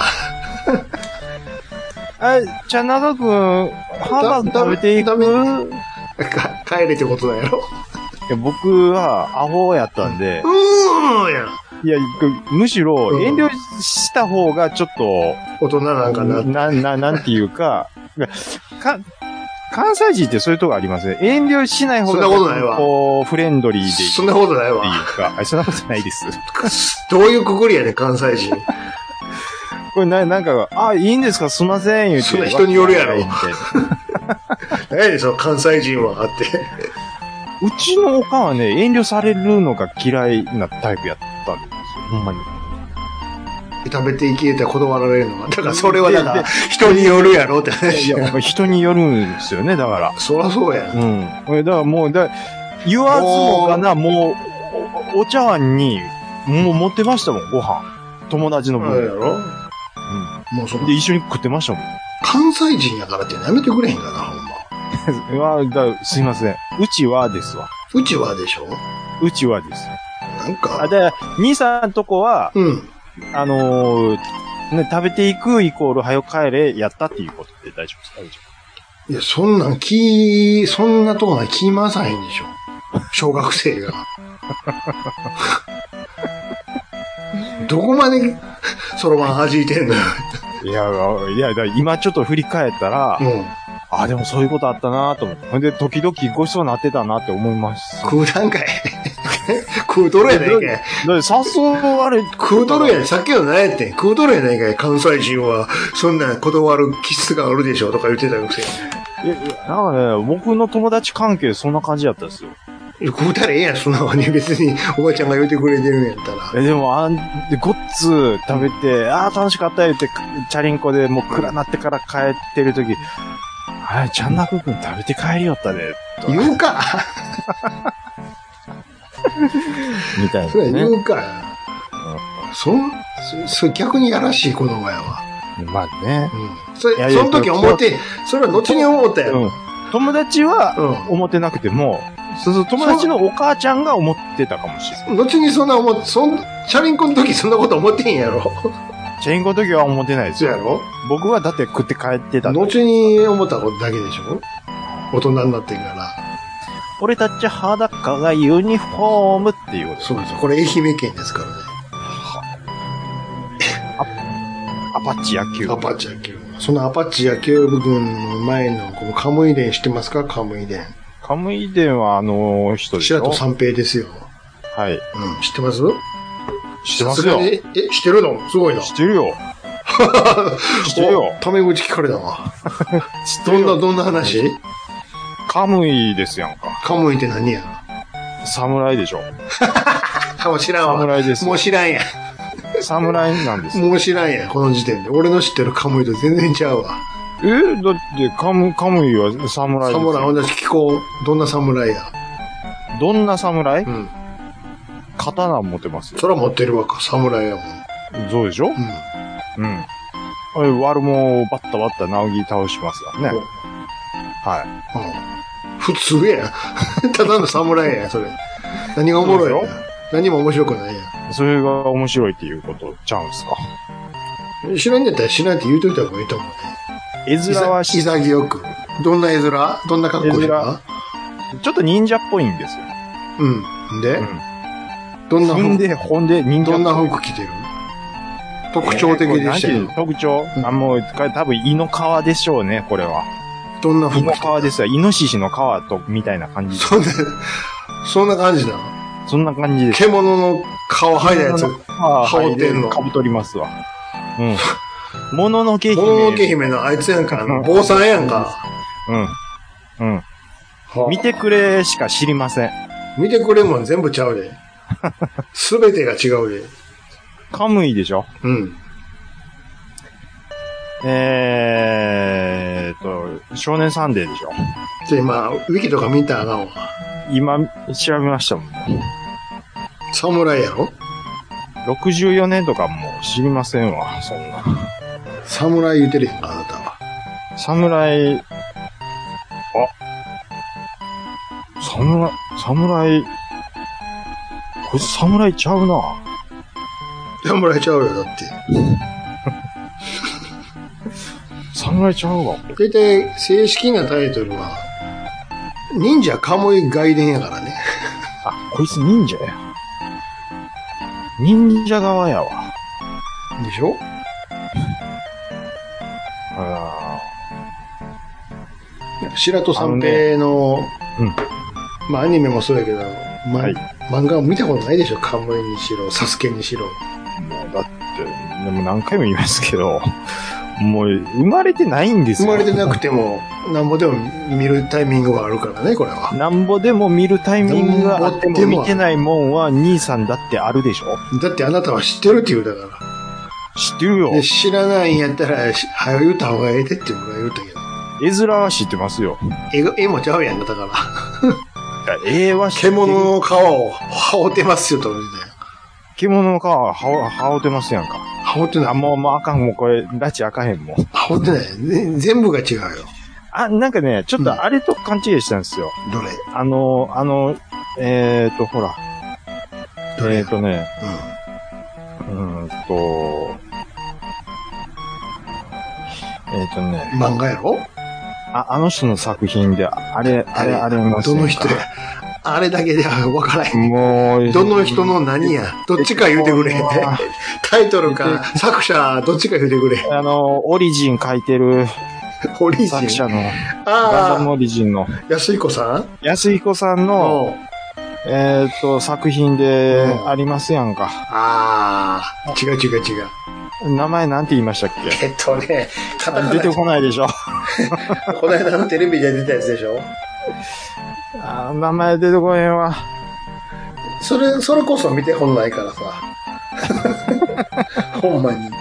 あ、じゃあ長くん、ハンバーグ食べていくだだいか帰れってことなんやろ。 や僕はアホやったんで、 うーんやん。 いや、むしろうん遠慮した方がちょっと、 大人なんかな。 な、な、なんていうか、か、関西人ってそういうとこありますね。遠慮しない方が、 そんなことないわこう、フレンドリーでいいそんなことないわって。いうか、あそんなことないです。 どういうくくりやねん、関西人。 これな、なんか、あ、いいんですかすいません、言うて。 そんな人によるやろみたいな何やねん、その関西人はあって。 うちのおかんはね、遠慮されるのが嫌いなタイプやったんですよ。ほんまに。 食べていけって断られるのは。だからそれはだから、人によるやろってい話や、 や。 人によるんですよね、だから。 そらそうや。 うん。これだからもう、だ言わずもがな、もう、おお茶碗に、もう持ってましたもん、ご飯。友達の分。 あれやろうもうそのん。で、、一緒に食ってましたもん。 関西人やからってやめてくれへんかな、ほんま。 うわだすいません。うちはですわ。 うちはでしょうちはです。 なんかあ、、で、兄さんとこは、 うん。 あのーね、食べていくイコール、はよ帰れ、やったっていうことで大丈夫ですか大丈いや、そんなん、気、そんなとこまで気回さへんでしょ。小学生が。どこまで、そろばん弾いてんのよ。 夫いや、いや、だから今ちょっと振り返ったら、 うん。 あ、でもそういうことあったなと思って。ほんで、時々ごちそうになってたなって思います。 食うたんかい。食うとるやないかい。 だって誘われ、 食うとるやない。さっきの何やってん。食うとるやないかい。関西人は、そんなん断る気質があるでしょとか言ってたくせに。 いやいやなんかね、僕の友達関係そんな感じだったんですよ。 食うたらええやん、そんなのに。別に、おばちゃんが言ってくれてるんやったら。 えでも、あん、で、ごっつ食べて、ああ、楽しかった言って、チャリンコでもう暗なってから帰ってる時、あれ、ちゃんなくくん食べて帰りよったで、と言うか。 みたいそれなね。 言うか。そん、そ、それ逆にやらしい子供やわ。 まあね。 うん。それ、 いやいやその時思って、それは後に思ったやろ。 うん。友達はうん。 思ってなくても、 そうそう、友達のお母ちゃんが思ってたかもしれない。 後にそんな思って、そん、チャリンコの時そんなこと思ってへんやろ。 チャリンコの時は思ってないですよ。 そうやろ。 僕はだって食って帰ってた。 後に思ったことだけでしょ。大人になってから。 俺たち裸がユニフォームっていうこと。 そうです。これ愛媛県ですからね。 アパッチ野球。 アパッチ野球。そのアパッチ野球部分の前のこのカムイ伝知ってますか？カムイ伝。 カムイ伝はあの人ですよ。 白戸三平ですよ。 はい。 うん。知ってます？ 知ってますよ。 え、知ってるの？すごいな。 知ってるよ。知ってるよ。 タメ口聞かれたわ。どんな、どんな話？ カムイですやんか。 カムイって何や？ 侍でしょ。 もう知らんわ。 侍です。 もう知らんや。 侍なんですよ。 もう知らんや、この時点で。俺の知ってるカムイと全然ちゃうわ。 えだってカム、カムイは侍ですよ。 侍、私聞こう。どんな侍や？ どんな侍？ うん。 刀持ってますよ。 そら持ってるわか、侍やもん。 そうでしょ？うん。うん。あれ、悪者をバッタバッタ直木倒しますからね。はい。 うん。普通や。ただの侍や、それ。何がおもろいの？何も面白くないやん。 それが面白いっていうことちゃうんすか？ 知らんやったら知らんって言うといた方がいいと思うね。 絵面はし、潔く。どんな絵面？どんな格好ですか？ ちょっと忍者っぽいんですよ。 うん。で、うん、どんな服？ ほんで、ほんで、忍者。 どんな服着てる？特徴的でしたよ。 えー、特徴、うん、あ、もう、多分、胃の皮でしょうね、これは。 どんな服？ 胃の皮ですよ。イノシシの皮と、みたいな感じ。 そんな、そんな感じなの？ そんな感じです。 獣の皮剥いだやつ、羽織ってんの。 かぶとりますわ。うん。もののけ姫。 もののけ姫のあいつやんか。あの、坊さんやんか。 うん。うん。はあ、見てくれしか知りません。 見てくれもん全部ちゃうで。すべてが違うで。 カムイでしょ？ うん。 えーっと、少年サンデーでしょ？ じゃ今、ウィキとか見たらあかんわ。 今、調べましたもん。 侍やろ？ ろくじゅうよねんとかも知りませんわ、そんな。 侍言うてるやんか、あなたは。 侍、あ、侍、侍、こいつ侍ちゃうな。 侍ちゃうよ、だって。 侍ちゃうわ。 大体、正式なタイトルは、忍者カムイ外伝やからね。 あ、こいつ忍者や。忍者側やわ。 でしょ？ ああ。白戸三平の、ね、うん。まあアニメもそうやけど、ま、はい、漫画を見たことないでしょ？カムイにしろ、サスケにしろ。 もうだって、でも何回も言いますけど、もう生まれてないんですよ。 生まれてなくても、なんぼでも見るタイミングがあるからね、これは。 なんぼでも見るタイミングがあっても見てないもんは兄さんだってあるでしょ？だってあなたは知ってるって言うだから。 知ってるよ。 で知らないんやったら、早言うた方がええでって僕が言うたけど。 絵面は知ってますよ。 絵、絵もちゃうやんか、だから。 絵は知ってる。 獣の皮を羽織ってますよ、と思ってたよ。 獣の皮は羽織ってますやんか。 羽織ってない。 あ、もう、もうあかん、もうこれ、拉致あかへんもん。 羽織ってない。ね、全部が違うよ。 あ、なんかね、ちょっとあれと勘違いしたんですよ。 うん、どれ？ あの、あの、えーと、ほら。 どれ？ えーとね、うん。うーんと、えーとね。 漫画やろ？ あ、あの人の作品で、あれ、あれ、あれ、 どの人や？あれだけでは分からへん。 もう、 どの人の何や？どっちか言うてくれ。タイトルか、作者、どっちか言うてくれ。 あの、オリジン書いてる、 オリジン作者の、 あガンダムオリジンの。 安彦さん？ 安彦さんの、えっと、作品でありますやんか。 ああ、違う違う違う。 名前なんて言いましたっけ？ えっとね、 カタカナ出てこないでしょ。 この間のテレビで出たやつでしょ？ あ名前出てこへんわ。 それ、それこそ見てほんないからさ。ほんまに。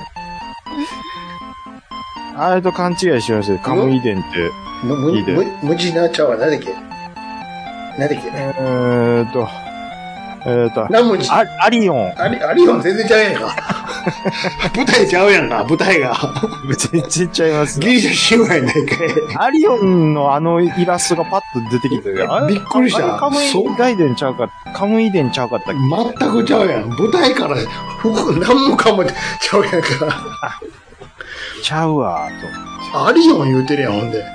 あれと勘違いしましたよ。カムイ伝って。 む、む、む、無地なちゃうわ。何だっけ？何だっけ？ えーと、えーと、 何文字？ アリオン。 アリ、アリオン全然ちゃうやんか。 舞台ちゃうやんか、舞台が。 全然ちゃいますギリシャ神話やないかい。 アリオンのあのイラストがパッと出てきて、あびっくりした。 カムイガイデンちゃうか、カムイデンちゃうかったっけ？ 全くちゃうやん。舞台から、服、何もかもちゃうやんか。 ちゃうわ、 と。アリオン言うてるやん、ほんで。うん。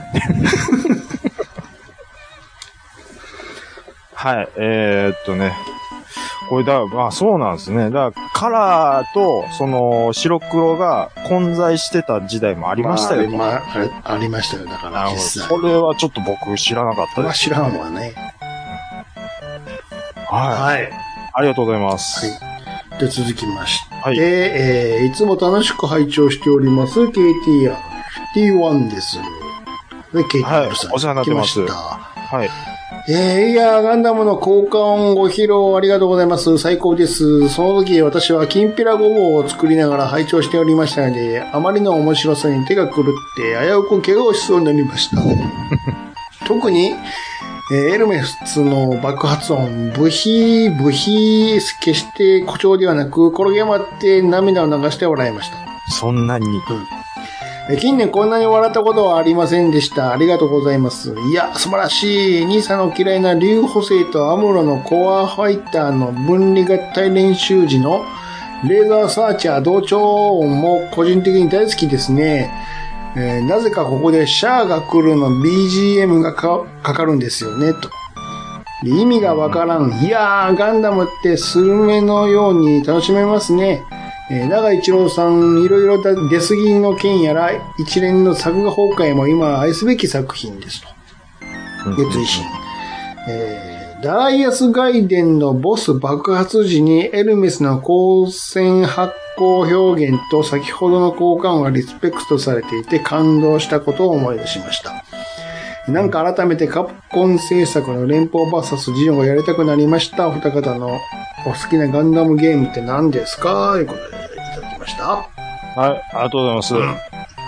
はい、えー、っとね。これだ、まあそうなんですね。だからカラーと、その、白黒が混在してた時代もありましたよね。 まあ、あれ、ありましたよ、だから。 実際。それはちょっと僕知らなかったです。 知らんわね。 はい。はい。ありがとうございます。 はい。で、続きまして、はい、えー、いつも楽しく拝聴しております、ケーティーアールフィフティーワン です。ね、ケーティーアール さん。 はい、お世話になってます。 はい。えー、いやー、ガンダムの交換音ご披露ありがとうございます。最高です。その時私はきんぴらごぼうを作りながら拝聴しておりましたので、あまりの面白さに手が狂って危うく怪我をしそうになりました。特に、えー、エルメスの爆発音、ブヒー、ブヒー、決して誇張ではなく、転げ回って涙を流して笑いました。 そんなに、うん近年こんなに笑ったことはありませんでした。ありがとうございます。いや、素晴らしい。兄さんの嫌いな竜補正とアムロのコアファイターの分離合体練習時のレーザーサーチャー同調音も個人的に大好きですね。えー、なぜかここでシャアが来るの ビージーエム が か, かかるんですよね、と。意味がわからん。いやー、ガンダムってスルメのように楽しめますね。えー、長井一郎さん、いろいろ出過ぎの件やら、一連の作画崩壊も今愛すべき作品ですと。月維新。えー、ダイアス外伝のボス爆発時にエルメスの光線発光表現と先ほどの交換はリスペクトされていて感動したことを思い出しました。なんか改めてカプコン制作の連邦 ブイエス ジオンがやりたくなりました。お二方のお好きなガンダムゲームって何ですかということでいただきました。 はい、ありがとうございます。うん、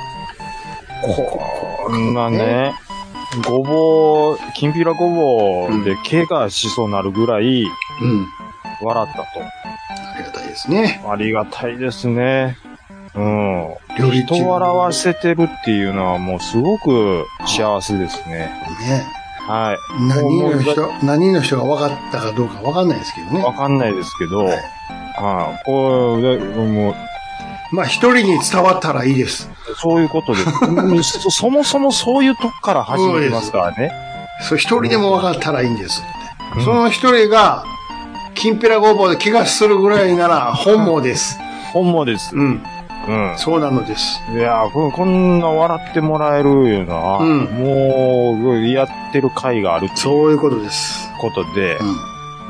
こんなね、ごぼう、きんぴらごぼうで怪我しそうになるぐらい、うん、笑ったと。 ありがたいですね。 ありがたいですね。うん。人笑わせてるっていうのはもうすごく幸せですね。ね。はい。 何の人、何の人が分かったかどうか分かんないですけどね。 分かんないですけど、はい。ああ、こう、もう。 まあ一人に伝わったらいいです。 そういうことです。そ, そもそもそういうとこから始まりますからね。 そう、一人でも分かったらいいんですって。うん、その一人が、きんぴらごぼうで怪我するぐらいなら本望です。 本望です。 うん。うん。そうなのです。 いやこ、こんな笑ってもらえるいうのは、うん、もう、やってる会があるっていう。 そういうことです。 ことで、うん、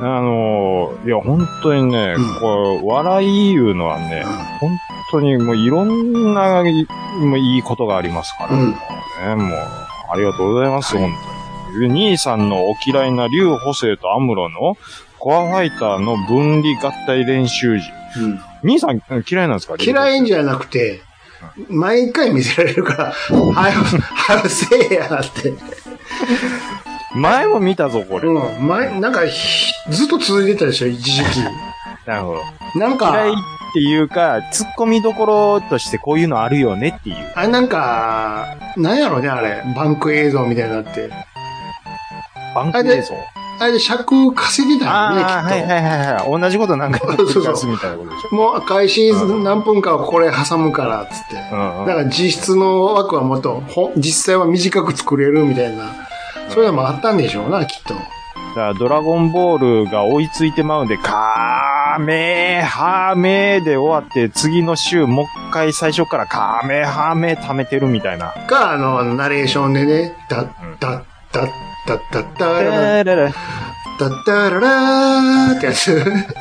あの、いや、本当にね、うん、こう、笑いいうのはね、うん、本当にもういろんな、もういいことがありますから、うん、ね、もう、ありがとうございます、はい、本当に。兄さんのお嫌いな竜補正とアムロのコアファイターの分離合体練習時。うん兄さん嫌いなんですか？ 嫌いんじゃなくて、毎回見せられるから、はよ、はよせえやって。 前も見たぞ、これ。 うん。前、なんか、ずっと続いてたでしょ、一時期。 なるほど。 なんか、 嫌いっていうか、突っ込みどころとしてこういうのあるよねっていう。 あれなんか、なんやろね、あれ。バンク映像みたいになって。 バンク映像あれで尺稼ぎたよね、きっと。 はいはいはいはい。同じことなんか繰り返すみたいなことでしょ。 もう開始何分かはこれ挟むから、つって。うんうん、だから実質の枠はもっと、実際は短く作れるみたいな。そういうのもあったんでしょうな、きっと。 だからドラゴンボールが追いついてまうんで、カーメーハーメーで終わって、次の週もう一回最初からカーメーハーメー貯めてるみたいな。 か、あの、ナレーションでね、ダッダッダッダッダッダッダッダッダララーってやつ。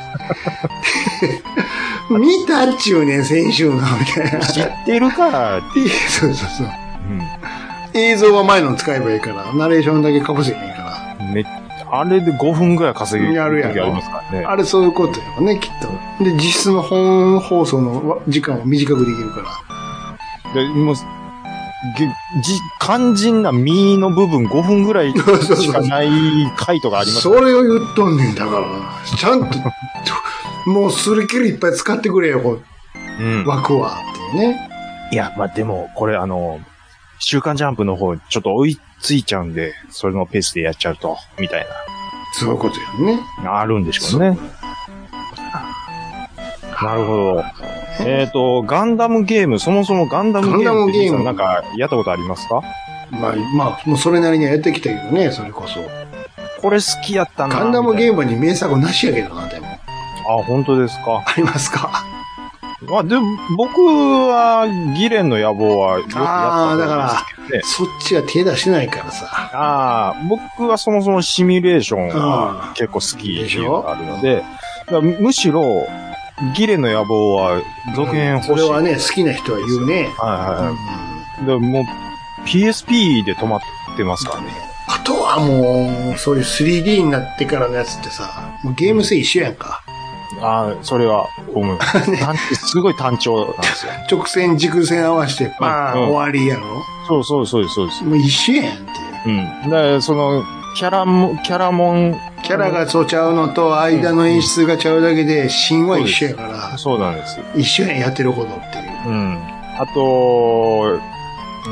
見たっちゅうねん、先週の、みたいな。 知ってるからって。 そうそうそう。うん、映像は前の使えばいいから、ナレーションだけかぶせへんから。 めあれでごふんぐらい稼げる時ありますからね。 あれそういうことやね、きっと。で、実質の本放送の時間を短くできるから。 で、もう、じ、肝心な身の部分ごふんぐらいしかない回とかありますそれを言っとんねんだから。ちゃんと、もうすり切りいっぱい使ってくれよ。 うん。 枠はっていうね。 いや、まあ、でも、これあの、週刊ジャンプの方、ちょっと追いついちゃうんで、それのペースでやっちゃうと、みたいそういうことやね。 な。あるんでしょうね。なるほど。えっ、ー、と、ガンダムゲーム、そもそもガンダムゲームって実はなんかやったことありますか？ まあ、まあ、もうそれなりにはやってきたけどね、それこそ。 これ好きやったな。 ガンダムゲームに名作なしやけどな、でも。 あ、本当ですか。 ありますか。 まあ、でも、僕は、ギレンの野望はよくやったんですけど、ね。 ああ、だから、そっちは手出してないからさ。 ああ、僕はそもそもシミュレーションが結構好きっていうのがあるので、だむしろ、ギレンの野望は続編欲しい、うん。 それはね、好きな人は言うね。 はいはい。うん、でもう、ピーエスピー で止まってますからね。 あとはもう、そういう スリーディー になってからのやつってさ、もうゲーム性一緒やんか。 ああ、それは思います。ね、すごい単調なんですよ。 直線、軸線合わせて、バーン、うん、終わりやろ。 そうそうそうです、そうです。 もう一緒やんっていう。 うん。だからその、キャラも、キャラモン。 キャラがそうちゃうのと、間の演出がちゃうだけで、芯は一緒やから。 そうなんです。 一緒やん、やってることっていう。 うん。あと、うん、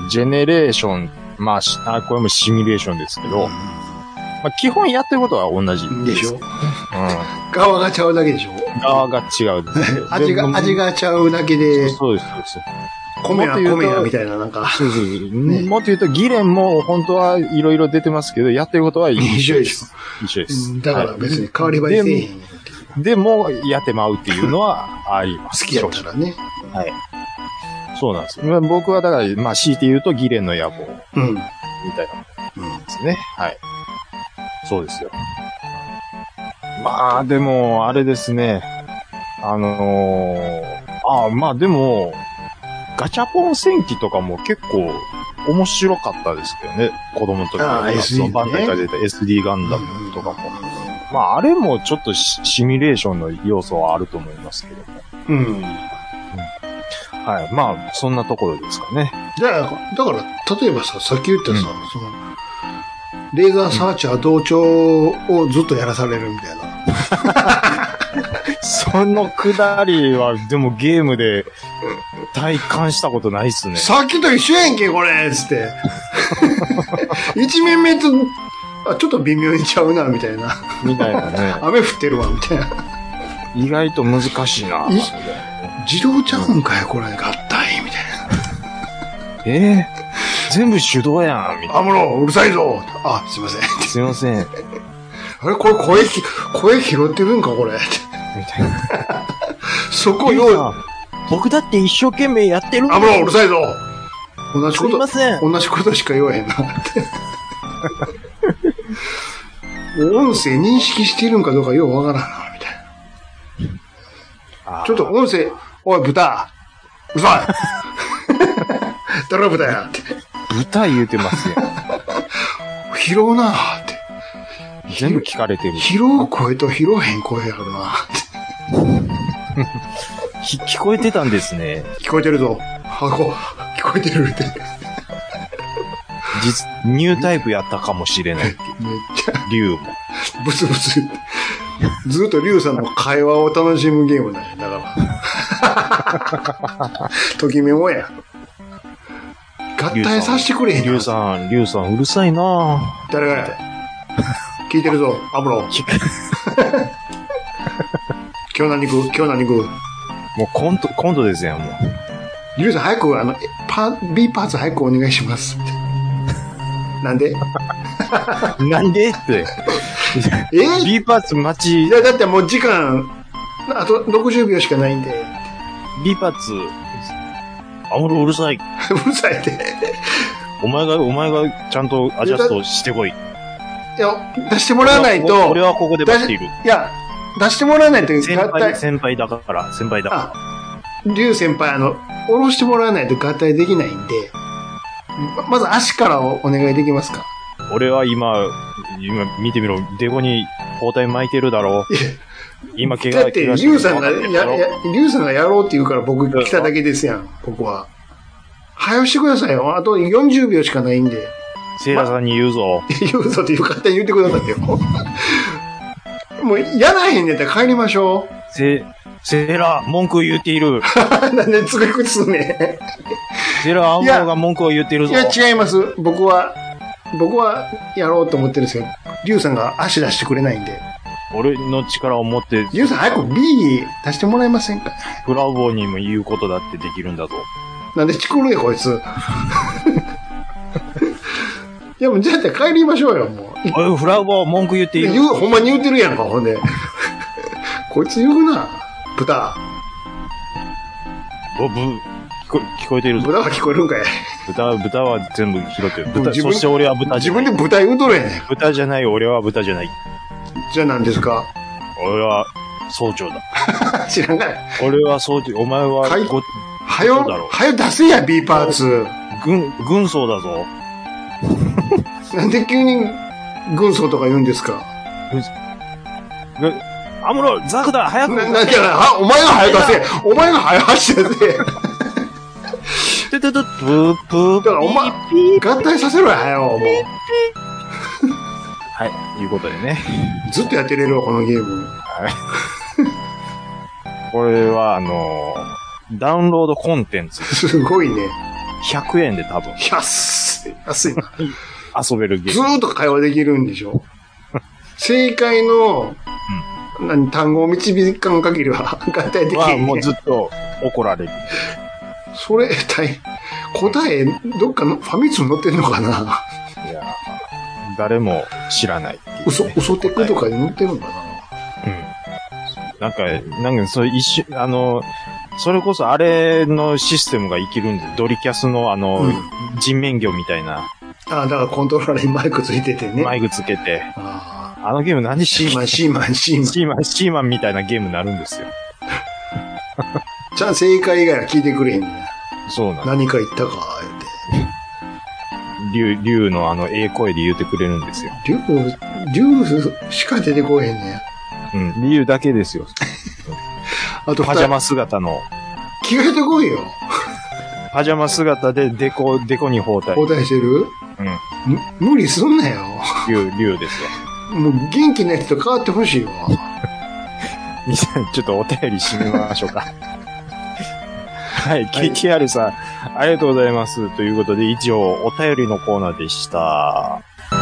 ジェネレーション、まあ、これもシミュレーションですけど、うん、まあ、基本やってることは同じでしょ。うん。側がちゃうだけでしょ。 側が違う味が、味がちゃうだけで。 そうです、そうです。 米は米やみたいな、なんか。 そうそうそう。ね、もっと言うと、ギレンも本当はいろいろ出てますけど、やってることは一緒です。一緒です。 だから別に変わり映えせえへん。でも、やってまうっていうのはあります。 好きやったらね。 はい。そうなんですよ。僕はだから、まあ、強いて言うと、ギレンの野望。うん。みたいなものですね。はい。そうですよ。まあ、でも、あれですね。あのー、ああ、まあでも、ガチャポン戦記とかも結構面白かったですけどね。子供の時の。エスディー ね。 バンダイから出た エスディー ガンダムとかも。まあ、あれもちょっとシミュレーションの要素はあると思いますけども。うん。うん、はい。まあ、そんなところですかね。 だから、だから、例えばさ、さっき言ったさ、うん、その、レーザーサーチャー同調をずっとやらされるみたいな。 そのくだりは、でもゲームで体感したことないっすね。 さっきと一緒やんけ、これつって。一面目と、あ、ちょっと微妙にちゃうな、みたいな。みたいなね。雨降ってるわ、みたいな。 意外と難しいな。 自動ちゃうんかい、これ、合体、みたいな。 ええー、全部手動やん、みたいな。 アムロ、うるさいぞ。あ、すいません。 すいません。 あれ、これ声、声拾ってるんか、これ。みたいな。そこよ。 僕だって一生懸命やってるんだ。 アムロ、うるさいぞ。同じこと。 すいません。 同じことしか言わへんな。音声認識してるんかどうかようわからんな、みたいな。ちょっと音声、おい、豚。うるさい。誰が豚やって。 豚言うてますよ。 拾うなーって。 全部聞かれてる。 拾う声と拾えへん声あるなーって。 聞こえてたんですね。 聞こえてるぞ。箱、聞こえてるって。 実、ニュータイプやったかもしれないっていう。めっちゃ。竜も。 ブツブツ。ずっと竜さんの会話を楽しむゲームだよ。だから。ときめもや。合体させてくれへん竜さん、竜さんうるさいなぁ。 誰がや聞いてるぞ、アムロ。今日何食う今日何食うもうコント、コントですよ、もう。 竜さん早く、あの、パ、B パーツ早くお願いします。なんでなんでって。え ?B パーツ待ち。 いや、だってもう時間、あとろくじゅうびょうしかないんで。 B パーツ、アムロうるさい。 うるさいって。 お前が、お前がちゃんとアジャストしてこい。 いや、出してもらわないと。 俺はここで待っている。 いや、出してもらわないと。 先輩、先輩だから、先輩だから。 竜先輩、あの、下ろしてもらわないと合体できないんで、まず足からお願いできますか？ 俺は今、今見てみろ、デコに包帯巻いてるだろう。今怪我だって、竜さんが、や、や、竜さんがやろうって言うから僕来ただけですやん、ここは。早してくださいよ。あとよんじゅうびょうしかないんで。 セイラさんに言うぞ。 ま、言うぞって勝手に言ってくださいよ。もう、やらへんねんったら帰りましょう。セ、 セーラー、文句を言っている。 なんでつくくつね。 セーラー青野が文句を言っているぞ。 いや、違います。僕は、僕はやろうと思ってるんですけど、リュウさんが足出してくれないんで。 俺の力を持って、 リュウさん早く B 出してもらえませんか？ ブラボーにも言うことだってできるんだぞ。 なんでチクるや、こいつ。いや、もうじゃあ帰りましょうよ、もう。 おい、フラボー文句言っている。 言う、ほんまに言うてるやんか、ほんで。こいつ言うな、豚。 お、ぶ、聞こ、聞こえてるぞ。 豚は聞こえるんかい。 豚、豚は全部拾ってる。豚、 自分そして俺は豚じゃない。 自分で豚言うとるやねん。 豚じゃない、俺は豚じゃない。 じゃあ何ですか？ 俺は、総長だ。 知らんかい。 俺は総長、お前は、 はいご、 はよ、はよ出せや、B パーツ。 軍、軍曹だぞ。 なんで急に軍曹とか言うんですか？ ぐ、アムロ、ザクだ、早く。 な、なんじゃない、あ、お前が早く出せ。お前が早く走って出せ。 ててて、プープー。 だからお前、合体させろや、早よ、もう。 はい、いうことでね。 ずっとやってれるわ、このゲーム。 はい。これは、あのー、ダウンロードコンテンツ。 すごいね。 ひゃくえんで多分。 安い。安いな。 遊べるゲーム。 ずーっと会話できるんでしょ？正解の、うん、何、単語を導かん限りは合体できへん。 もうずっと怒られる。 それ、大答え、どっかのファミ通載ってんのかな？ いや、誰も知らない、ね。 嘘、嘘テクとかに載ってるのかな？ うん。なんか、なんか、それ一瞬、あの、それこそあれのシステムが生きるんで、ドリキャスのあの、うん、人面魚みたいな。 ああ、だからコントローラーにマイクついててね。 マイクつけて。ああのゲーム何シーマン、シーマン、シーマン。 シーマン、シーマンみたいなゲームになるんですよ。 じゃあ正解以外は聞いてくれへんね。 そうなん何か言ったか、 言うて。竜、竜のあの、ええ声で言うてくれるんですよ。 竜、竜しか出てこへんね。 うん、竜だけですよ。あと、パジャマ姿の。 着替えてこいよ。 パジャマ姿でデコ、デコに包帯。 包帯してる？うん。無理すんなよ。 竜、竜ですよ。 もう元気なやつと変わってほしいわ。 ちょっとお便り締めましょうか。はい、ケーティーアール さん、ありがとうございます。ということで、以上、お便りのコーナーでした。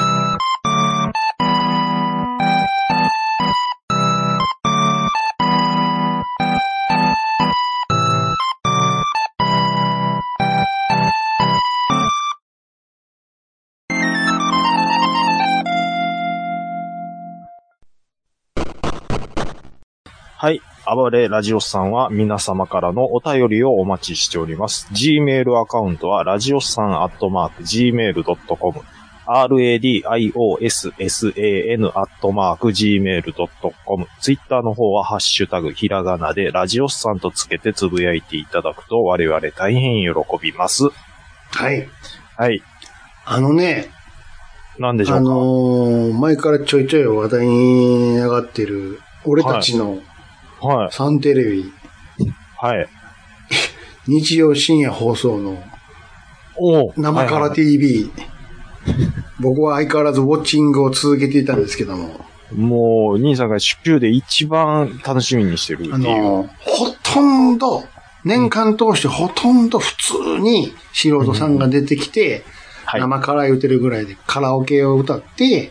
はい。暴れラジオスさんは皆様からのお便りをお待ちしております。Gmail アカウントはラジオスさんアットマーク ジーメールドットコム ラディオスサン アットマーク ジーメールドットコム Twitter の方はハッシュタグひらがなでラジオスさんとつけてつぶやいていただくと我々大変喜びます。 はい。 はい。 あのね。 なんでしょうか。 あのー、前からちょいちょい話題に上がってる俺たちの、はいはい。サンテレビ。 はい。 日曜深夜放送の。お生から ティーブイ、はいはい。僕は相変わらずウォッチングを続けていたんですけども。 もう、兄さんが週で一番楽しみにしてるっていう。あの、 ほとんど、年間通してほとんど普通に素人さんが出てきて、うんはい、生から言うてるぐらいでカラオケを歌って、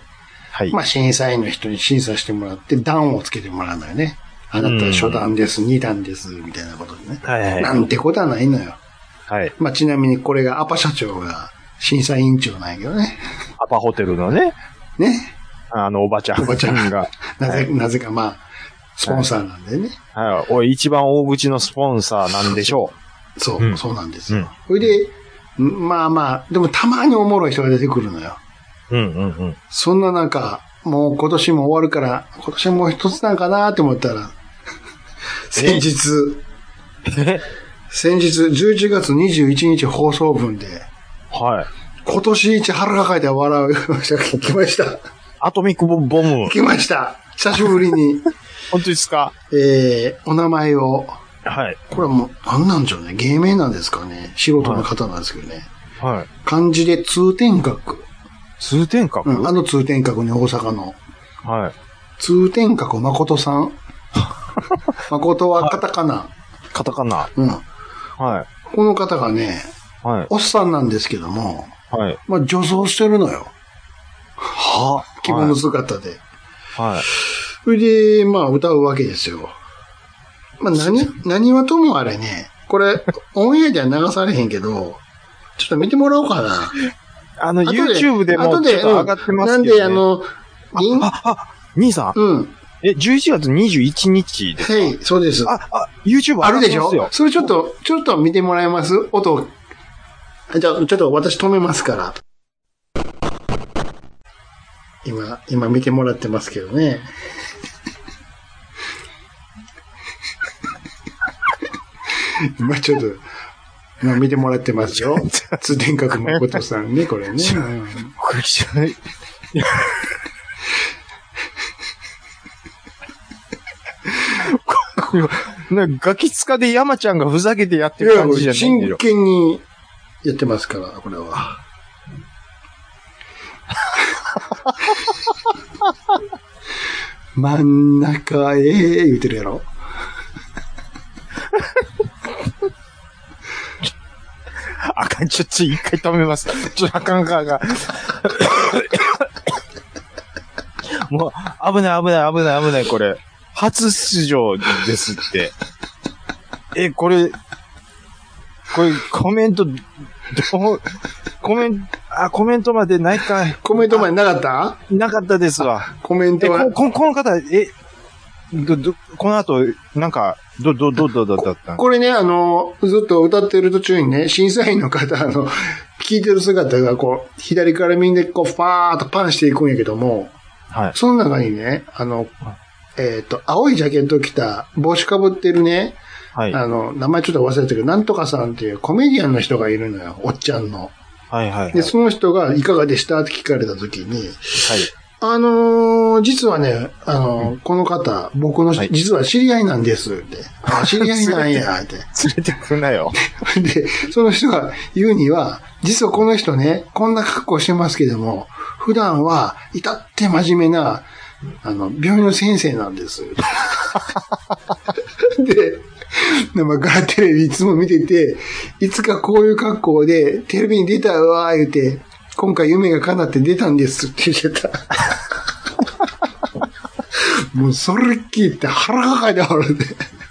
はい、まあ審査員の人に審査してもらって段をつけてもらうのよね。あなたは初段です、うん、二段です、みたいなことでね。はいはい、なんてことはないのよ。はい。まあ、ちなみにこれがアパ社長が審査委員長なんやけどね。 アパホテルのね。 ね。 あの、おばちゃん。 おばちゃんが。なぜ、はい、なぜかまあ、スポンサーなんでね。 はい。はい、おい、一番大口のスポンサーなんでしょう。そう、そう、うん、そうなんですよ。そ、うん、れで、まあまあ、でもたまにおもろい人が出てくるのよ。 うんうんうん。 そんな中、もう今年も終わるから、今年もう一つなんかなって思ったら、先日、先日じゅういちがつにじゅういちにち放送分で、 はい。 今年一腹抱えて笑う来ました。 アトミックボム。 来ました。久しぶりに。 本当ですか？ えー、お名前を。 はい。 これはもう、なんなんでしょうね。芸名なんですかね。素人の方なんですけどね。 はい。 漢字で通天閣。 通天閣、 うん、あの通天閣に大阪の。 はい。 通天閣誠さん。 誠はカタカナ。 カタカナ。 うん。 はい。 この方がね、 はい。 おっさんなんですけども、 はい。 まあ、女装してるのよ。 は着物姿で。 はい。 それで、まあ、歌うわけですよ。まあ、何、何はともあれね、これ、オンエアでは流されへんけど、ちょっと見てもらおうかな。 あの、YouTube でも後で、 ちょっと上がってますけど、ね。 なんで、あの、リンあ、あ、兄さん。 うん。 え、じゅういちがつにじゅういちにちですか？ はい、そうです。 あ、あ、YouTube あるでしょ？ よ。 それちょっと、ちょっと見てもらえます？音。じゃあ、ちょっと私止めますから。今、今見てもらってますけどね。今ちょっと、今見てもらってますよ。通天閣誠さんね、これね。うんこれ知らない。なんかガキ使で山ちゃんがふざけてやってる感じじゃないんだよ。 真剣にやってますから、これは。真ん中へ言うてるやろ。 あかん、ちょっと一回止めます。ちょっとあかんかんかん。もう、危ない危ない危ない危ない、これ。初出場ですって。え、これ、これコメント、どう、コメント、あ、コメントまでないかい。 コメントまでなかった？ なかったですわ。 コメントは。 え、こ、ここの方、え、ど、ど、この後、なんか、ど、ど、ど、ど、ど、だったこれね、あの、ずっと歌ってる途中にね、審査員の方、あの、聞いてる姿が、こう、左から右で、こう、ファーっとパンしていくんやけども、 はい。 その中にね、あの、えっと、青いジャケット着た、帽子かぶってるね、 はい。 あの、名前ちょっと忘れたけど、なんとかさんっていうコメディアンの人がいるのよ、おっちゃんの。 はいはい、はい。 で、その人がいかがでしたって聞かれたときに、 はい。 あのー、実はね、あのーうん、この方、僕の、はい、実は知り合いなんですって。あ、知り合いなんや、って。 連れてくんなよ。 で、その人が言うには、実はこの人ね、こんな格好してますけども、普段は至って真面目な、あの、病院の先生なんです。で、生からテレビいつも見てて、いつかこういう格好でテレビに出たわ、言うて、今回夢が叶って出たんですって言ってた。もうそれ聞いて腹がかいてあるで。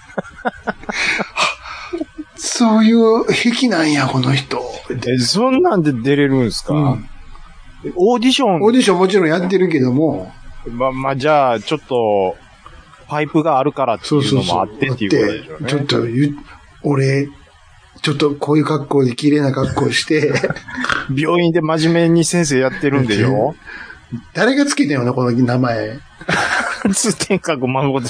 そういう癖なんや、この人。 え、そんなんで出れるんですか、うん、オーディションオーディションもちろんやってるけども。 ま、まあ、じゃあ、ちょっと、パイプがあるからっていうのもあってっていうことでしょうね。 ちょっと言う、俺、ちょっとこういう格好で綺麗な格好して、 病院で真面目に先生やってるんでしょ誰がつけてんよな、この名前。 通天閣孫で。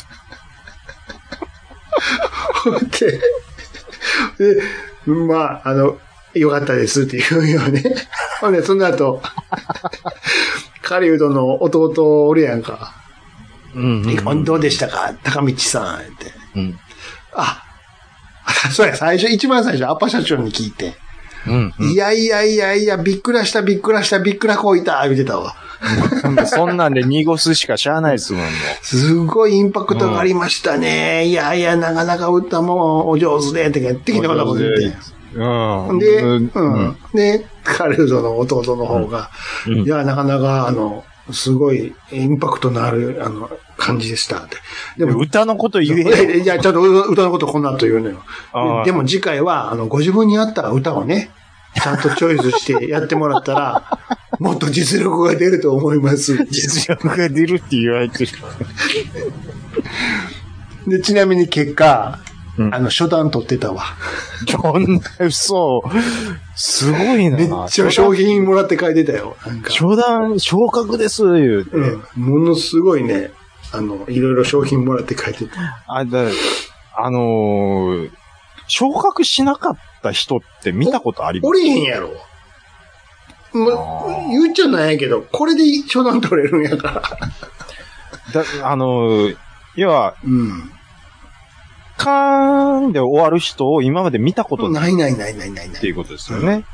で、で、まあ、あの、よかったですって言うよね。ほんで、その後、狩人の弟おるやんか。 うんうんうん、 どうでしたか高道さんって。 うん、 あ、そうや、最初、一番最初、アッパ社長に聞いて。 うんうん、 いやいやいやいや、びっくらした、びっくらした、びっくらこいた、言ってたわ。 そんなんで濁すしかしゃあないですもんね。 すごいインパクトがありましたね。うん、いやいや、なかなか歌もお上手で、って言ってきたこと言って。うん。で、うん。うん、で、カレルドの弟の方が、うん、いや、なかなか、あの、すごいインパクトのある、あの、感じでしたって。 でも、歌のこと言え。いや、ちょっと歌のことこんなと言うのよ。でも次回は、あの、ご自分に合った歌をね、ちゃんとチョイスしてやってもらったら、もっと実力が出ると思います。 実力が出るって言われてる。 で、ちなみに結果、うん、あの、初段取ってたわ。 そんな嘘。すごいな。 めっちゃ商品もらって書いてたよ。なんか初段昇格です、言うて、 うん。ものすごいね、あの、いろいろ商品もらって書いてた。 あ、だ、あのー、昇格しなかった人って見たことあります？ おりへんやろ。ま、言っちゃないけど、これで初段取れるんやから。 だ、あのー、要は、 うん。 カーンで終わる人を今まで見たことない。ないないないないない。 っていうことですよね。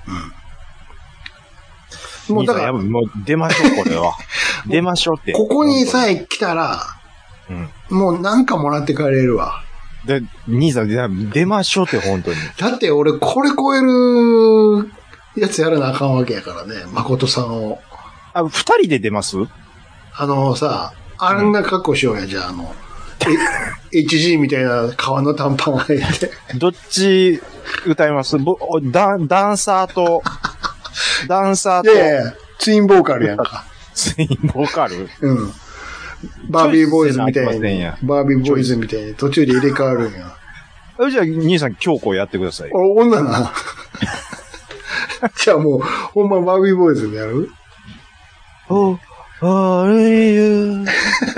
うん。うん、もうだから。 もう出ましょう、これは。出ましょうって。 ここにさえ来たら、 うん。 もうなんかもらって帰れるわ。 で、兄さん、出出ましょうって、本当に。 だって俺、これ超えるやつやらなあかんわけやからね、誠さんを。 あ、二人で出ます？ あのさ、あんな格好しようや、じゃあ、あの、エイチジー みたいな革の短パンを履いて。 どっち歌いますぼダン、ダンサーと、ダンサーと。 いやいや、ツインボーカルやんか。 ツインボーカル？ うん。バービーボーイズみたいに、バービーボーイズみたいに途中で入れ替わるんや。 じゃあ、兄さん、京子やってください。 俺、女な。じゃあもう、ほんまバービーボーイズでやる？ お、あれゆ。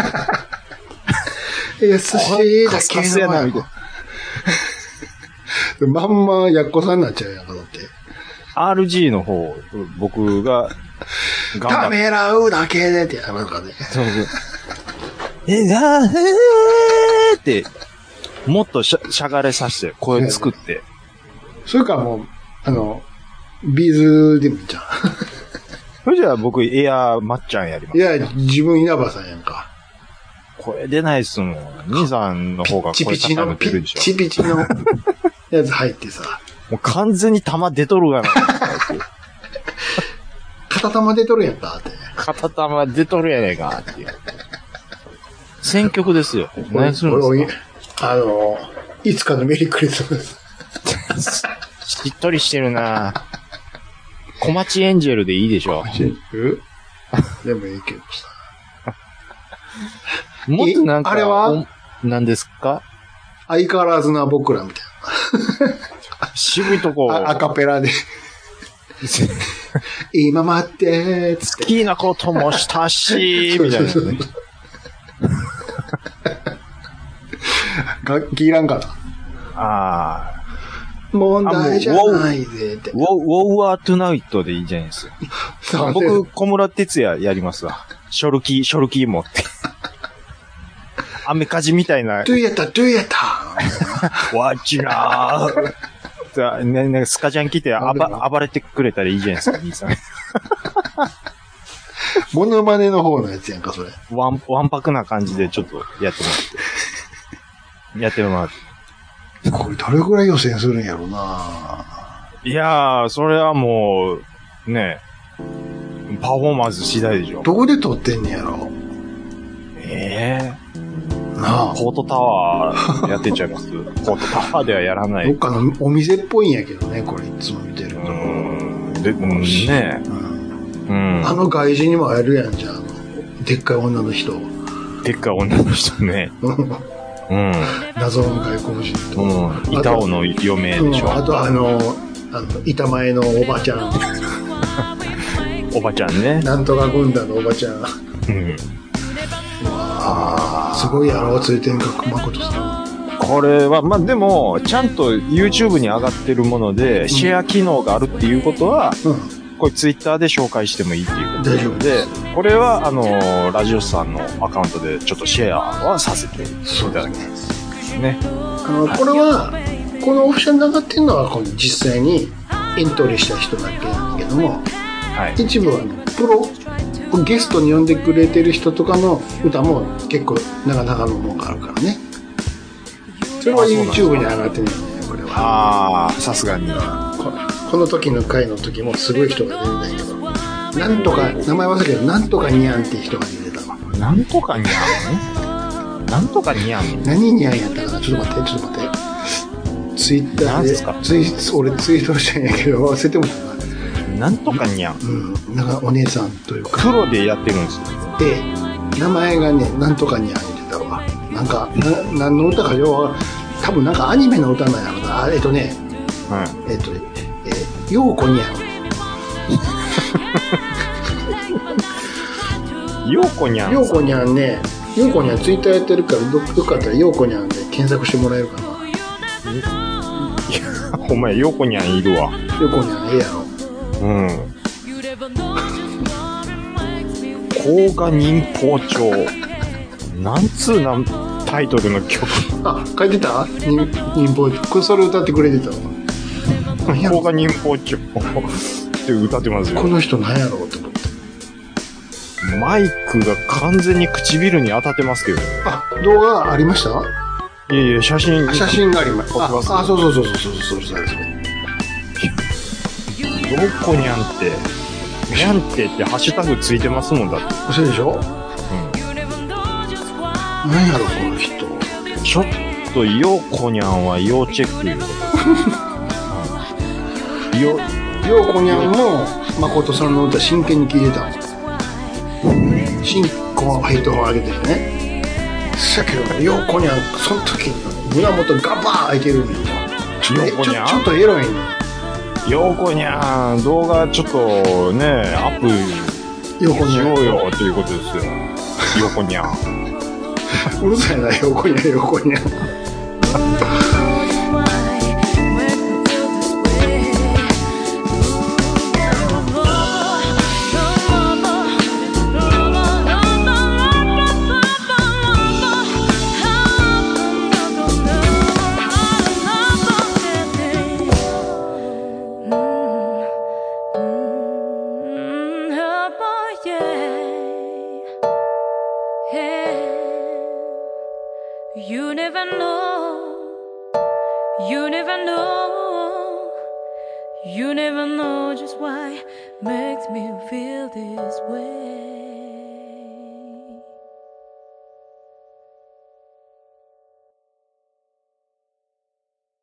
優しいだけのな、みたいな。まんま、やっこさんになっちゃうやんか、だって。 アールジー の方、僕が、 ためらうだけでってやるかね。そうそう。 え、なーって、もっとしゃ、しゃがれさせて、声作って。 それかもう、あの、ビーズでもいいじゃん。 それじゃあ僕、エアーまっちゃんやります。 いや、自分稲葉さんやんか。 声出ないっすもん。兄さんの方が声高めてるでしょ。 ピチピチのやつ入ってさ。 もう完全に玉出とるがな。 片玉出とるやんかって。 片玉出とるやねんかっていう。選曲ですよ。何するんですか？あの、いつかのメリークリスマス。 しっとりしてるな小町エンジェルでいいでしょ。 小町エンジェルでもいいけどさ。 もっとなんか、 あれは何ですか？ 相変わらずな僕らみたいな。渋いとこ。 アカペラで。今待ってーつって。 好きなこともしたし、みたいな、ね。 楽器いらんかな。 ああ。 問題じゃないぜって。 ウォーワートゥナイトでいいじゃないですか。僕、小村哲也やりますわ。ショルキー、ショルキー持って。アメカジみたいな。 ドゥイヤタ、ドゥイヤタ。 わっちなー。ね、ね、スカジャン来て暴暴れてくれたらいいじゃないですか、兄さん。 モノマネの方のやつやんか、それ。 ワン、ワンパクな感じでちょっとやってもらって。やってもらって。 これどれくらい予選するんやろうな。 いやー、それはもう、ね、パフォーマンス次第でしょ。 どこで撮ってんねやろ。 ええー。 なあ。 ポートタワーやってんちゃいますポートタワーではやらない。 どっかのお店っぽいんやけどね、これいつも見てると。うーん。で、うん、ね、 うん。うん。あの外人にも会えるやん、じゃあ。でっかい女の人。 でっかい女の人ね。うん。 謎の外国人と。 うん。板尾の嫁でしょ。 あと、あの、あの、板前のおばちゃん。 おばちゃんね。 なんとか軍団のおばちゃん。うん。わあ、すごいやろ、ついてんか、誠さん。 これは、まあ、でも、ちゃんと YouTube に上がってるもので、うん、シェア機能があるっていうことは、うん、これ Twitter で紹介してもいいっていうことで。 大丈夫で、 これは、あの、ラジオさんのアカウントでちょっとシェアはさせていただきます。ね。 あの、これは、このオフィシャルに上がってるのは、この実際にエントリーした人だけなんだけども、はい、一部は、プロ、ゲストに呼んでくれてる人とかの歌も結構なかなかのもんがあるからね。それは YouTube に上がってるんだよね、これは。 ああ、さすがに。 こ, この時の回の時もすごい人が出るんだけど、なんとか、名前忘れたけど、なんとかニャンっていう人が出てたわ。 なんとかニャンなんとかニャン何ニャンやったかな、ちょっと待って、ちょっと待って。ツイッターで、ですかツイ俺ツイートしたんやけど、忘れてもらった。 なんとかにゃん。 うん。なんかお姉さんというか。 プロでやってるんですよ。 で、名前がね、なんとかにゃん言ってたわ。なんか、な、何の歌か要は、多分なんかアニメの歌なんやろな。えっとね、はい、えっと、えー、ようこにゃん。ようこにゃん。 ようこにゃんね、ようこにゃんツイッターやってるから、どよかったらようこにゃんで検索してもらえるかな。 いや、ほんまや、ようこにゃんいるわ。 ようこにゃんええやろ。 うん。甲賀忍法帳。なんつうなタイトルの曲。 あ、書いてた忍法帳。これそれ歌ってくれてたわ。 甲賀忍法帳って歌ってますよ。 この人なんやろうって思って。 マイクが完全に唇に当たってますけど。 あ、動画ありました？ いやいや、写真。 写真があります。 あ、 あ、そうそうそうそうそうそうそうです。 どこにゃんって、にゃんってってハッシュタグついてますもんだって。 そうでしょ？うん。何やろ、この人。 ちょっと、ようこにゃんは要チェックよ。 よ、ようこにゃんも、誠さんの歌真剣に聴いてた。新婚ヘッドホン上げてね。さっきのようこにゃん、その時に胸元ガバー開いてるんよ。ちょっと、ちょ、ちょっとエロいね。 ようこにゃん、動画ちょっとね、アップしようよということですよ。ようこにゃん。 うるさいな、ようこにゃん、ようこにゃん。 You never know, you never know, you never know just why makes me feel this way.